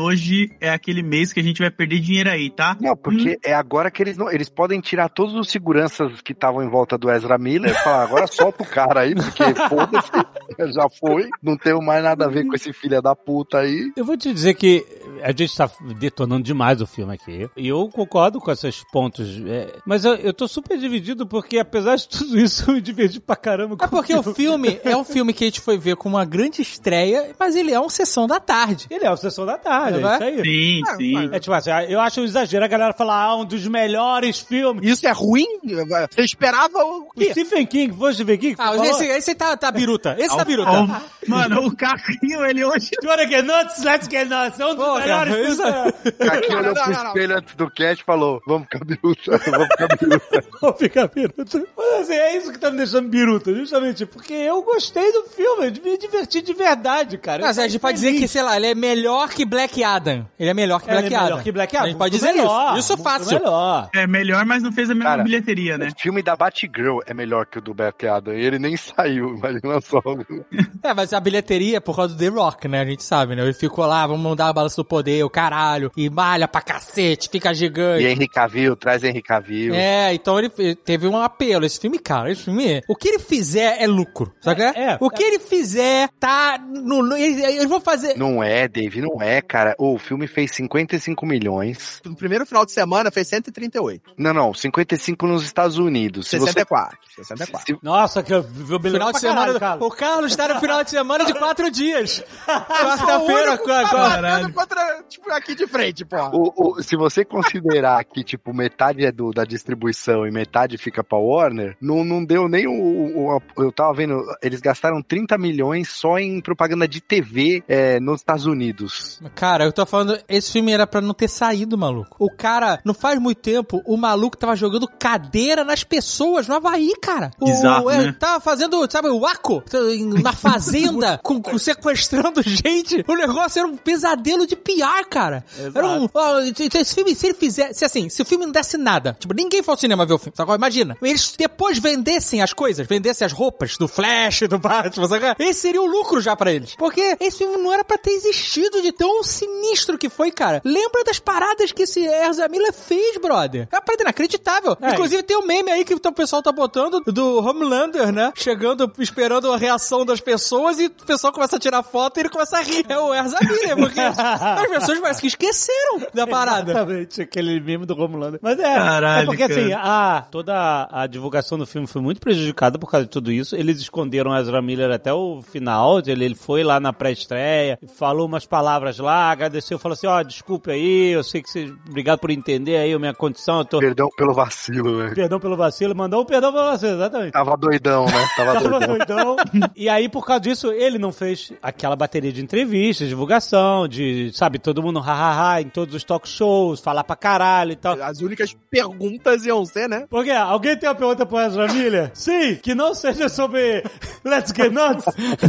hoje é aquele mês que a gente vai perder dinheiro aí, tá? Não, porque hum. é agora que eles não. Eles podem tirar todos os seguranças que estavam em volta do Ezra Miller e falar, agora solta o cara aí, porque foda-se, já foi. Não tenho mais nada a ver com esse filho da puta aí. Eu vou te dizer que a gente tá detonando demais o filme aqui. E eu concordo com esses pontos. É, mas eu, eu tô super dividido porque, apesar de tudo isso, eu me diverti pra caramba com É porque o filme é um filme que a gente foi ver com uma grande estreia, mas ele é uma sessão da tarde. Ele é uma sessão da tarde, é, é isso aí. Sim, ah, sim. É tipo assim, eu acho um exagero a galera falar, ah, um dos melhores filmes. Isso é ruim? Você esperava o O quê? Stephen King, foi o Stephen King? Ah, esse, esse tá, tá biruta. Esse tá biruta. Oh, mano, o Caquinho, ele hoje... You wanna get nuts? Let's get nuts. É um dos Pô, melhores cara, filmes. isso- Aqui olhou pro espelho antes do cast e falou, vamos ficar biruta, vamos ficar biruta. Vou ficar biruta. Mas assim, é isso que tá me deixando biruta, justamente porque eu gostei do filme, eu me diverti de verdade, cara. Mas Eu a gente saí pode dizer feliz. que, sei lá, ele é melhor que Black Adam. Ele é melhor que Ele Black é melhor Adam. que Black Adam. A gente pode Muito dizer melhor, isso. Isso é muito fácil. melhor. É melhor, mas não fez a mesma Cara, bilheteria, né? O filme da Batgirl é melhor que o do Black Adam. E ele nem saiu, imagina só. É, mas a bilheteria é por causa do The Rock, né? A gente sabe, né? Ele ficou lá, vamos mandar a balança do poder, o caralho, e malha pra cacete, fica gigante. E Henry Cavill, traz Henry Cavill. É, então ele ele teve um apelo. Esse filme, cara, esse filme, o que ele fizer é lucro, sabe? É, É, é. o que ele fizer tá no, no eles, eles vão fazer. Não é, Dave, não é, cara. O filme fez cinquenta e cinco milhões. No primeiro final de semana fez cento e trinta e oito. Não, não, cinquenta e cinco nos Estados Unidos. Se sessenta e você... quatro. sessenta e quatro. se- Nossa, que eu vi o Final de semana. cara. O Carlos tá no final de semana de quatro dias. Quarta-feira, com a- com a- Batendo contra, tipo, aqui de frente, porra. O, o, se você considerar que, tipo, metade é do, da distribuição e metade fica pra Warner, não, não deu nem o, o, o- Eu tava vendo, eles gastaram trinta milhões só em propaganda de T V é, nos Estados Unidos. Cara, eu tô falando, esse filme era pra não ter saído, maluco. O cara, não faz muito tempo, o maluco tava jogando cadeira nas pessoas no Havaí, cara. O, Bizarro, é, né? Tava fazendo, sabe, o Waco, na fazenda, com, com- sequestrando gente. O negócio era um pesadelo de P R, cara. Exato. Era um, ó, esse filme, se ele fizer, se assim, se o filme não desse nada, tipo, ninguém foi ao cinema ver o filme, sabe? Imagina, eles depois vendessem as coisas, vendessem as roupas do Flash, do Batman, sabe? Esse seria o lucro já pra eles. Porque esse filme não era pra ter existido de tão sinistro que foi, cara. Lembra das paradas que esse Ezra Miller fez, brother? É uma parada inacreditável. É. Inclusive tem um meme aí que o pessoal tá botando do Homelander, né? Chegando, esperando a reação das pessoas e o pessoal começa a tirar foto e ele começa a rir. É o Ezra Miller, porque as pessoas parecem que esqueceram da parada. Exatamente, aquele meme do Romulando. Mas é, Caralho, é porque cara. assim, a, toda a, a divulgação do filme foi muito prejudicada por causa de tudo isso. Eles esconderam Ezra Miller até o final, ele, ele foi lá na pré-estreia, falou umas palavras lá, agradeceu, falou assim, ó, oh, desculpe aí, eu sei que você, obrigado por entender aí a minha condição, eu tô... Perdão pelo vacilo, né? Perdão pelo vacilo, mandou um perdão pelo vacilo, exatamente. Tava doidão, né? Tava Tava doidão. doidão. E aí, por causa disso, ele não fez aquela bateria de entrevistas, divulgação, de, sabe, todo mundo hahaha em todos os talk shows, falar pra caralho e tal. As únicas perguntas iam ser, né? Por quê? Alguém tem uma pergunta pro Ezra Miller? Sim, que não seja sobre Let's Get Nuts.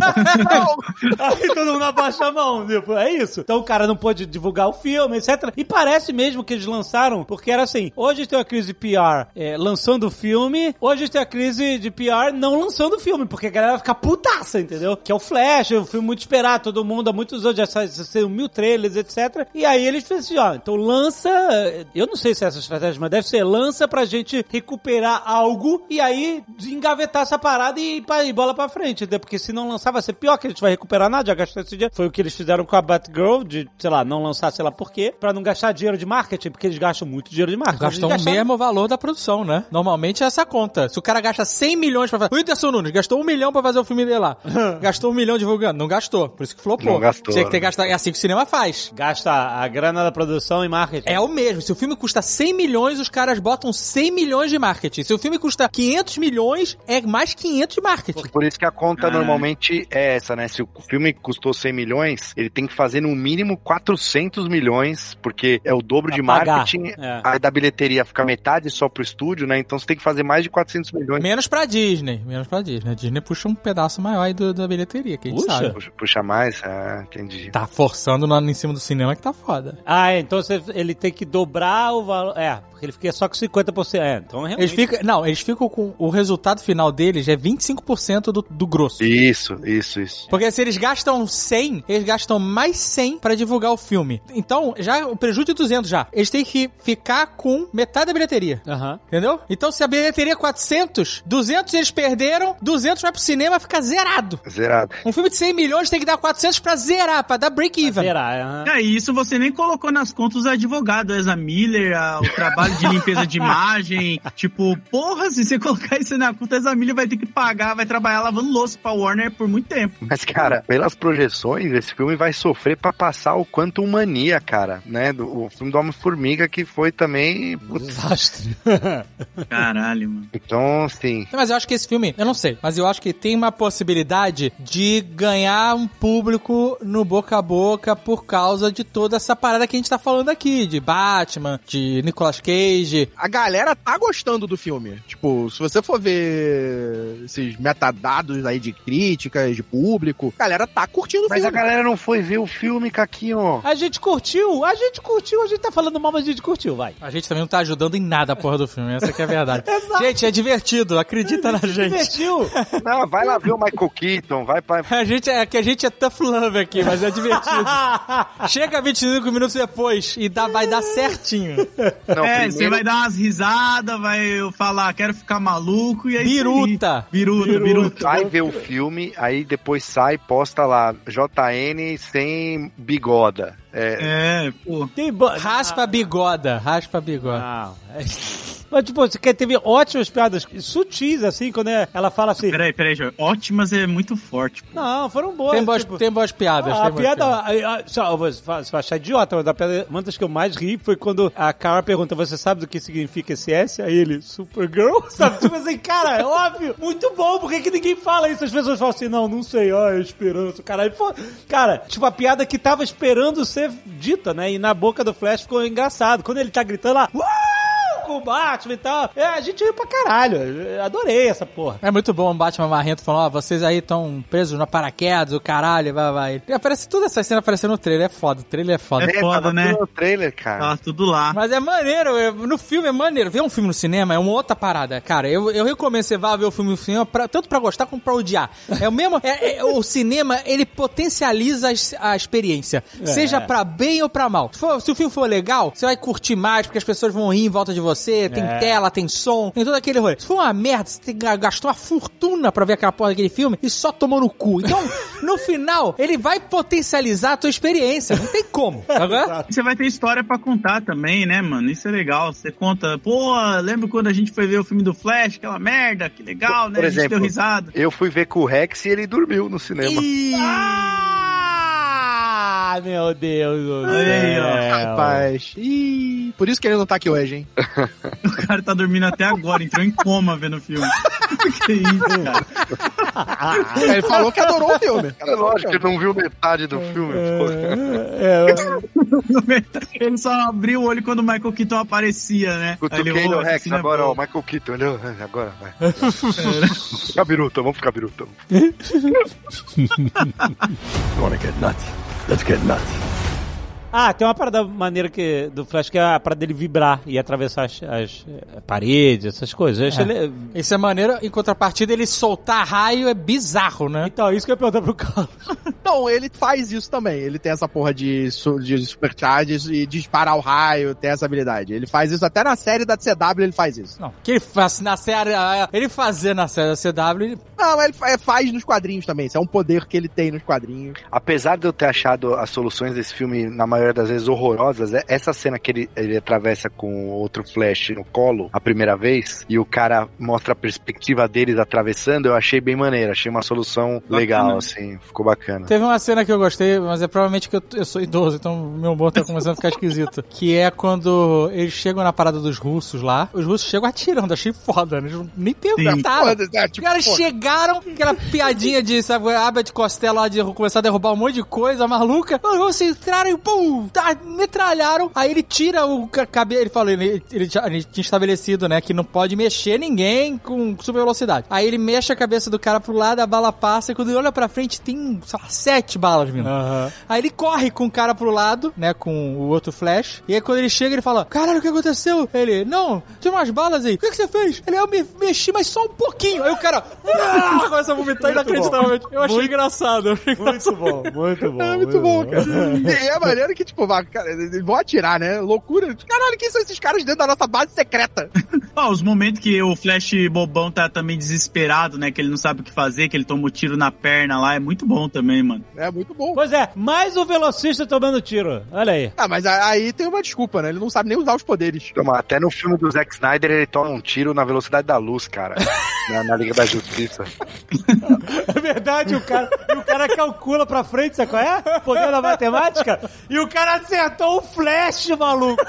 Aí todo mundo abaixa a mão, tipo, é isso. Então o cara não pôde divulgar o filme, etcétera. E parece mesmo que eles lançaram, porque era assim, hoje tem uma crise de P R é, lançando o filme, hoje tem a crise de P R não lançando o filme, porque a galera vai ficar putaça, entendeu? Que é o Flash, é um filme muito esperado, todo mundo há muitos anos já saiu mil trailers, etcétera. E aí eles fez assim, ó, então lança, eu não sei se é essa estratégia, mas deve ser, lança pra gente recuperar algo e aí engavetar essa parada e, e bola pra frente, entendeu? Porque se não lançar vai ser pior, que a gente vai recuperar nada, já gastou esse dinheiro. Foi o que eles fizeram com a Batgirl, de, sei lá, não lançar, sei lá por quê, pra não gastar dinheiro de marketing, porque eles gastam muito dinheiro de marketing. Gastou o Eles gastaram- mesmo valor da produção, né? Normalmente é essa conta. Se o cara gasta cem milhões pra fazer... O Whindersson Nunes gastou um milhão pra fazer o filme dele lá. Gastou um milhão divulgando. Não gastou. Por isso que flopou. Não gastou, Tinha que ter né? gastado... É assim que o cinema faz. Gasta a grana da produção em marketing. É o mesmo. Se o filme custa cem milhões, os caras botam cem milhões de marketing. Se o filme custa quinhentos milhões, é mais quinhentos de marketing. Por isso que a conta Ah. normalmente é essa, né? Se o filme custou cem milhões, ele tem que fazer no mínimo quatrocentos milhões, porque é o dobro Pra de pagar. marketing. É. Aí da bilheteria fica metade só pro estúdio, né? Então você tem que fazer mais de quatrocentos milhões. Menos pra Disney. Menos pra Disney. A Disney puxa um pedaço maior aí do- da bilheteria, que a gente Puxa. sabe. Puxa, puxa mais? Ah, entendi. Tá forçando no, em cima do cinema que tá foda. Ah, é, então você- ele tem que dobrar o valor. É, porque ele fica só com cinquenta por cento. É, então realmente... Eles ficam, não, eles ficam com... O resultado final deles é vinte e cinco por cento do, do grosso. Isso, isso, isso. Porque se eles gastam cem, eles gastam mais cem pra divulgar o filme. Então, já o prejuízo de duzentos já. Eles têm que ficar com metade da bilheteria. Aham. Entendeu? Então, se a bilheteria é quatrocentos, duzentos eles perderam, duzentos vai pro cinema, fica zerado. Zerado. Um filme de cem milhões tem que dar quatrocentos pra zerar, pra dar break-even. Zerar, aham. É, e isso você nem colocou nas contas os advogados, a Ezra Miller, a, o trabalho de limpeza de imagem. Tipo, porra, se você colocar isso na conta, a Ezra Miller vai ter que pagar, vai trabalhar lavando louça pra Warner por muito tempo. Mas, cara, pelas projeções, esse filme vai sofrer pra passar o Quantum Mania, cara, né? Do, o filme do Homem-Formiga, que foi também... Putz. Desastre. Caralho, mano. Então, sim. Mas eu acho que esse filme, eu não sei, mas eu acho que tem uma possibilidade de ganhar um público no boca a boca por causa de toda essa parada que a gente tá falando aqui, de Batman, de Nicolas Cage. A galera tá gostando do filme. Tipo, se você for ver esses metadados aí de críticas, de público, a galera tá curtindo o Mas filme. a galera não foi ver o filme, Caquinho. A gente curtiu, a gente curtiu, a gente tá falando mal, mas a gente curtiu, vai. A gente também não tá ajudando em nada a porra do filme, essa que é a verdade. Gente, é divertido, acredita na gente. Divertiu. Não, vai lá ver o Michael Keaton, vai pra... A gente é que a gente é tough love aqui, mas é divertido. Chega vinte e cinco minutos depois e dá, vai dar certinho. Não, é, primeiro... você vai dar umas risadas, vai falar, quero ficar maluco, e aí... Biruta. Biruta, biruta. Vai ver o filme, aí depois sai, posta lá, J N sem bigoda. É, É, pô. Tem bo... Raspa a bigoda, raspa a bigoda. Não, é... Mas, tipo, você quer teve ótimas piadas sutis, assim, quando é- ela fala assim... Peraí, peraí, Jorge. Ótimas é muito forte, pô. Não, foram boas. Tem boas, tipo, tem boas piadas. Ah, tem a boas piada, piadas. a- a- só, você vai você vai achar idiota, mas a piada, uma das que eu mais ri foi quando a Cara pergunta, você sabe do que significa esse S? Aí ele, Supergirl? Sabe? Tipo assim, cara, é óbvio, muito bom, por que que ninguém fala isso? As pessoas falam assim, não, não sei, ó, é esperança, caralho. Pô, cara, tipo, a piada que tava esperando ser dita, né? E na boca do Flash ficou engraçado. Quando ele tá gritando lá, uau! Com o Batman e tal. É, a gente riu pra caralho. Eu adorei essa porra. É muito bom o Batman marrento falando, ó, vocês aí estão presos na paraquedas, o caralho, vai, vai. E aparece toda essa cena aparecendo no trailer, é foda, o trailer é foda. É foda, tava né? tudo no trailer, cara. Tá tudo lá. Mas é maneiro, é- no filme é maneiro. Ver um filme no cinema é uma outra parada. Cara, eu, eu recomendo você vá ver o filme no cinema, pra- tanto pra gostar como pra odiar. É o mesmo, é- é- o cinema, ele potencializa a, es- a experiência. Seja pra bem ou pra mal. Se, for- se o filme for legal, você vai curtir mais, porque as pessoas vão rir em volta de você, tem É. tela, tem som, tem todo aquele rolê. Se for uma merda, você tem- gastou uma fortuna pra ver aquela porra daquele filme e só tomou no cu. Então, no final, ele vai potencializar a tua experiência. Não tem como. Agora? Você vai ter história pra contar também, né, mano? Isso é legal. Você conta, pô, lembra quando a gente foi ver o filme do Flash? Aquela merda, que legal, Por né? a gente exemplo, deu risada. Eu fui ver com o Rex e ele dormiu no cinema. Ah, meu Deus do Olha aí, ó. céu. Rapaz. Ih, por isso que ele não tá aqui hoje, hein? O cara tá dormindo até agora, entrou em coma vendo o filme. Que isso, cara? Ele falou que adorou o filme. É lógico que não viu metade do filme. pô. É, Ele só abriu o olho quando o Michael Keaton aparecia, né? Aí ele, Cutuquei "Ô, no essa Rex, cena é agora, boa." ó, Michael Keaton, olhou, agora vai. Ficar biruta, vamos ficar biruta. Wanna get nuts? Let's get nuts. Ah, tem uma parada maneira que, do Flash que é a parada dele vibrar e atravessar as, as, eh, paredes, essas coisas. Eu achei ele- Isso é maneiro. Em contrapartida, ele soltar raio é bizarro, né? Então, isso que eu ia perguntar pro Carlos. Não, ele faz isso também. Ele tem essa porra de, su- de supercharges e disparar o raio, tem essa habilidade. Ele faz isso até na série da C W, ele faz isso. Não, que ele faz na série... Ele fazer na série da C W... Ele... Não, ele fa- faz nos quadrinhos também. Isso é um poder que ele tem nos quadrinhos. Apesar de eu ter achado as soluções desse filme, na maioria das vezes, horrorosas, é- essa cena que ele, ele atravessa com outro Flash no colo, a primeira vez, e o cara mostra a perspectiva deles atravessando, eu achei bem maneiro. Achei uma solução legal, assim. Ficou bacana. Teve uma cena que eu gostei, mas é provavelmente que eu, eu sou idoso, então meu humor tá começando a ficar esquisito. Que é quando eles chegam na parada dos russos lá, os russos chegam atirando, achei foda, né? Eles não- nem perguntaram. Foda-se, é, Os tipo, caras pô, chegaram, aquela piadinha de, sabe, Abbott Costello lá de começar a derrubar um monte de coisa maluca. Vocês entraram e pum, Pum! Tá, metralharam. Aí ele tira o cabelo. Ele falou, ele, ele, já, ele tinha estabelecido, né, que não pode mexer ninguém com super velocidade. Aí ele mexe a cabeça do cara pro lado, a bala passa, e quando ele olha pra frente, tem, sei lá, sete balas vindo. Uhum. Aí ele corre com o cara pro lado, né, com o outro Flash. E aí quando ele chega, ele fala, caralho, o que aconteceu? Ele, não, tem umas balas aí. O que, que você fez? Ele, eu me mexi, mas só um pouquinho. Aí o cara, ah, começa a vomitar inacreditavelmente. Eu achei muito engraçado. Eu achei muito bom, muito bom. É muito, muito bom, bom, cara. E é maneiro que, tipo, cara, eles vão atirar, né? Loucura. Caralho, quem são esses caras dentro da nossa base secreta? Ó, os momentos que o Flash bobão tá também desesperado, né? Que ele não sabe o que fazer, que ele toma um tiro na perna lá. É muito bom também, mano. É muito bom. Pois é, mais o velocista tomando tiro. Olha aí. Ah, mas aí tem uma desculpa, né? Ele não sabe nem usar os poderes. Toma, até no filme do Zack Snyder ele toma um tiro na velocidade da luz, cara. na, na Liga da Justiça. É verdade, o cara, o cara calcula pra frente, sabe qual é? Poder da matemática. E o cara acertou o Flash, maluco.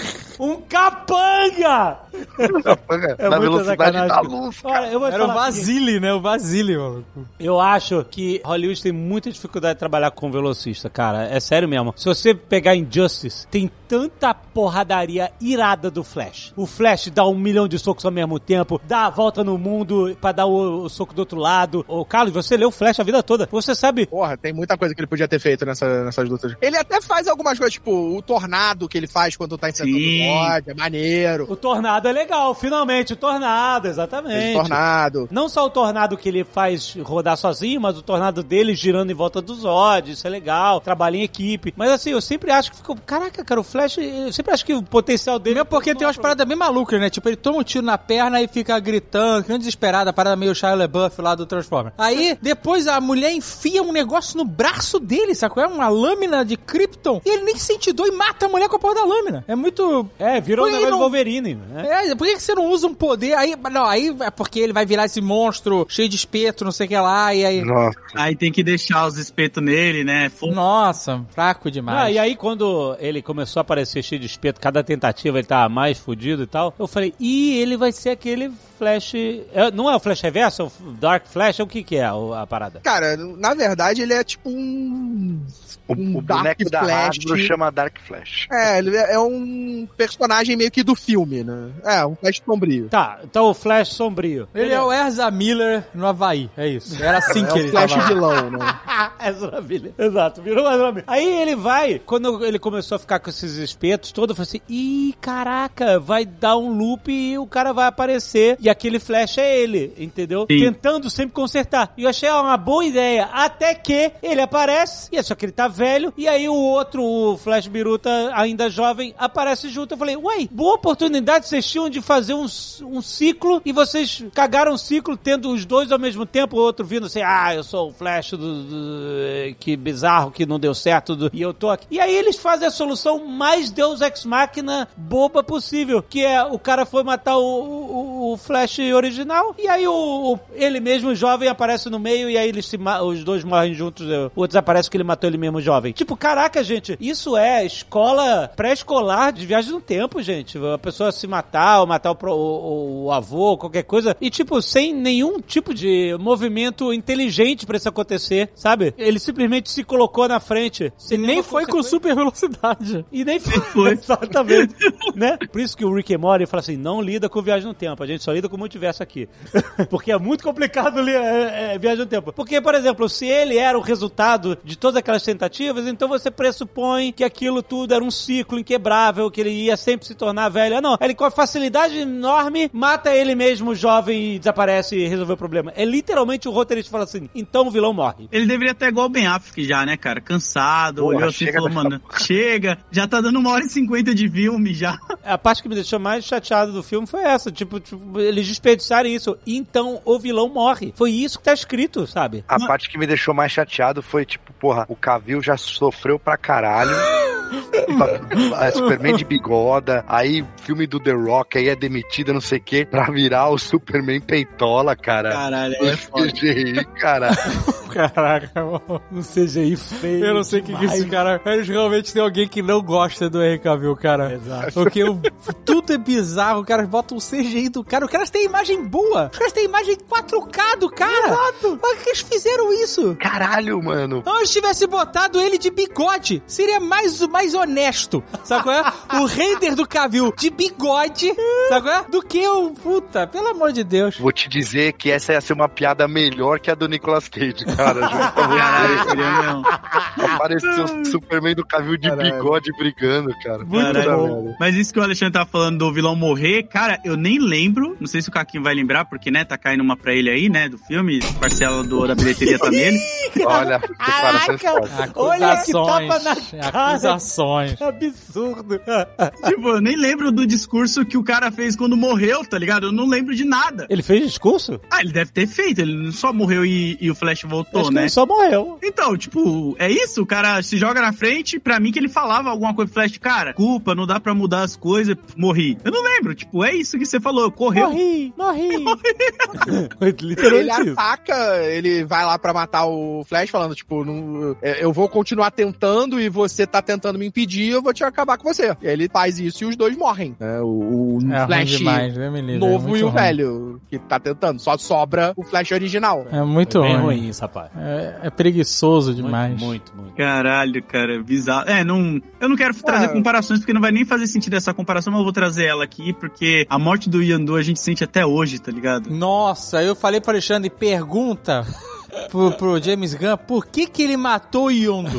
Um capanga! Capanga é na velocidade da luz, cara. Olha, eu vou Era o Basile, né? O Basile, maluco. Eu acho que Hollywood tem muita dificuldade de trabalhar com velocista, cara. É sério mesmo. Se você pegar Injustice, tem tanta porradaria irada do Flash. O Flash dá um milhão de socos ao mesmo tempo, dá a volta no mundo pra dar o, o soco do outro lado. Ô, Carlos, você leu o Flash a vida toda. Você sabe... Porra, tem muita coisa que ele podia ter feito nessa, nessas lutas. Ele até faz algumas coisas, tipo, o tornado que ele faz quando tá enfrentando o God, é maneiro. O tornado é legal, finalmente, o tornado, exatamente. O tornado. Não só o tornado que ele faz rodar sozinho, mas o tornado dele girando em volta do Zod, isso é legal, trabalha em equipe. Mas assim, eu sempre acho que ficou... Caraca, cara, o Flash, eu sempre acho que o potencial dele... Mesmo porque tem umas paradas bem malucas, né? Tipo, ele toma um tiro na perna e fica gritando, ficando desesperado, a parada meio Shia LaBeouf lá do Transformer. Aí, depois a mulher enfia um negócio no braço dele, sacou? É uma lâmina de Krypton, e ele nem sente dor e mata a mulher com a porra da lâmina. É muito... É, virou um negócio não... Wolverine, né? É, por que você não usa um poder? Aí, não, aí é porque ele vai virar esse monstro cheio de espeto, não sei o que lá, e aí... Nossa. Aí tem que deixar os espetos nele, né? Nossa, fraco demais. Ah, e aí quando ele começou a aparecer cheio de espeto, cada tentativa ele tava mais fudido e tal, eu falei, ih, ele vai ser aquele Flash... É, não é o Flash Reverso? É o Dark Flash? É o que que é a, a parada? Cara, na verdade ele é tipo um... O, um o boneco da Hasbro chama Dark Flash. É, ele é um personagem meio que do filme, né? É, um Flash sombrio. Tá, então o Flash sombrio. Ele, ele é, é o Ezra Miller no Havaí, é isso. Era assim é que ele Flash tava. vilão, né? Ezra Miller. Exato, virou Ezra Miller. Aí ele vai, quando ele começou a ficar com esses espetos todos, eu falei assim, ih, caraca, vai dar um loop e o cara vai aparecer. E aquele Flash é ele, entendeu? Sim. Tentando sempre consertar. E eu achei uma boa ideia, até que ele aparece, e é só que ele tá velho, e aí o outro, o Flash Biruta, ainda jovem, aparece junto. Eu falei, ué, boa oportunidade vocês tinham de fazer um, um ciclo, e vocês cagaram o ciclo tendo os dois ao mesmo tempo, o outro vindo assim, ah, eu sou o Flash do, do que bizarro, que não deu certo, do, e eu tô aqui. E aí eles fazem a solução mais Deus Ex Machina boba possível, que é, o cara foi matar o, o, o Flash original, e aí o, o, ele mesmo jovem aparece no meio, e aí eles se, os dois morrem juntos, o outro desaparece que ele matou ele mesmo jovem. Tipo, caraca, gente, isso é escola pré-escolar de viagem no tempo, gente. A pessoa se matar, ou matar o, o, o avô, qualquer coisa, e tipo, sem nenhum tipo de movimento inteligente pra isso acontecer, sabe? Ele simplesmente se colocou na frente. Ele nem foi com super velocidade. E nem foi. Exatamente. Né? Por isso que o Rick and Morty fala assim, não lida com viagem no tempo, a gente só lida com o multiverso aqui. Porque é muito complicado ler é, é, viagem no tempo. Porque, por exemplo, se ele era o resultado de todas aquelas tentativas, então você pressupõe que aquilo tudo era um ciclo inquebrável, que ele ia sempre se tornar velho. Não, ele com a facilidade enorme mata ele mesmo jovem e desaparece e resolveu o problema. É literalmente o roteirista fala assim, então o vilão morre. Ele deveria estar igual o Ben Affleck já, né, cara? Cansado, Porra, olhou assim e falou, mano, chega, já tá dando uma hora e cinquenta de filme já. A parte que me deixou mais chateado do filme foi essa, tipo, tipo eles desperdiçaram isso, então o vilão morre. Foi isso que tá escrito, sabe? A Mas... parte que me deixou mais chateado foi, tipo, porra, o Cavill já sofreu pra caralho. A Superman de bigoda, aí filme do The Rock, aí é demitida, não sei o que, pra virar o Superman peitola, cara. Caralho, é foda. C G I, cara. Caraca, um C G I feio. Eu não sei o que, que esse cara... Eles realmente tem alguém que não gosta do Henry Cavill, cara. Exato. Porque o, tudo é bizarro, os caras botam o C G I do cara. Os caras têm imagem boa. Os caras têm imagem quatro K do cara. Exato. Por que eles fizeram isso? Caralho, mano. Então, se tivesse botado ele de bigode, seria mais, mais honesto, sabe qual é? O render do Cavill de bigode, sabe qual é? Do que o... Puta, pelo amor de Deus. Vou te dizer que essa ia ser uma piada melhor que a do Nicolas Cage, cara. Caralho, apareceu o Superman do Cavill de Caralho. bigode brigando, cara. Muito bom. Mas isso que o Alexandre tá falando do vilão morrer, cara, eu nem lembro, não sei se o Caquinho vai lembrar, porque, né, tá caindo uma pra ele aí, né, do filme, parcela do, da bilheteria tá nele. Olha, declarações fortes. Olha que tapa na cara. Acusações. Absurdo. Tipo, eu nem lembro do discurso que o cara fez quando morreu, tá ligado? Eu não lembro de nada. Ele fez discurso? Ah, ele deve ter feito, ele não só morreu e, e o Flash voltou, Acho que né? ele só morreu. Então, tipo, é isso, o cara se joga na frente, pra mim que ele falava alguma coisa pro Flash, cara, culpa, não dá pra mudar as coisas, morri. Eu não lembro, tipo, é isso que você falou, correu. Morri, morri. Ele Literalmente isso. ataca, ele vai lá pra matar o Flash, falando, tipo, não, eu vou continuar tentando e você tá tentando me impedir, eu vou te acabar com você. E aí ele faz isso e os dois morrem. É, o, o É Flash ruim demais, né, menino? novo É e o muito ruim. velho, que tá tentando. Só sobra o Flash original. É muito Bem ruim. ruim isso, rapaz. É, é preguiçoso demais. Muito, muito, muito. Caralho, cara, bizarro. É, não, eu não quero trazer É. comparações, porque não vai nem fazer sentido essa comparação, mas eu vou trazer ela aqui, porque a morte do Yandu a gente sente até hoje, tá ligado? Nossa, eu falei pro Alexandre, pergunta pro, pro James Gunn por que que ele matou o Yondu.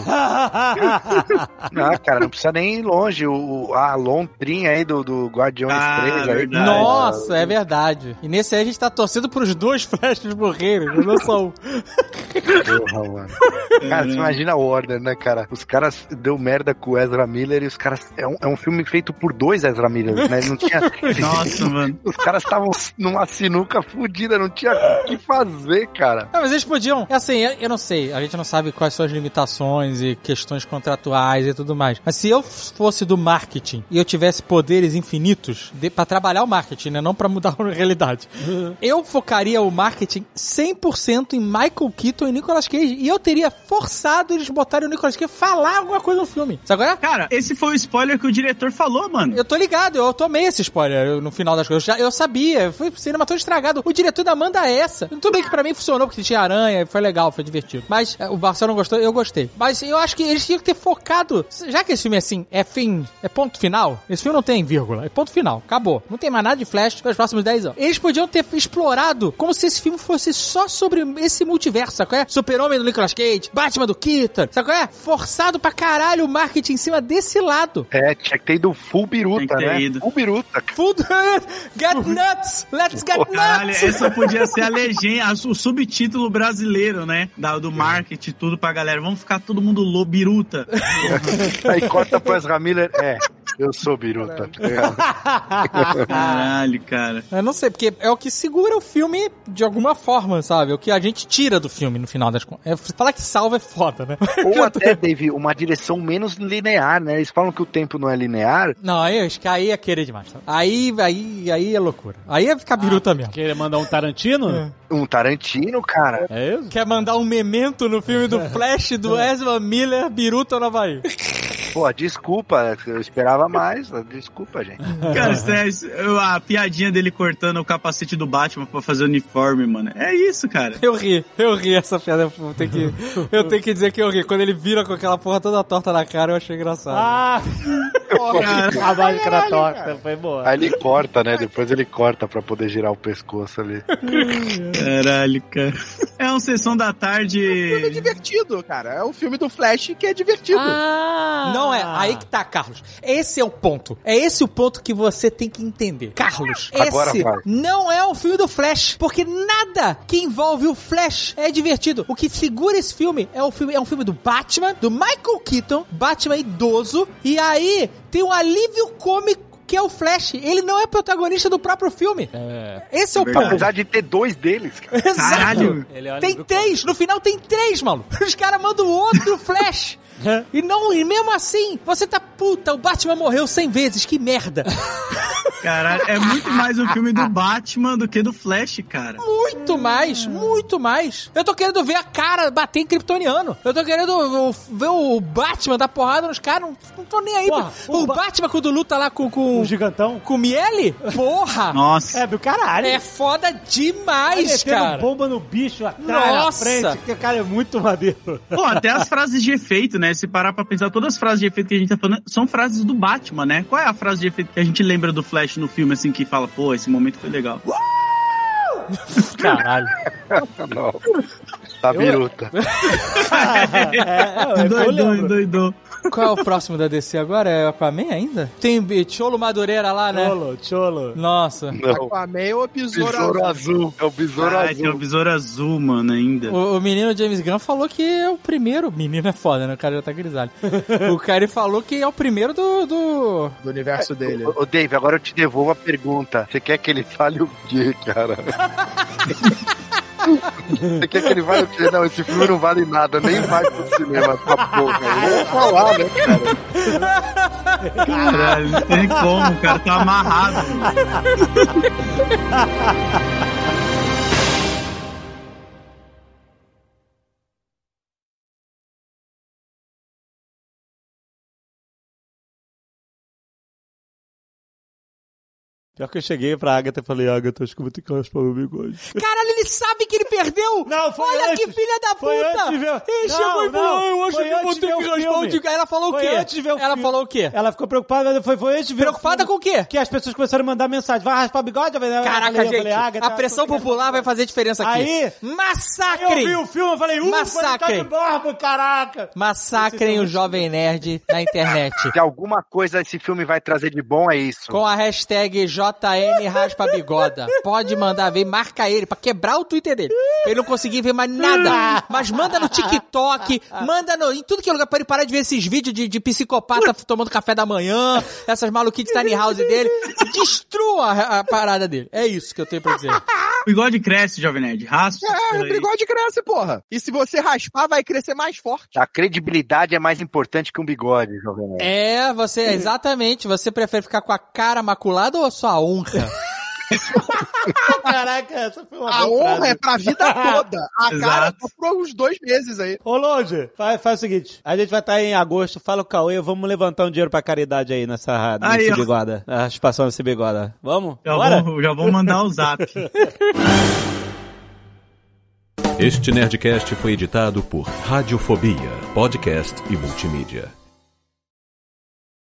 Não, cara, não precisa nem ir longe. O, a lontrinha aí do, do Guardiões Ah, três aí. verdade. Nossa, é verdade. E nesse aí a gente tá torcendo pros dois Flashes morrerem, não só um. Porra, mano. Cara, você imagina a Warner, né, cara? Os caras deu merda com o Ezra Miller e os caras... É um, é um filme feito por dois Ezra Miller, né? Não tinha... Nossa, mano. Os caras estavam numa sinuca fodida, não tinha o que fazer, cara. Não, mas eles podiam... Assim, eu, eu não sei, a gente não sabe quais são as limitações e questões contratuais e tudo mais. Mas se eu fosse do marketing e eu tivesse poderes infinitos de, pra trabalhar o marketing, né? Não pra mudar a realidade. Eu focaria o marketing cem por cento em Michael Keaton e Nicolas Cage. E eu teria forçado eles botarem o Nicolas Cage falar alguma coisa no filme. Sabe agora? Cara, esse foi o spoiler que o diretor falou, mano. Eu tô ligado, eu tomei esse spoiler eu, no final das coisas. Eu, já, eu sabia, foi cinema todo estragado. O diretor ainda manda essa. Tudo bem que pra mim funcionou, porque tinha aranha, foi legal, foi divertido. Mas é, o Marcelo não gostou, eu gostei. Mas eu acho que eles tinham que ter focado. Já que esse filme é assim, é fim, é ponto final. Esse filme não tem vírgula, é ponto final, acabou. Não tem mais nada de Flash pelos próximos dez anos. Eles podiam ter explorado como se esse filme fosse só sobre esse multiverso, sabe qual é? Super-Homem do Nicolas Cage, Batman do Keaton, sabe qual é? Forçado pra caralho o marketing em cima desse lado. É, tinha que ter ido full biruta, Tem que ter né? ido. Full biruta. Full get nuts! Let's get Caralho, nuts! essa podia ser a legenda, o subtítulo brasileiro, né? Da, do marketing, tudo pra galera. Vamos ficar todo mundo lobiruta. Aí corta pro Ezra Miller, é, eu sou biruta. Caralho, cara. Eu não sei, porque é o que segura o filme de alguma forma, sabe? É o que a gente tira do filme no final das contas. É, falar que salva é foda, né? Ou até, Dave, uma direção menos linear, né? Eles falam que o tempo não é linear. Não, aí acho que aí é querer demais. Tá? Aí, aí, aí é loucura. Aí é ficar biruta mesmo. Queria mandar um Tarantino? É. Um Tarantino, cara. É isso? Quer mandar um memento no filme do Flash do Ezra Miller, biruta no Havaí. Pô, desculpa, eu esperava mais. Desculpa, gente. Cara, sério, eu- a piadinha dele cortando o capacete do Batman pra fazer o uniforme, mano. É isso, cara. Eu ri, eu ri essa piada. Eu tenho que, eu tenho que dizer que eu ri. Quando ele vira com aquela porra toda torta na cara, eu achei engraçado. Ah! A máscara torta, foi boa. Aí ele corta, né? Depois ele corta pra poder girar o pescoço ali. Caralho, cara. É uma sessão da É tarde. divertido, cara. É o filme do Flash que é divertido. Ah, não é. Aí que tá, Carlos. Esse é o ponto. É esse o ponto que você tem que entender. Carlos, Agora esse vai. não é um filme do Flash, porque nada que envolve o Flash é divertido. O que segura esse filme é, o filme, é um filme do Batman, do Michael Keaton, Batman idoso, e aí tem um alívio cômico que é o Flash. Ele não é protagonista do próprio filme. É. Esse é o Verdade. ponto. Apesar de ter dois deles, cara. Exato. Caralho. Ele olha Tem pro- três, no final tem três, mano. Os caras mandam outro Flash. E não, e mesmo assim, você tá puta, o Batman morreu cem vezes, que merda. Caralho, é muito mais um filme do Batman do que do Flash, cara. Muito mais, muito mais. Eu tô querendo ver a cara bater em kryptoniano. Eu tô querendo ver o Batman dar porrada nos caras. Não, não tô nem aí. Porra, o o ba- Batman quando luta lá com... com Um gigantão. Com o Miele? Porra! Nossa. É do caralho. É foda demais, Vai cara. bomba no bicho atrás, Nossa. na frente. Que, cara, é muito maneiro. Pô, até as frases de efeito, né? Se parar pra pensar, todas as frases de efeito que a gente tá falando são frases do Batman, né? Qual é a frase de efeito que a gente lembra do Flash no filme, assim, que fala, pô, esse momento foi legal? Caralho. Não. Tá biruta. é, é, Doidou, doidou. Qual é o próximo da D C agora? É Aquaman ainda? Tem Cholo Madureira lá, né? Cholo, cholo. Nossa. Não. Aquaman ou Besouro Besouro Azul? azul. É o besouro Ah, tem o azul. Besouro Azul, mano, ainda. O, o menino James Gunn falou que é o primeiro. Menino é foda, né? O cara já tá grisalho. O cara falou que é o primeiro do. do... Do universo dele. Ô, ô, Dave, agora eu te devolvo a pergunta. Você quer que ele fale o quê, cara? Você quer que ele fale o quê? Não, esse filme não vale nada, nem vai pro cinema, essa porra. Eu vou falar, né, cara? Caralho, não tem como, o cara tá amarrado. Pior que eu cheguei pra Agatha e falei, Agatha, acho que eu vou ter que raspar meu bigode. Caralho, ele sabe que ele perdeu! Não, foi Olha antes. que filha da Foi puta! antes de ver- Ele Não, chegou e falou, não, eu acho foi que eu vou antes de ter ver que o raspar o filme. bico. Aí ela falou Foi o quê? antes de ver o Ela filme. falou o quê? Ela ficou preocupada, mas foi, foi antes de ver Preocupada o com o filme, quê? que as pessoas começaram a mandar mensagem. Vai raspar o bigode? Eu falei, Caraca, eu falei, gente, Agatha, a pressão tudo popular vai fazer diferença aqui. Aí, Massacrem! eu vi o filme, eu falei, uh, Massacre. tá de barba, caraca. Massacrem o Jovem Nerd na internet. Se alguma coisa esse filme vai trazer de bom, é isso. Com a hashtag J N Raspa Bigoda. Pode mandar ver, marca ele pra quebrar o Twitter dele. Pra ele não conseguir ver mais nada. Mas manda no TikTok, manda no, em tudo que é lugar pra ele parar de ver esses vídeos de, de psicopata tomando café da manhã, essas maluquices tiny house dele. Destrua a, a parada dele. É isso que eu tenho pra dizer. O bigode cresce, Jovem Nerd. Raspa. É, o bigode cresce, porra. E se você raspar, vai crescer mais forte. A credibilidade é mais importante que um bigode, jovem nerd. É, você, exatamente. Você prefere ficar com a cara maculada ou a sua honra? Caraca, essa foi uma A boa honra frase. é pra vida toda. A cara Exato. tá por uns dois meses aí. Ô, Longe, faz, faz o seguinte, a gente vai estar em agosto, fala o Cauê, vamos levantar um dinheiro pra caridade aí nessa, Aí, nesse ó. bigoda, na raspação desse bigoda. Vamos? Já Bora? vou, já vou mandar o zap. Este Nerdcast foi editado por Radiofobia, podcast e multimídia.